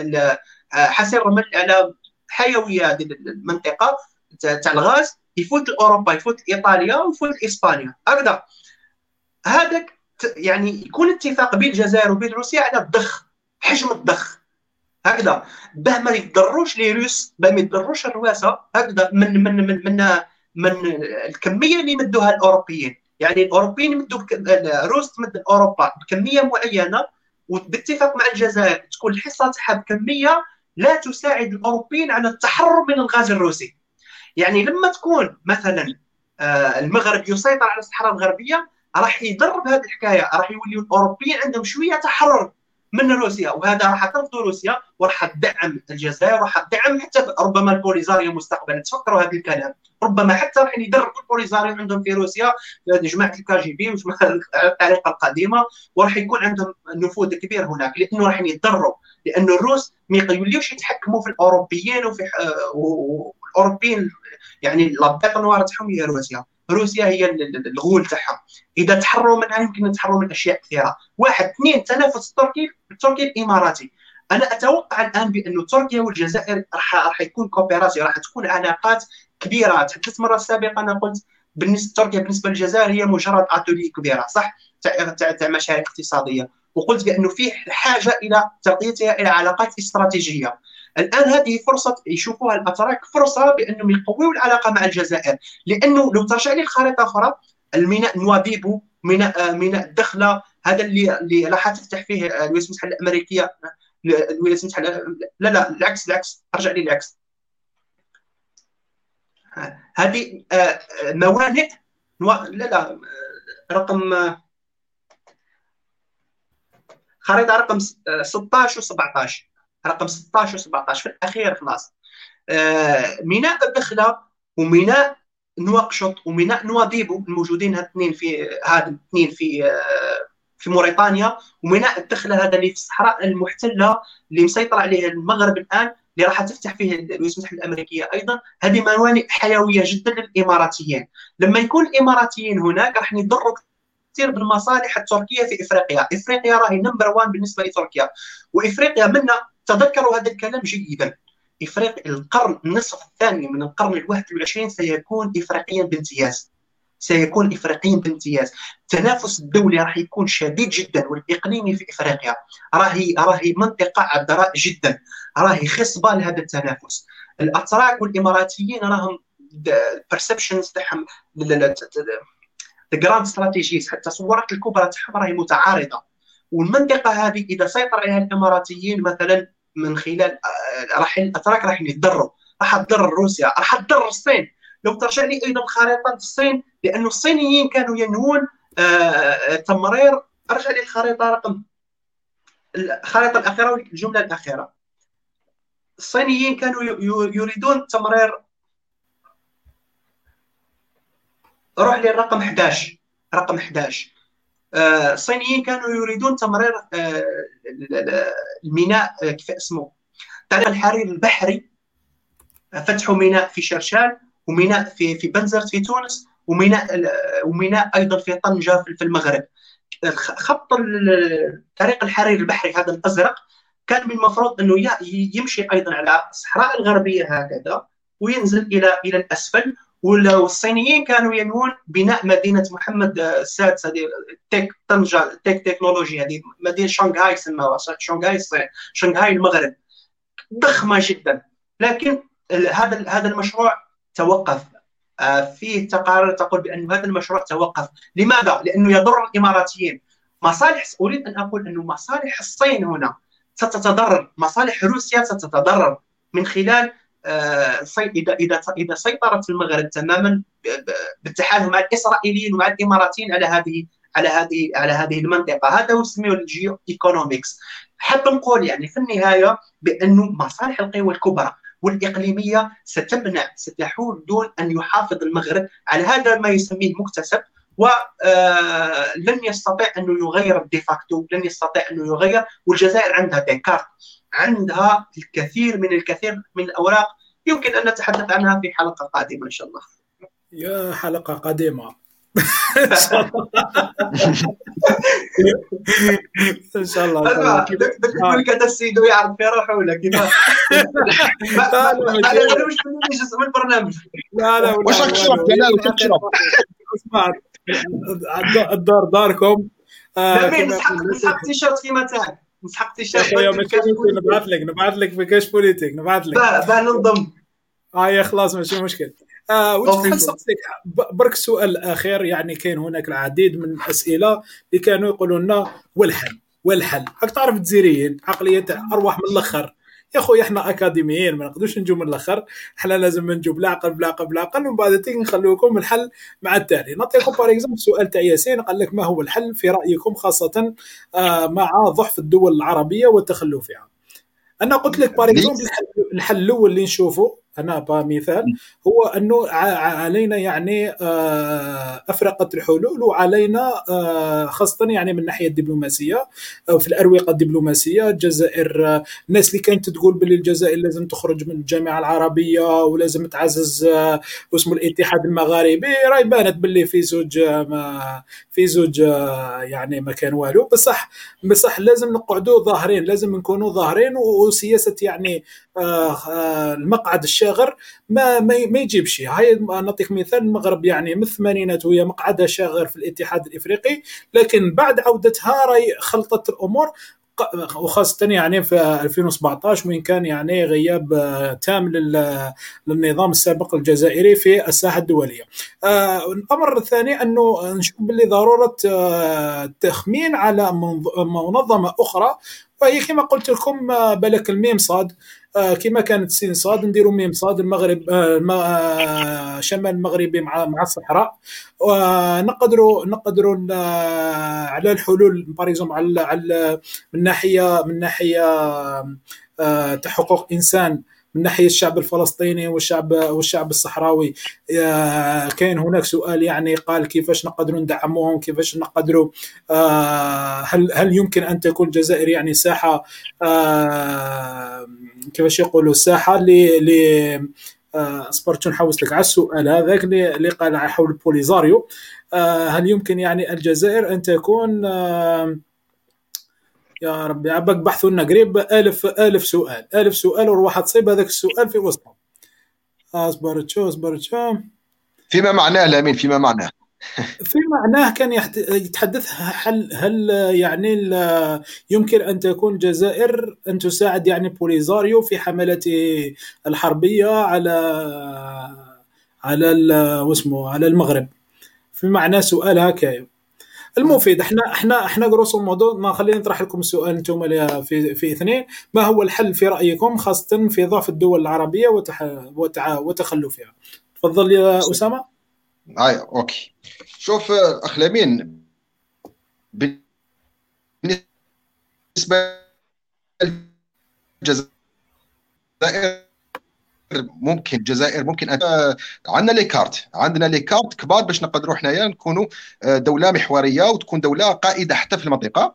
B: حصير الرمل على حيويه هذه المنطقه تاع الغاز، يفوت لاوروبا، يفوت لايطاليا ويفوت لاسبانيا. هكذا هذاك يعني يكون اتفاق بين الجزائر وبين روسيا على الضخ، حجم الضخ هكذا، باه ما يضروش لي روس، باه ما يضروش الرواسه هكذا من من من من, من الكميه اللي يمدوها الاوروبيين. يعني الاوروبيين يمدوا روس تمد اوروبا بكميه معينه، وباتفاق مع الجزائر تكون الحصه تاعها بكميه لا تساعد الاوروبيين على التحرر من الغاز الروسي. يعني لما تكون مثلا المغرب يسيطر على الصحراء الغربيه راح يضرب هذه الحكايه، راح يوليوا الاوروبيين عندهم شويه تحرر من روسيا، وهذا راح ترفض روسيا وراح تدعم الجزائر وراح تدعم حتى ربما البوليزاريو مستقبلا. تفكروا هذا الكلام، ربما حتى راح يدربوا البوليزاريو عندهم في روسيا، جماعه الكا جي بي وجماعه الطريقه القديمه، وراح يكون عندهم نفوذ كبير هناك، لانه راح يتضروا، لأن الروس ما يقولوش يتحكموا في الأوروبيين وفي الأوروبيين، يعني لابيط نوار تاعهم هي روسيا. روسيا هي الغول تاعهم، إذا تحرروا منها يمكن نتحرروا من أشياء كثيرة. واحد اثنين تنافس التركي التركي الإماراتي. أنا أتوقع الآن بأن تركيا والجزائر راح راح يكون كوبيراسيون، راح تكون علاقات كبيرة. تحدثت مرة سابقة أنا قلت بالنسبة تركيا بالنسبة للجزائر هي مجرد أتولي كبيرة، صح، تاع تاع مشاريع اقتصادية، وقلت بأنه في حاجة إلى تغطيتها إلى علاقات استراتيجية. الآن هذه فرصة يشوفوها الأتراك، فرصة بأنهم يقويوا العلاقة مع الجزائر، لأنه لو ترجع لي الخريطة أخرى، الميناء نواديبو، ميناء ميناء الدخلة، هذا اللي اللي راح تفتح فيه الولايات المتحدة الأمريكية، الولايات المتحدة لا لا العكس العكس ارجع لي العكس. هذه موانئ لا لا رقم خريطة رقم ستة عشر و سبعة عشر، رقم ستة عشر و سبعة عشر في الأخير خلاص. ميناء الدخلة وميناء نواكشوط وميناء نواديبو الموجودين هالاثنين في هذا الاثنين في في موريتانيا، وميناء الدخلة هذا اللي في الصحراء المحتلة اللي مسيطر عليه المغرب الآن، اللي راح تفتح فيه الولايات المتحدة الأمريكية أيضا. هذه موانئ حيوية جدا للإماراتيين. لما يكون الإماراتيين هناك راح يضروا كثير بالمصالح التركية في إفريقيا. إفريقيا راهي نمبر وان بالنسبة لتركيا، وإفريقيا منا تذكروا هذا الكلام جيدا. إفريقيا القرن النصف الثاني من القرن الواحد والعشرين سيكون إفريقيا بامتياز، سيكون إفريقيا بامتياز. التنافس الدولي راح يكون شديد جدا، والإقليمي في إفريقيا راهي راهي منطقة عذراء جدا، راهي خصبة لهذا التنافس. الأتراك والإماراتيين راهم perceptions تاعهم الجراند استراتيجيز، حتى التصورات الكبرى تاعهم راهي متعارضة، والمنطقة هذه إذا سيطر عليها الإماراتيين مثلا من خلال راح الأتراك راح يتضروا، راح تضر روسيا، راح تضر الصين. لو ترجع لي أيضا خريطة الصين، لأن الصينيين كانوا ينوون آه تمرير. أرجع لي الخريطة رقم الخريطة الأخيرة والجملة الأخيرة. الصينيين كانوا يريدون تمرير، روح لي الرقم أحد عشر، رقم أحد عشر. آه الصينيين كانوا يريدون تمرير آه الميناء آه كيف اسمه طريق الحرير البحري. فتحوا ميناء في شرشال، وميناء في في بنزرت في تونس، وميناء وميناء ايضا في طنجة في المغرب. خط طريق الحرير البحري هذا الازرق كان من المفروض انه يمشي ايضا على الصحراء الغربيه هكذا وينزل الى الى الاسفل. والصينيين كانوا ينوون بناء مدينه محمد السادس، هذه تك طنجة تك تكنولوجي، هذه مدينه شنغهاي سموها شنغهاي الصين، شنغهاي المغرب، ضخمه جدا. لكن هذا هذا المشروع توقف. فيه تقارير تقول بأن هذا المشروع توقف. لماذا؟ لأنه يضر الإماراتيين. مصالح أريد أن أقول أن مصالح الصين هنا ستتضرر، مصالح روسيا ستتضرر من خلال إذا إذا إذا سيطرت المغرب تماما بالتحالف مع الإسرائيليين ومع الإماراتيين على هذه على هذه على هذه المنطقة. هذا هو يسميه الجيو ايكونومكس. حتى نقول يعني في النهاية بأنه مصالح القوى الكبرى والإقليمية ستمنع ستحول دون أن يحافظ المغرب على هذا ما يسميه مكتسب، ولن يستطيع أنه يغير الديفاكتو، لن يستطيع أنه يغير. والجزائر عندها ديكارت، عندها الكثير من الكثير من الأوراق يمكن أن نتحدث عنها في حلقة قادمة إن شاء الله.
C: يا حلقة قادمة ان شاء الله.
B: دك هذا السيد يعرف في روحه ولا كيف؟ لا لا مش جزء من البرنامج.
C: لا لا
A: واش راك تشرب جلال؟ واش تشرب؟
C: اسمع الدار داركم.
B: لا نسحق نسحق تيشيرت كيما تاعك، نسحق تيشيرت.
C: نبعث لك نبعث لك في كاش بوليتيك، نبعث لك
B: باه ننضم.
C: اه خلاص ماشي مشكل. آه وش نسقسيك برك السؤال الاخير. يعني كاين هناك العديد من الاسئله اللي كانوا يقولوا لنا والحل والحل راك تعرف الجزائريين عقليه ارواح من الاخر، يا خويا احنا اكاديميين ما نقدرش نجوا من الاخر، احنا لازم نجوا بالعقل بالعقل بالعقل، ومن بعد تيجي نخلوكم الحل مع التالي. نعطيكم بار اكزومبل السؤال تاع ياسين، قال لك ما هو الحل في رايكم خاصه آه مع ضعف الدول العربيه وتخلفها. انا قلت لك بار اكزومبل الحل الاول اللي نشوفه انا بمثال هو انه علينا يعني افرقه الحلول، وعلينا خاصه يعني من الناحيه الدبلوماسيه او في الاروقه الدبلوماسيه. الجزائر الناس اللي كانت تقول باللي الجزائر لازم تخرج من الجامعه العربيه ولازم تعزز اسمه الاتحاد المغاربي، راهي بانت باللي في زوج ما في زوج يعني ما كان والو. بصح بصح لازم نقعدوا ظاهرين، لازم نكونوا ظاهرين، وسياسه يعني المقعد الشاغر ما ما يجيبش. هاي نعطيك مثال، المغرب يعني من الثمانينات وهي مقعدها شاغر في الاتحاد الافريقي، لكن بعد عودتها راهي خلطت الامور، وخاصة يعني في ألفين وسبعطاش وين كان يعني غياب تام للنظام السابق الجزائري في الساحة الدولية. الأمر الثاني أنه نشوف باللي ضرورة التخمين على منظمة أخرى، وهي كما قلت لكم بالك الميم صاد، كما كانت سين صاد نديروا ميم صاد، المغرب شمال المغربي مع مع الصحراء، ونقدروا نقدروا على الحلول باريزوم على على من ناحيه من ناحيه تحقق انسان من ناحيه الشعب الفلسطيني والشعب والشعب الصحراوي. كاين هناك سؤال يعني قال كيفاش نقدروا ندعموهم، كيفاش نقدروا هل هل يمكن ان تكون الجزائر يعني ساحه كيفاش يقولوا ساحه ل ل اصبرت نحوس لك على السؤال هذاك اللي قال حول بوليزاريو. هل يمكن يعني الجزائر ان تكون يا ربي عباك بحثوا لنا قريب ألف ألف سؤال ألف سؤال وروح تصيب هذاك السؤال في وسطهم. اصبرت شو اصبرت شو
A: فيما معناه لامين فيما معناه
C: في معناه كان يتحدث هل هل يعني يمكن أن تكون الجزائر أن تساعد يعني بوليزاريو في حملته الحربية على على واسمه على المغرب، في معنى سؤال هكايا. المفيد احنا احنا احنا جروسو مودو ما خلينا نطرح لكم السؤال انتم في في اثنين، ما هو الحل في رايكم خاصه في ضعف الدول العربيه وتح وتع وتخلفها؟ تفضل يا اسامه.
A: اي اوكي. شوف اخ لامين، بالنسبه للجزائر ممكن الجزائر ممكن أن... عندنا لي كارت عندنا لي كارت كبار باش نقدروا حنايا نكونوا دوله محوريه وتكون دوله قائده حتى في المنطقه.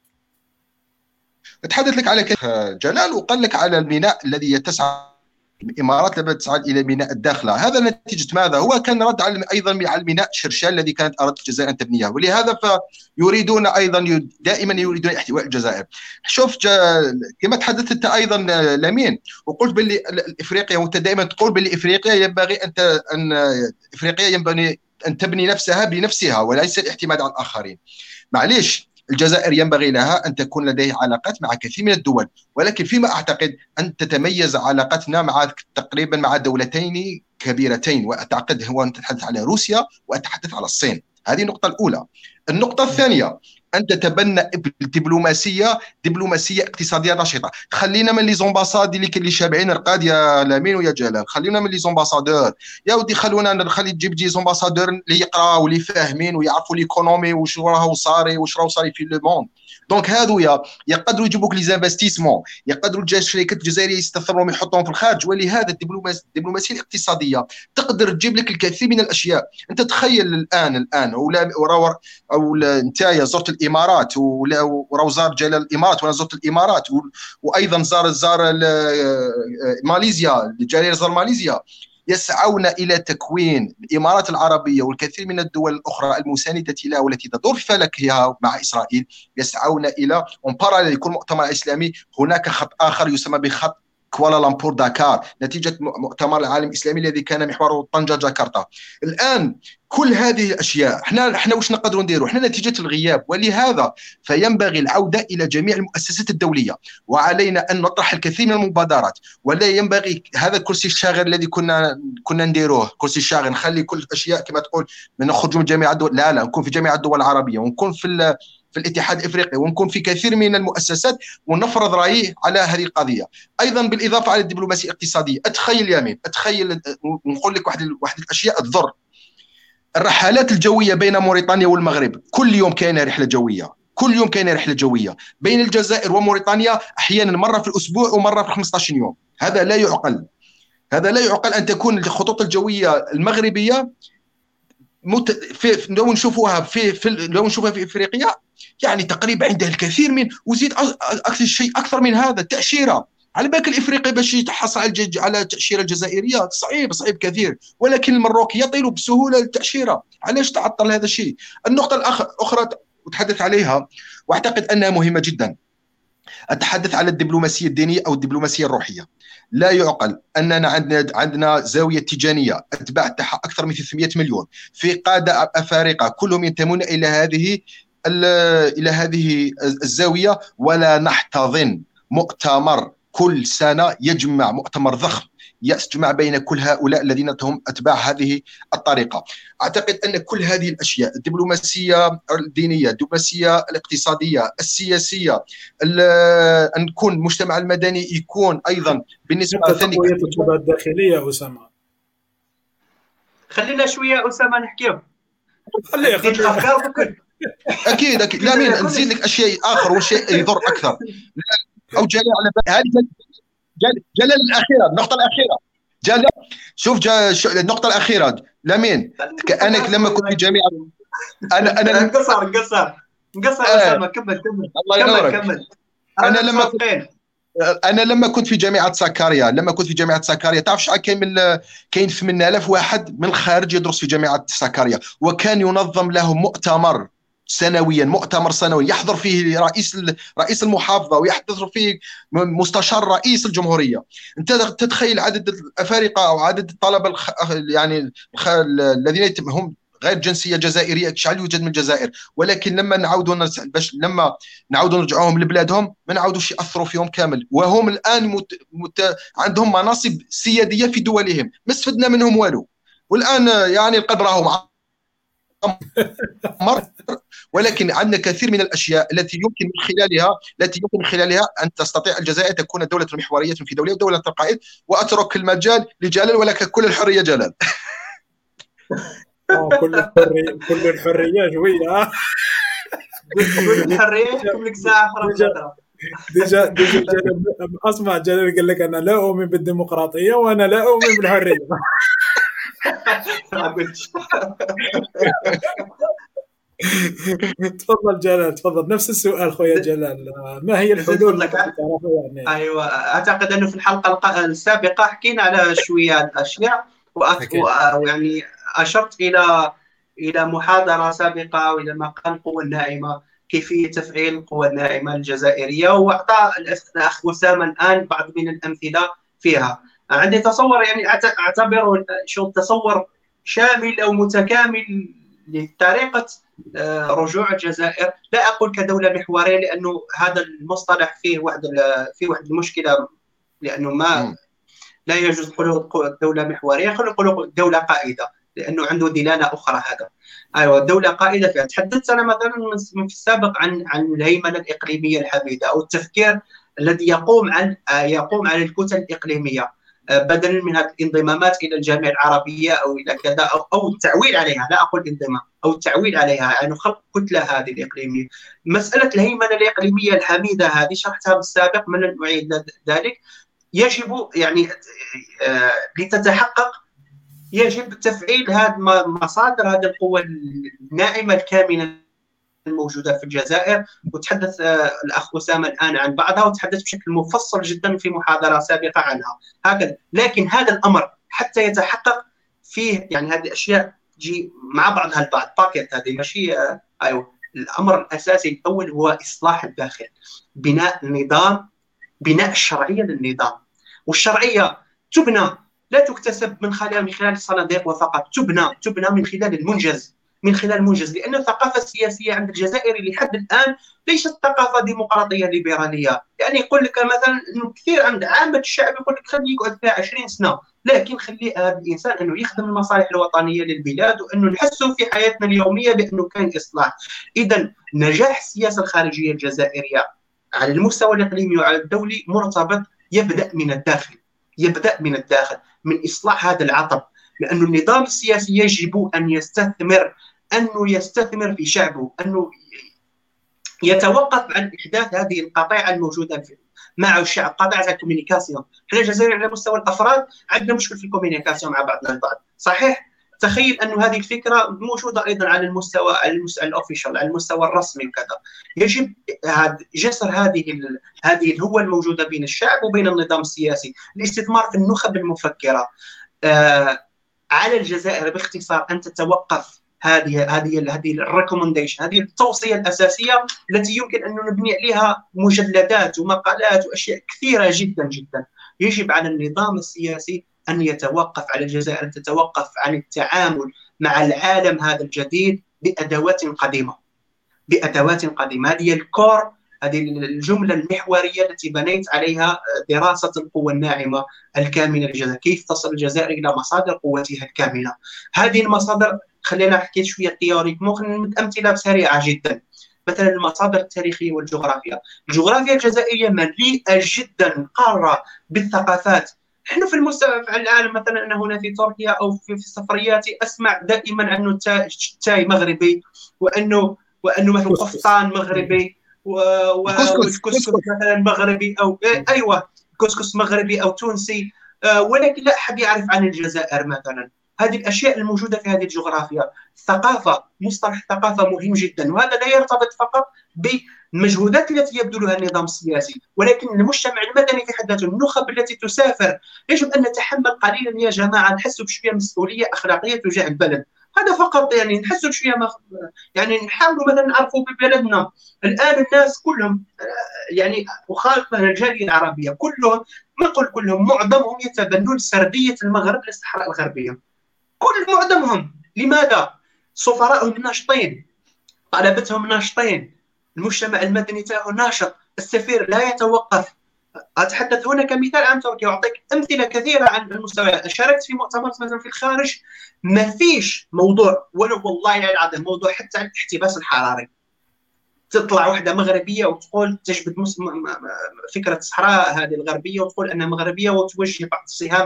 A: تحدث لك على جلال وقال لك على الميناء الذي يتسع الامارات لما تسعى الى ميناء الداخله، هذا نتيجه ماذا؟ هو كان رد على ايضا على الميناء شرشال الذي كانت ارادت الجزائر ان تبنيه، ولهذا فيريدون ايضا دائما يريدون احتواء الجزائر. شوف كما تحدثت انت ايضا لامين وقلت باللي افريقيا، وانت دائما تقول باللي افريقيا ينبغي ان ان افريقيا ينبغي ان تبني نفسها بنفسها وليس الاعتماد على الاخرين. معليش، الجزائر ينبغي لها أن تكون لديها علاقات مع كثير من الدول، ولكن فيما أعتقد أن تتميز علاقتنا مع تقريبا مع دولتين كبيرتين، وأعتقد هو نتحدث على روسيا وأتحدث على الصين. هذه النقطة الأولى. النقطة الثانية أن تتبنى دبلوماسية دبلوماسية اقتصادية نشطة. خلينا من لي زومباساد اللي اللي شابعين رقاد يا لامين ويا جلال، خلينا من لي زومباسادور يا ودي، خلونا نخلي تجيب جي زومباسادور اللي يقراوا واللي فاهمين ويعرفوا ليكونومي واش راهو صاري واش راهو صاري في لو موند. دونك هادو يقدروا يجيبوك لي زانفستيسمون، يقدروا الشركات الجزائريه يستثمروا ويحطوهم في الخارج. ولهذا الدبلوماسيه الاقتصاديه تقدر تجيب لك الكثير من الاشياء. انت تخيل الان الان ولا او انت يا زرت الامارات وراه زار جلال الامارات وانا زرت الامارات، وايضا زار زار ماليزيا، الجزائر زار ماليزيا، يسعون الى تكوين الامارات العربيه والكثير من الدول الاخرى المسانده لها والتي تدور في فلكها مع اسرائيل، يسعون الى اون باراليل كل مؤتمر اسلامي هناك خط اخر يسمى بخط كوالالمبور داكار، نتيجه مؤتمر العالم الاسلامي الذي كان محوره طنجه جاكرتا. الان كل هذه الاشياء احنا احنا واش نقدروا نديروا؟ احنا نتيجه الغياب، ولهذا فينبغي العوده الى جميع المؤسسات الدوليه، وعلينا ان نطرح الكثير من المبادرات. ولا ينبغي هذا الكرسي الشاغر الذي كنا كنا نديروه، كرسي الشاغر نخلي كل الاشياء كما تقول نخرج من جميع الدول، لا لا نكون في جميع الدول العربيه ونكون في في الاتحاد الافريقي ونكون في كثير من المؤسسات ونفرض رايي على هذه القضيه. ايضا بالاضافه على الدبلوماسيه الاقتصاديه، اتخيل يا مين اتخيل نقول لك واحد واحد الاشياء تضر. الرحلات الجويه بين موريتانيا والمغرب كل يوم كاينه رحله جويه، كل يوم كاينه رحله جويه بين الجزائر وموريتانيا، احيانا مره في الاسبوع ومره في خمسة عشر يوم. هذا لا يعقل، هذا لا يعقل ان تكون الخطوط الجويه المغربيه مت... في لو نشوفوها في, في لو نشوفها في افريقيا يعني تقريبا عندها الكثير من، وزيد اكثر شيء اكثر من هذا التاشيره. على بالك الافريقي باش يتحصل على الجج... على التاشيره الجزائريه صعيب صعيب كثير، ولكن المروكي يطيل بسهوله التاشيره. علاش تعطل هذا الشيء؟ النقطه الاخرى اتحدث عليها واعتقد انها مهمه جدا، اتحدث على الدبلوماسيه الدينيه او الدبلوماسيه الروحيه. لا يعقل اننا عندنا عندنا زاويه تيجانيه اتباع تاعها اكثر من ثلاثمئة مليون، في قاده افارقه كلهم ينتمون الى هذه الى هذه الزاويه، ولا نحتضن مؤتمر كل سنه يجمع مؤتمر ضخم يجمع بين كل هؤلاء الذين هم اتباع هذه الطريقه. اعتقد ان كل هذه الاشياء، الدبلوماسيه الدينيه، الدبلوماسيه الاقتصاديه، السياسيه، ان نكون المجتمع المدني يكون ايضا بالنسبه
C: لتقويه القضايا الداخليه. اسامه
B: خلينا شويه اسامه نحكيو،
C: خليه خليه
A: اكيد اكيد. لا مين نزيد لك اشياء اخر وشيء يضر اكثر او جالي على هذه جلال الاخيره، النقطه الاخيره جلال. شوف جا النقطه الاخيره لمين، انا لما كنت في جامعه انا انا
B: قصر قصر قصر اسامه كمل كمل
A: الله ينورك.
B: كمل.
A: انا لما كنت انا لما كنت في جامعه ساكاريا لما كنت في جامعه ساكاريا تعرف شحال كاين من كاين ثمانية آلاف واحد من الخارج يدرس في جامعه ساكاريا، وكان ينظم لهم مؤتمر سنويا، مؤتمر سنوي يحضر فيه رئيس رئيس المحافظه ويحضر فيه مستشار رئيس الجمهوريه. انت تتخيل عدد الافارقه او عدد الطلبه الخ... يعني الخ... الذين هم غير جنسيه جزائريه شحال يوجد من الجزائر، ولكن لما نعاودوا باش لما نعاودوا نرجعوهم لبلادهم ما نعاودوش ياثروا فيهم كامل، وهم الان مت... مت... عندهم مناصب سياديه في دولهم، ما استفدنا منهم والو. والان يعني القدر راهم مر، ولكن عندنا كثير من الاشياء التي يمكن من خلالها التي يمكن من خلالها ان تستطيع الجزائر تكون دوله محوريه في دوله ودوله القائد. واترك المجال لجلال، ولك كل الحريه جلال.
C: اه كل الحريه كل الحريه شويه
B: كل الحريه كل ساعه اخرى.
C: ديجا ديجا جلال اسمع، جلال قال لك انا لا اؤمن بالديمقراطيه وانا لا اؤمن بالحريه. تفضل جلال تفضل. نفس السؤال خويا جلال، ما هي الحلول؟
B: يعني ايوه اعتقد انه في الحلقه السابقه حكينا على شويه اشياء ويعني اشرت الى الى محاضره سابقه والى مقال القوى الناعمه، كيفيه تفعيل القوى الناعمه الجزائريه، واعطى الاخ اسامه الان بعض من الامثله فيها. عندي تصور يعني اعتبره شو تصور شامل او متكامل لطريقه رجوع الجزائر. لا اقول كدوله محوريه لانه هذا المصطلح فيه واحد فيه واحد المشكله، لانه ما لا يجوز نقولوا دوله محوريه، خلينا نقولوا دوله قائده لانه عنده دلاله اخرى. هذا ايوه دوله قائده فيها. تحدثت انا مثلا من في السابق عن عن الهيمنه الاقليميه الحميده او التفكير الذي يقوم عن يقوم على الكتل الاقليميه بدلا من هذه الانضمامات الى الجامعه العربيه او الى كذا او, أو التعويل عليها. لا اقول انضمام او التعويل عليها، يعني خلق كتله هذه الاقليميه. مساله الهيمنه الاقليميه الحميده هذه شرحتها بالسابق، من نعيد ذلك. يجب يعني لتتحقق يجب تفعيل هذه مصادر هذه القوى الناعمه الكامنه الموجوده في الجزائر، وتحدث الاخ اسامه الان عن بعضها، وتحدث بشكل مفصل جدا في محاضره سابقه عنها هكذا. لكن هذا الامر حتى يتحقق فيه يعني هذه الاشياء تجي مع بعضها البعض باكيت، هذه ماشي ايوه. الامر الاساسي الاول هو اصلاح الداخل، بناء النظام، بناء الشرعيه للنظام. والشرعيه تبنى لا تكتسب من خلال من خلال الصناديق وفقط، تبنى تبنى من خلال المنجز من خلال منجز، لأن الثقافة السياسية عند الجزائر لحد الآن ليست ثقافة ديمقراطية ليبرالية. يعني يقول لك مثلا أنه كثير عند عامة الشعب يقول لك خليه يقعد فيها عشرين سنة، لكن خلي هذا الإنسان أنه يخدم المصالح الوطنية للبلاد، وأنه نحسه في حياتنا اليومية بأنه كان إصلاح. إذن نجاح السياسة الخارجية الجزائرية على المستوى الإقليمي وعلى الدولي مرتبط يبدأ من الداخل، يبدأ من الداخل من إصلاح هذا العطب، لأن النظام السياسي يجب أن يستثمر أنه يستثمر في شعبه، أنه يتوقف عن إحداث هذه القطيعة الموجودة مع الشعب، قطيعة الكوميونيكاسيون. احنا الجزائر على مستوى الأفراد عندنا مشكل في الكوميونيكاسيون مع بعضنا البعض، صحيح؟ تخيل أن هذه الفكرة موجودة أيضا على المستوى الأوفيشال، على المستوى الرسمي وكذا. يجب جسر هذه هذه الهوة الموجودة بين الشعب وبين النظام السياسي، الاستثمار في النخب المفكرة. آه على الجزائر باختصار أن تتوقف هذه هذه هذه الريكومنديشن، هذه التوصية الأساسية التي يمكن أن نبني عليها مجلدات ومقالات وأشياء كثيرة جدا جدا. يجب على النظام السياسي أن يتوقف، على الجزائر أن تتوقف عن التعامل مع العالم هذا الجديد بأدوات قديمة، بأدوات قديمة. هذه الكور، هذه الجملة المحورية التي بنيت عليها دراسة القوة الناعمة الكامنة للجزائر، كيف تصل الجزائر إلى مصادر قوتها الكامنة. هذه المصادر خلينا نحكي شوية تيوريك، ممكن أمثلة سريعة جدا. مثلا المصادر التاريخية والجغرافيا، الجغرافيا الجزائرية مليئة جدا قارة بالثقافات. نحن في المستوى في العالم مثلا أنا هنا في تركيا أو في سفرياتي أسمع دائما أنه التاي مغربي، وأنه وأنه مثلا قفطان مغربي، والكسكس مثلا مغربي، أو أيوة كسكس مغربي أو تونسي، ولكن لا أحد يعرف عن الجزائر مثلا. هذه الأشياء الموجودة في هذه الجغرافيا. الثقافة، مصطلح الثقافة مهم جدا، وهذا لا يرتبط فقط بالمجهودات التي يبذلها النظام السياسي، ولكن المجتمع المدني في حد ذاته، النخب التي تسافر. يجب أن نتحمل قليلا يا جماعة، نحس بشوية مسؤولية أخلاقية تجاه البلد، هذا فقط. يعني نحس بشوية مخ... يعني نحاولوا مثلا نعرفوا ببلدنا الآن الناس كلهم، يعني وخالف مثلا الجالية العربية كلهم، ما نقول كلهم، معظمهم يتبنون سردية المغرب للصحراء الغربية، كل معظمهم. لماذا؟ سفراءهم ناشطين، طلبتهم ناشطين، المجتمع المدني تاعه ناشط، السفير لا يتوقف. أتحدث هنا كمثال عن تركيا، وأعطيك أمثلة كثيرة عن المستويات. شاركت في مؤتمرات مثلا في الخارج، ما فيش موضوع ولو والله العظيم موضوع حتى عن الاحتباس الحراري. تطلع واحدة مغربية وتقول تجبد فكرة الصحراء هذه الغربية وتقول أنها مغربية وتوجه بعض السهام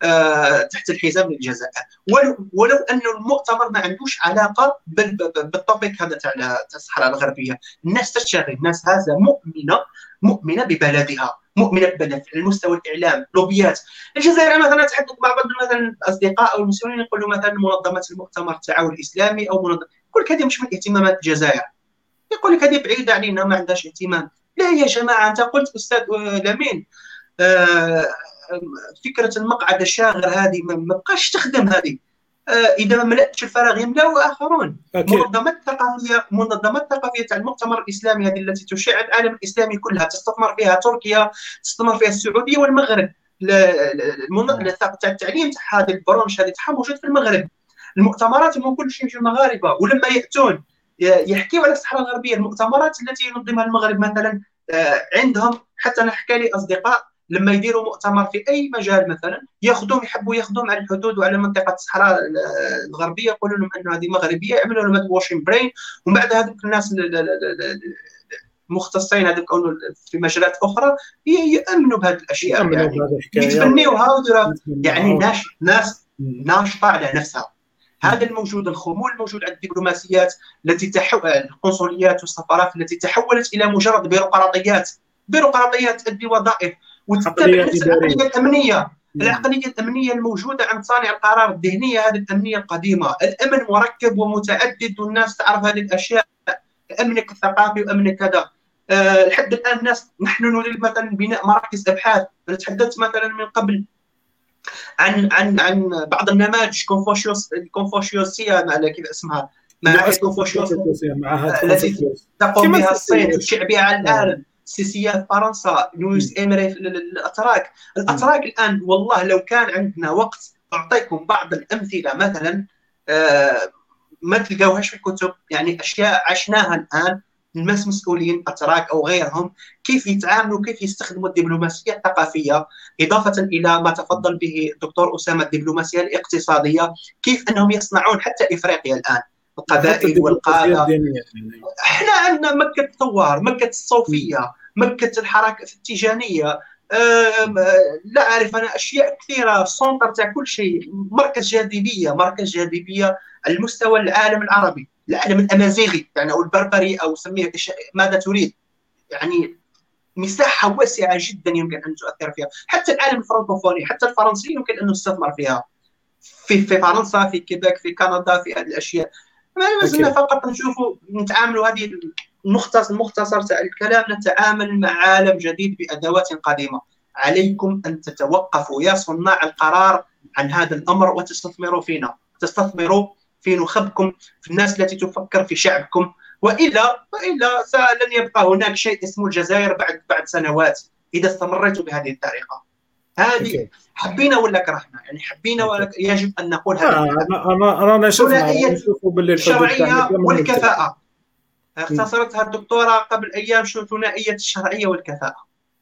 B: تحت الحزام للجزائر، ولو, ولو أن المؤتمر ما عندوش علاقة بالطبيق هذا تاع الصحراء الغربية. الناس تشتغل، الناس هذا مؤمنة مؤمنة ببلدها، مؤمنة ببلد. المستوى الإعلام، لوبيات. الجزائر مثلا تحدث مع بعض مثلا الأصدقاء أو المسؤولين يقولوا مثلا منظمة المؤتمر التعاون الإسلامي أو منظمة، يقول لك هذه مش من اهتمامات الجزائر، يقول لك هذه بعيدة علينا ما عندهاش اهتمام. لا يا جماعة، أنت قلت أستاذ لامين آه فكرة المقعد الشاغر هذه ما بقاش تخدم هذه. آه إذا ما ملأتش الفراغ يملأوا آخرون. منظمات ثقافية، منظمات ثقافية تاع المؤتمر الإسلامي هذه التي تشع العالم الإسلامي كلها، تستثمر فيها تركيا، تستثمر فيها السعودية والمغرب. التعليم تاع هذه البرامج هذه تاعها موجود في المغرب. المؤتمرات ما كلش يمشي المغاربة، ولما يأتون يحكيوا على الصحراء الغربية، المؤتمرات التي ينظمها المغرب مثلا عندهم، حتى نحكي لي أصدقاء لما يديروا مؤتمر في أي مجال مثلا ياخذوهم، يحبوا ياخذوهم على الحدود وعلى منطقة الصحراء الغربية، يقولوا لهم أنه هذه مغربية، يعملوا لهم واشين برين، ومن بعد هذوك الناس المختصين هذوك في مجالات أخرى يؤمنوا بهذه الأشياء، يعني يتبنيوها، يعني ناس ناس ناشطة على نفسها. هذا الموجود، الخمول الموجود عند الدبلوماسيات التي تحول، القنصليات والسفارات التي تحولت الى مجرد بيروقراطيات، بيروقراطيات تؤدي وظائف وتتبع نفس العقليه الامنيه، العقليه الامنيه الموجوده عند صانع القرار الذهنيه، هذه الامنيه القديمه. الامن مركب ومتعدد والناس تعرف هذه الاشياء، امنك الثقافي وامنك كذا. أه لحد الان الناس، نحن نريد مثلا بناء مراكز ابحاث. انا تحدثت مثلا من قبل عن عن عن بعض النماذج كونفوشيوس الكونفوشيوسيه، على كذا اسمها، مع كونفوشيوس التي تقوم بها الصين وتشعبها على العالم، سيسيا في فرنسا، لويس إيمري في الاتراك. الاتراك الان والله لو كان عندنا وقت اعطيكم بعض الامثله، مثلا ما تلقاوهاش في الكتب، يعني اشياء عشناها الان. الناس مسؤولين اتراك او غيرهم كيف يتعاملوا، كيف يستخدموا الدبلوماسيه الثقافيه، اضافه الى ما تفضل به الدكتور اسامه الدبلوماسيه الاقتصاديه، كيف انهم يصنعون حتى افريقيا الان القبائل والقاده. احنا عندنا مكه الثوار، مكه الصوفيه، مكه الحركه التيجانيه، لا أعرف أنا أشياء كثيرة، سونتر تاع كل شيء، مركز جاذبية، مركز جاذبية على المستوى العالم العربي، العالم الأمازيغي يعني أو البربري أو سميه ماذا تريد، يعني مساحة واسعة جدا يمكن أن تؤثر فيها. حتى العالم الفرنكوفوني، حتى الفرنسي يمكن أن نستثمر فيها، في في فرنسا، في كيبيك، في كندا، في هذه الأشياء. ما زلنا فقط نشوفوا نتعاملوا هذه المختصر المختصر تاع الكلام، نتعامل مع عالم جديد بأدوات قديمة. عليكم أن تتوقفوا يا صناع القرار عن هذا الأمر وتستثمروا فينا، تستثمروا في نخبكم، في الناس التي تفكر في شعبكم، وإلا وإلا لن يبقى هناك شيء اسمه الجزائر بعد بعد سنوات إذا استمريتوا بهذه الطريقة. هذه حبينا ولا كرهنا، يعني حبينا ولا يجب أن نقول هذا.
C: أنا أنا أنا
B: ثنائية الشرعية والكفاءة، اختصرتها الدكتورة قبل أيام، شو ثنائية الشرعية والكفاءة.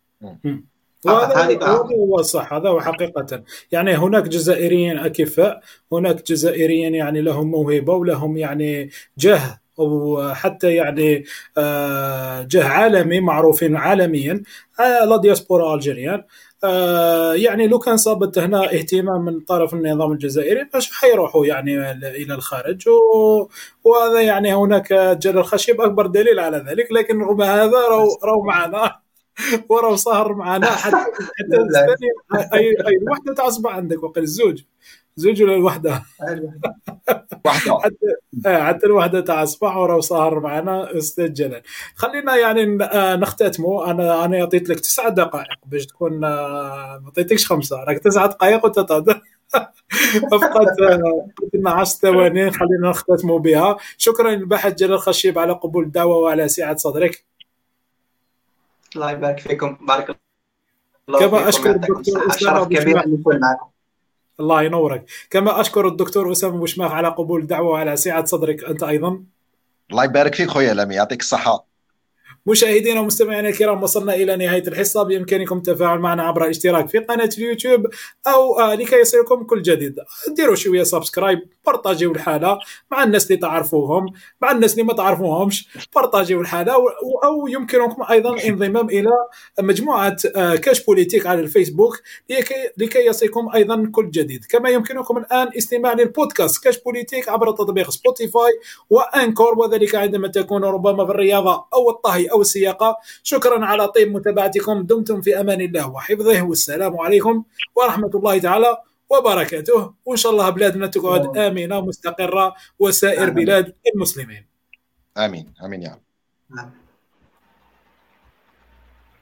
C: وهذا هو صح، هذا هو حقيقة. يعني هناك جزائريين أكفاء، هناك جزائريين يعني لهم موهبة ولهم يعني جه، أو حتى يعني جه عالمي معروفين عالميا، لا دياسبورا الجيريان. يعني لو كان صابت هنا اهتمام من طرف النظام الجزائري باش حيروحوا يعني إلى الخارج، وهذا يعني هناك جر الخشب أكبر دليل على ذلك. لكن رغم هذا راهو راهو معنا وراه سهر معنا حتى حتى اي اي الوحده تعصب عندك وقت الزوج زوج ولا الوحده
A: وحده
C: حتى حتى الوحده تاع الصباح وراه سهر معنا استاذ جلال. خلينا يعني نختتموا. انا انا عطيت لك تسع دقائق باش تكون، ما عطيتكش خمسه، راك تسع دقائق وتتهدر فقط لنا عشر ثواني. خلينا نختتموا بها. شكرا للباحث جلال خشيب على قبول الدعوه وعلى سعه صدرك.
B: الله يبارك فيكم، بارك الله
C: كما
B: فيكم.
C: أشكر الدكتور
B: أسامة كبير أن يكون معكم.
C: الله ينورك. كما أشكر الدكتور أسامة بوشماخ على قبول الدعوة وعلى سعة صدرك أنت أيضا.
A: الله يبارك فيك خويا لامي، يعطيك الصحة.
C: مشاهدينا ومستمعينا الكرام، وصلنا إلى نهاية الحصة. بإمكانكم التفاعل معنا عبر الاشتراك في قناة اليوتيوب، أو آه لكي يصلكم كل جديد ديروا شوية سبسكرايب، بارطاجيوا الحالة مع الناس اللي تعرفوهم، مع الناس اللي ما تعرفوهمش، بارطاجيوا الحالة. أو يمكنكم أيضا الانضمام إلى مجموعة آه كاش بوليتيك على الفيسبوك لكي, لكي يصلكم أيضا كل جديد. كما يمكنكم الآن استماع للبودكاست كاش بوليتيك عبر تطبيق سبوتيفاي وأنكور، وذلك عندما تكون ربما في الرياضة أو الطهي أو السياقة. شكرا على طيب متابعتكم، دمتم في أمان الله وحفظه، والسلام عليكم ورحمة الله تعالى وبركاته. وإن شاء الله بلادنا تقعد آمنة مستقرة وسائر بلاد المسلمين.
A: آمين آمين يا رب.